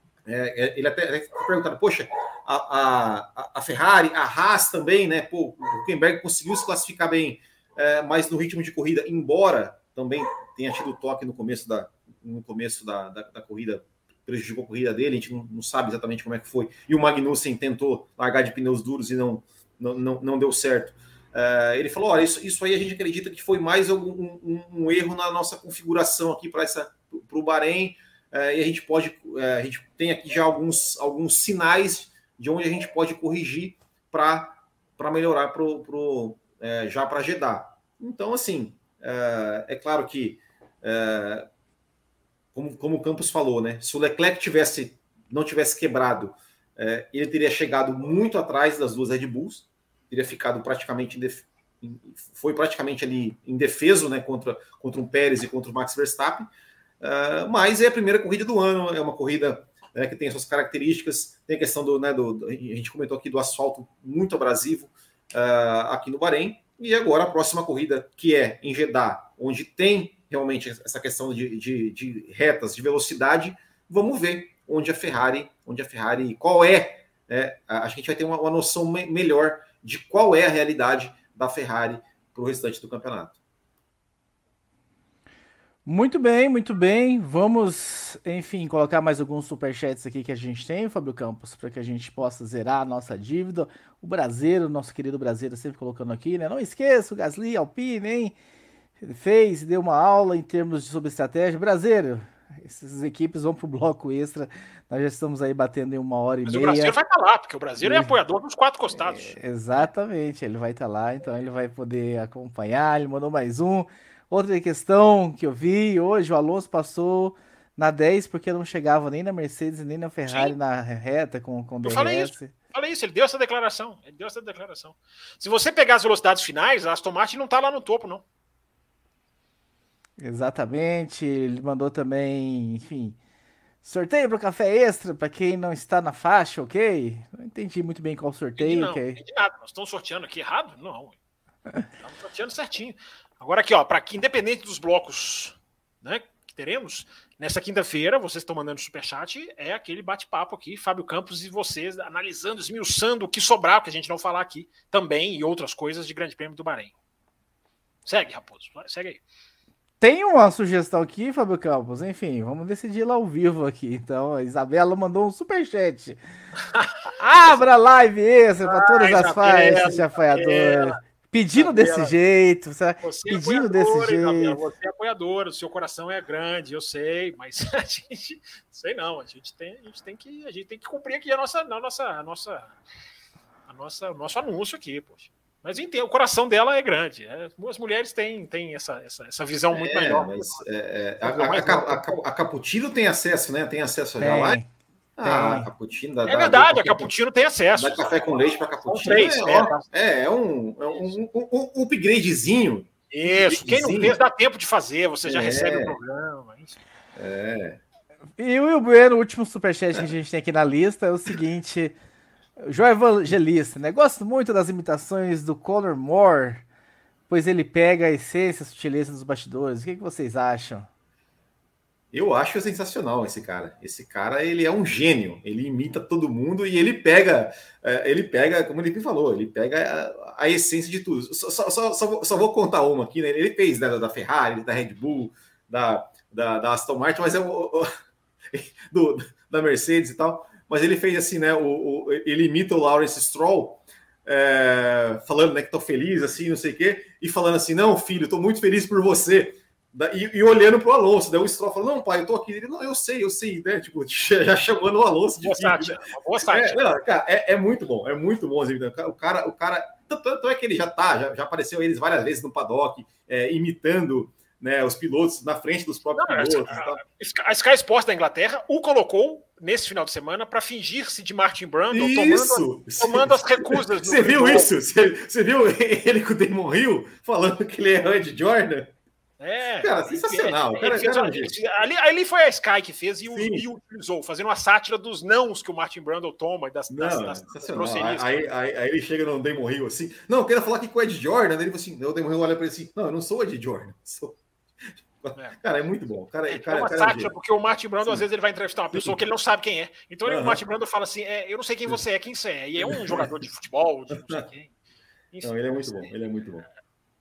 é, ele até, até perguntaram, poxa, a, a, a Ferrari, a Haas também, né? Pô, o Hülkenberg conseguiu se classificar bem, é, mas no ritmo de corrida, embora também tenha tido toque no começo da, no começo da, da, da corrida, prejudicou a corrida dele, a gente não, não sabe exatamente como é que foi. E o Magnussen tentou largar de pneus duros e não, não, não, não deu certo. Uh, ele falou, olha, isso, isso aí a gente acredita que foi mais um, um, um erro na nossa configuração aqui para o Bahrein, uh, e a gente pode, uh, a gente tem aqui já alguns, alguns sinais de onde a gente pode corrigir para melhorar pro, pro, uh, já para Jeddah. Então, assim, uh, é claro que uh, Como, como o Campos falou, né? Se o Leclerc tivesse, não tivesse quebrado, é, ele teria chegado muito atrás das duas Red Bulls, teria ficado praticamente indef... foi praticamente ali indefeso, né? Contra, contra o Pérez e contra o Max Verstappen. Uh, mas é a primeira corrida do ano, é uma corrida, né, que tem suas características, tem a questão do, né, do, a gente comentou aqui do asfalto muito abrasivo uh, aqui no Bahrein, e agora a próxima corrida, que é em Jeddah, onde tem realmente essa questão de, de, de retas, de velocidade, vamos ver onde a Ferrari, onde a Ferrari, qual é, né, a gente vai ter uma, uma noção me, melhor de qual é a realidade da Ferrari para o restante do campeonato. Muito bem, muito bem. Vamos, enfim, colocar mais alguns superchats aqui que a gente tem, Fábio Campos, para que a gente possa zerar a nossa dívida. O Brasileiro, nosso querido Brasileiro, sempre colocando aqui, né? Não esqueça o Gasly, Alpine, hein? Ele fez, deu uma aula em termos de sobre estratégia. Brasileiro, essas equipes vão pro bloco extra. Nós já estamos aí batendo em uma hora e Mas meia. o Brasil vai estar lá, porque o Brasil é apoiador dos quatro costados. É, exatamente, ele vai estar lá, então ele vai poder acompanhar. Ele mandou mais um. Outra questão que eu vi hoje, o Alonso passou na dez porque não chegava nem na Mercedes nem na Ferrari. Sim. Na reta com, com o D R S. Eu falei isso, falei isso, ele deu essa declaração. Ele deu essa declaração. Se você pegar as velocidades finais, a Aston Martin não está lá no topo, não. Exatamente, ele mandou também, enfim, sorteio para o café extra para quem não está na faixa, ok? Não entendi muito bem qual sorteio. Não, okay. Não entendi nada, nós estamos sorteando aqui errado? Não, estamos sorteando certinho. Agora aqui, ó, para que independente dos blocos, né, que teremos, nessa quinta-feira, vocês estão mandando superchat, é aquele bate-papo aqui, Fábio Campos e vocês analisando, esmiuçando o que sobrar, o que a gente não falar aqui também, e outras coisas de Grande Prêmio do Bahrein. Segue, Raposo, segue aí. Tem uma sugestão aqui, Fábio Campos. Enfim, vamos decidir lá ao vivo aqui. Então, a Isabela mandou um superchat. Abra live extra para todas as faixas de apoiadores. Pedindo Isabela, desse jeito. Você pedindo desse jeito. Isabela, você é apoiadora, o seu coração é grande, eu sei, mas a gente. Sei não, a gente tem, a gente tem, que, a gente tem que cumprir aqui a nossa, a nossa, a nossa, a nossa, o nosso anúncio aqui, poxa. Mas entendo, o coração dela é grande. É, as mulheres têm, têm essa, essa, essa visão muito é, melhor. Mas, é, a, a, a, a, a Cappuccino tem acesso, né? Tem acesso já lá. Ah, a Cappuccino da, é verdade, da, a Cappuccino tem acesso. Dá café com leite para Cappuccino. Três, é, é, é, é, um, é um, um, um upgradezinho. Isso, quem não fez dá tempo de fazer, você já é, recebe o programa. Isso. É. E o Will Bueno, o último superchat que a gente tem aqui na lista é o seguinte. João Evangelista, né? Gosto muito das imitações do Conor Moore, pois ele pega a essência, a sutileza dos bastidores. O que, que vocês acham? Eu acho sensacional esse cara. Esse cara, ele é um gênio. Ele imita todo mundo e ele pega, ele pega, como ele falou, ele pega a, a essência de tudo. Só, só, só, só, só vou contar uma aqui, né? Ele fez né, da Ferrari, da Red Bull, da, da, da Aston Martin, mas é o, do, da Mercedes e tal. Mas ele fez assim, né? O, o, ele imita o Lawrence Stroll, é, falando né, que tô feliz, assim, não sei o quê, e falando assim, não, filho, tô muito feliz por você. E, e olhando pro Alonso, daí o Stroll falando, não, pai, eu tô aqui. Ele, não, eu sei, eu sei, né? Tipo, já chamando o Alonso de boa filho. Sátira, né? Boa sátira. É, não, cara, é, é muito bom, é muito bom. Assim, o cara, o cara tanto, tanto é que ele já tá, já, já apareceu eles várias vezes no paddock, é, imitando né, os pilotos na frente dos próprios não, pilotos. A, a Sky Sports da Inglaterra o colocou nesse final de semana para fingir-se de Martin Brundle, isso, tomando, tomando as recusas. Você viu isso? Você, você viu ele com o Damon Hill falando que ele é Ed Jordan? É, cara, sensacional. Ele, ele cara, fez, cara, ali, ali foi a Sky que fez e, o, e utilizou, fazendo uma sátira dos nãos que o Martin Brundle toma e das, não, das, das grosserias. Aí, aí, aí ele chega no Damon Hill assim, não, eu quero falar aqui com o Ed Jordan. Ele falou assim, o Damon Hill olha para ele assim, não, eu não sou o Ed Jordan, sou... É. Cara, é muito bom. Cara, é, cara, é uma cara sátira, porque o Martin Brundle, às vezes, ele vai entrevistar uma pessoa que ele não sabe quem é. Então, ele, uhum. o Martin Brundle fala assim, é, eu não sei quem você é, quem você é. E é um jogador de futebol, de não sei quem. Enfim, não, ele é muito bom, ele é muito bom.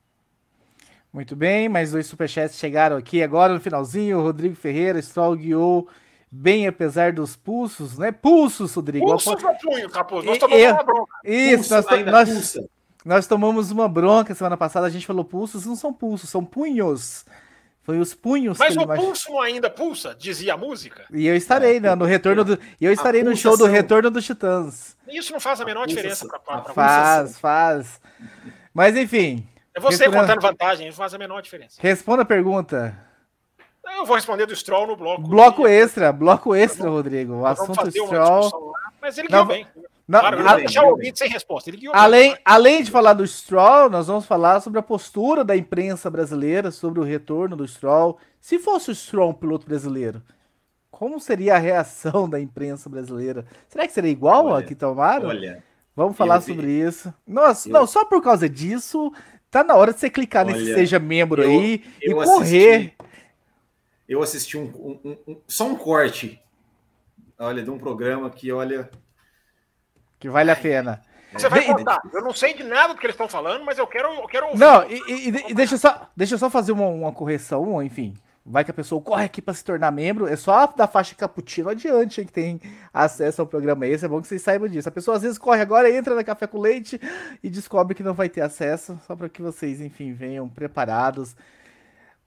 Muito bem, mais dois superchats chegaram aqui agora no finalzinho. O Rodrigo Ferreira, Stroll guiou bem apesar dos pulsos, né? Pulsos, Rodrigo. Pulsos ou punho, Raposo? Nós tomamos uma bronca. Isso, nós, to nós, nós tomamos uma bronca semana passada, a gente falou pulsos, não são pulsos, são punhos. Foi os punhos. Mas o pulso não ainda pulsa, dizia a música. E eu estarei, é, né, no retorno do. E eu estarei no show do Retorno dos Titãs. Isso não faz a menor a diferença para pra, pra Faz, faz. Mas enfim. É você respondendo... contando vantagem, não faz a menor diferença. Responda a pergunta. Eu vou responder do Stroll no bloco. Bloco extra, bloco extra, Rodrigo. O assunto Stroll. Lá, mas ele guiou não, bem. Não, claro, eu não vou deixar o ouvinte sem resposta. Ele guiou além, bem. além de falar do Stroll, nós vamos falar sobre a postura da imprensa brasileira, sobre o retorno do Stroll. Se fosse o Stroll um piloto brasileiro, como seria a reação da imprensa brasileira? Será que seria igual olha, a que tomaram? Olha, vamos falar sobre vi. isso. Nossa, eu... não, só por causa disso, tá na hora de você clicar olha, nesse Seja Membro eu, aí eu e correr. Assisti, eu assisti um, um, um, só um corte, olha, de um programa que, olha... Que vale a pena. Você vai contar. Eu não sei de nada do que eles estão falando, mas eu quero, eu quero ouvir. Não, e, e, e deixa, eu só, deixa eu só fazer uma, uma correção, enfim. Vai que a pessoa corre aqui para se tornar membro. É só da faixa Cappuccino adiante que tem acesso ao programa esse. É bom que vocês saibam disso. A pessoa às vezes corre agora, entra na Café com Leite e descobre que não vai ter acesso. Só para que vocês, enfim, venham preparados.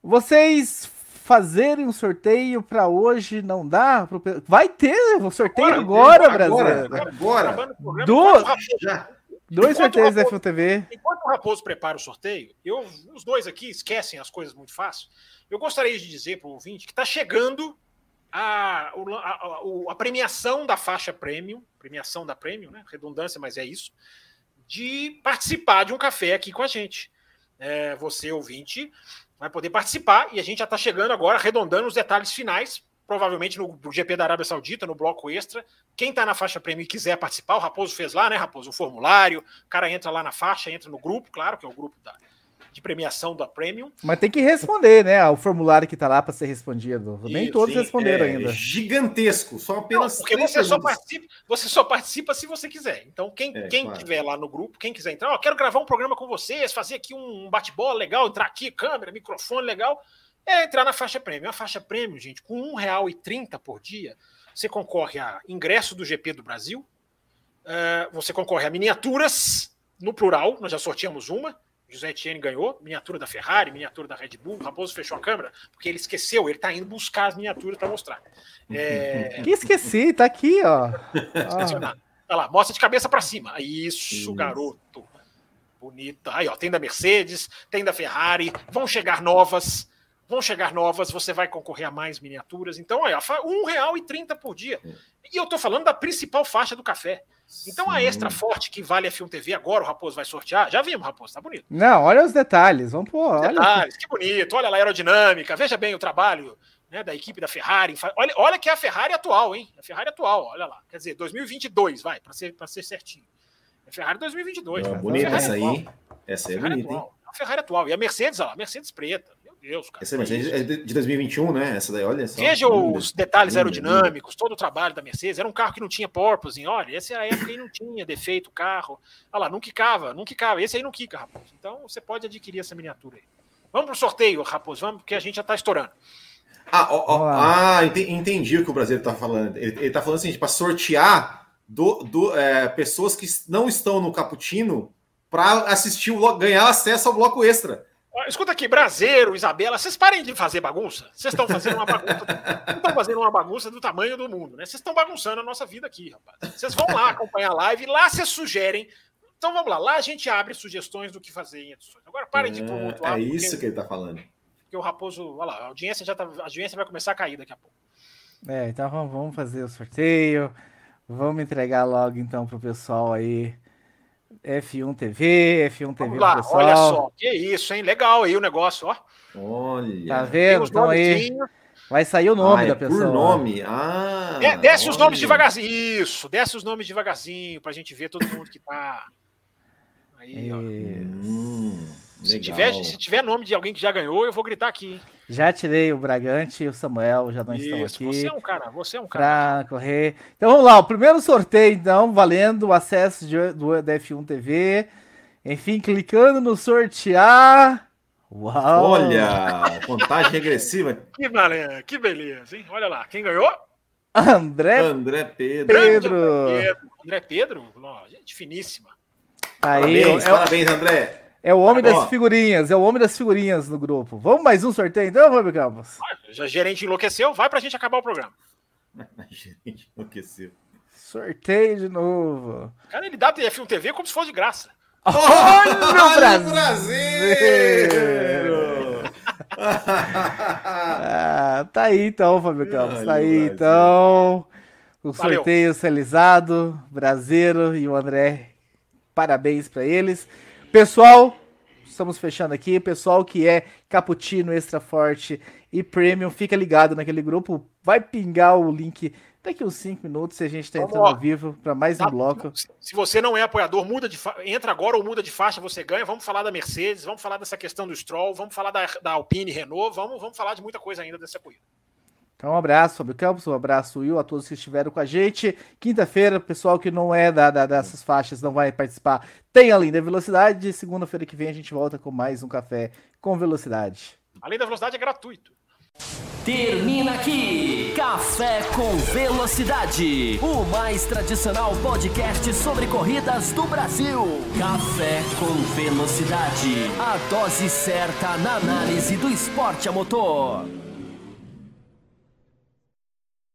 Vocês fazerem um sorteio para hoje não dá? Pro... Vai ter o sorteio agora, agora Brasil. Agora, agora. Do... Já. Dois sorteios da F um T V. Enquanto o Raposo prepara o sorteio, eu, os dois aqui esquecem as coisas muito fácil. Eu gostaria de dizer para o ouvinte que está chegando a, a, a, a premiação da faixa Premium, premiação da Premium, né? Redundância, mas é isso, de participar de um café aqui com a gente. É, você, ouvinte, vai poder participar e a gente já está chegando agora, arredondando os detalhes finais, provavelmente no, no G P da Arábia Saudita, no bloco extra. Quem está na faixa Premium e quiser participar, o Raposo fez lá, né, Raposo? O formulário, o cara entra lá na faixa, entra no grupo, claro, que é o grupo da, de premiação da Premium. Mas tem que responder, né? O formulário que está lá para ser respondido. Isso, nem todos sim, responderam é ainda. Gigantesco, só apenas. Não, porque você só, participa, você só participa se você quiser. Então, quem, é, quem claro. tiver lá no grupo, quem quiser entrar, ó, quero gravar um programa com vocês, fazer aqui um bate-bola legal, entrar aqui, câmera, microfone legal. É entrar na faixa Premium. A faixa Premium, gente, com um real e trinta por dia, você concorre a ingresso do G P do Brasil, uh, você concorre a miniaturas, no plural, nós já sorteamos uma, José Etienne ganhou, miniatura da Ferrari, miniatura da Red Bull, o Raposo fechou a câmera, porque ele esqueceu, ele está indo buscar as miniaturas para mostrar. É... Que esqueci, tá aqui, ó. Olha lá, mostra de cabeça para cima. Isso, Isso, garoto. Bonita. Aí, ó, tem da Mercedes, tem da Ferrari, vão chegar novas... Vão chegar novas, você vai concorrer a mais miniaturas. Então, olha, um real e trinta por dia. E eu tô falando da principal faixa do café. Então, Sim. a extra forte que vale a F um T V agora, o Raposo vai sortear. Já vimos, Raposo, tá bonito. Não, olha os detalhes. Vamos pôr. Olha. Detalhes, que bonito. Olha lá a aerodinâmica. Veja bem o trabalho, né, da equipe da Ferrari. Olha, olha que é a Ferrari atual, hein? A Ferrari atual, olha lá. Quer dizer, dois mil e vinte e dois, vai, para ser, pra ser certinho. É a Ferrari dois mil e vinte e dois. Não, bonita essa aí. Essa aí é bonita, hein? A Ferrari atual. E a Mercedes, olha lá, a Mercedes preta. Deus, cara. Essa é de dois mil e vinte e um, né? Essa daí, olha só. Veja os detalhes aerodinâmicos, todo o trabalho da Mercedes. Era um carro que não tinha porpoising. Olha, essa era a época que não tinha defeito o carro. Olha lá, não quicava, não quicava. Esse aí não quica, Raposo. Então você pode adquirir essa miniatura aí. Vamos pro sorteio, Raposo, vamos, porque a gente já tá estourando. Ah, ó, ó, ah entendi o que o Brasil tá falando. Ele, ele tá falando assim, para sortear do, do, é, pessoas que não estão no Cappuccino para assistir o ganhar acesso ao bloco extra. Escuta aqui, Braseiro, Isabela, vocês parem de fazer bagunça. Vocês estão fazendo uma bagunça. Estão fazendo uma bagunça do tamanho do mundo, né? Vocês estão bagunçando a nossa vida aqui, rapaz. Vocês vão lá acompanhar a live, lá vocês sugerem. Então vamos lá, lá a gente abre sugestões do que fazer em edições. Agora parem de tumultuar. É isso porque, que ele tá falando. Porque o Raposo, olha lá, a audiência já tá, a audiência vai começar a cair daqui a pouco. É, então vamos fazer o sorteio. Vamos entregar logo então pro pessoal aí. F um T V, F um T V. Vamos lá, pessoal. Olha só, que isso, hein? Legal aí o negócio, ó. Olha. Tá vendo? Então aí vai sair o nome ah, é da pessoa. Por nome, ah. É, desce olha. Os nomes devagarzinho. Isso, desce os nomes devagarzinho pra gente ver todo mundo que tá. Aí, ó. Hum, se, tiver, se tiver nome de alguém que já ganhou, eu vou gritar aqui. Já tirei o Bragante e o Samuel, já não Isso, estão aqui. Você é um cara, você é um cara. Pra correr. Então vamos lá, o primeiro sorteio, então, valendo o acesso de, do da F um T V. Enfim, clicando no sortear. Uau! Olha, contagem regressiva. Que beleza, que beleza, hein? Olha lá, quem ganhou? André, André Pedro. Pedro. André Pedro. André Pedro? Ó, gente finíssima. Aí, parabéns, é, parabéns, André. É o homem das figurinhas, é o homem das figurinhas no grupo. Vamos mais um sorteio então, Fábio Campos? Já gerente enlouqueceu, vai pra gente acabar o programa. Gerente enlouqueceu. Sorteio de novo. Cara, ele dá F um T V como se fosse de graça. Olha o Brasil! Brasileiro! ah, tá aí então, Fábio Campos. Ai, tá aí então. O Valeu. Sorteio realizado, Brasileiro e o André. Parabéns pra eles. Pessoal, estamos fechando aqui. Pessoal que é Cappuccino, Extra Forte e Premium, fica ligado naquele grupo. Vai pingar o link daqui uns cinco minutos se a gente está entrando ao vivo para mais um bloco. Se você não é apoiador, muda de fa... entra agora ou muda de faixa, você ganha. Vamos falar da Mercedes, vamos falar dessa questão do Stroll, vamos falar da, da Alpine, Renault, vamos, vamos falar de muita coisa ainda dessa corrida. Então, um abraço, Fábio Campos, um abraço, Will, a todos que estiveram com a gente. Quinta-feira, pessoal que não é da, da, dessas faixas, não vai participar, tem Além da Velocidade. Segunda-feira que vem a gente volta com mais um Café com Velocidade. Além da Velocidade é gratuito. Termina aqui, Café com Velocidade, o mais tradicional podcast sobre corridas do Brasil. Café com Velocidade, a dose certa na análise do esporte a motor.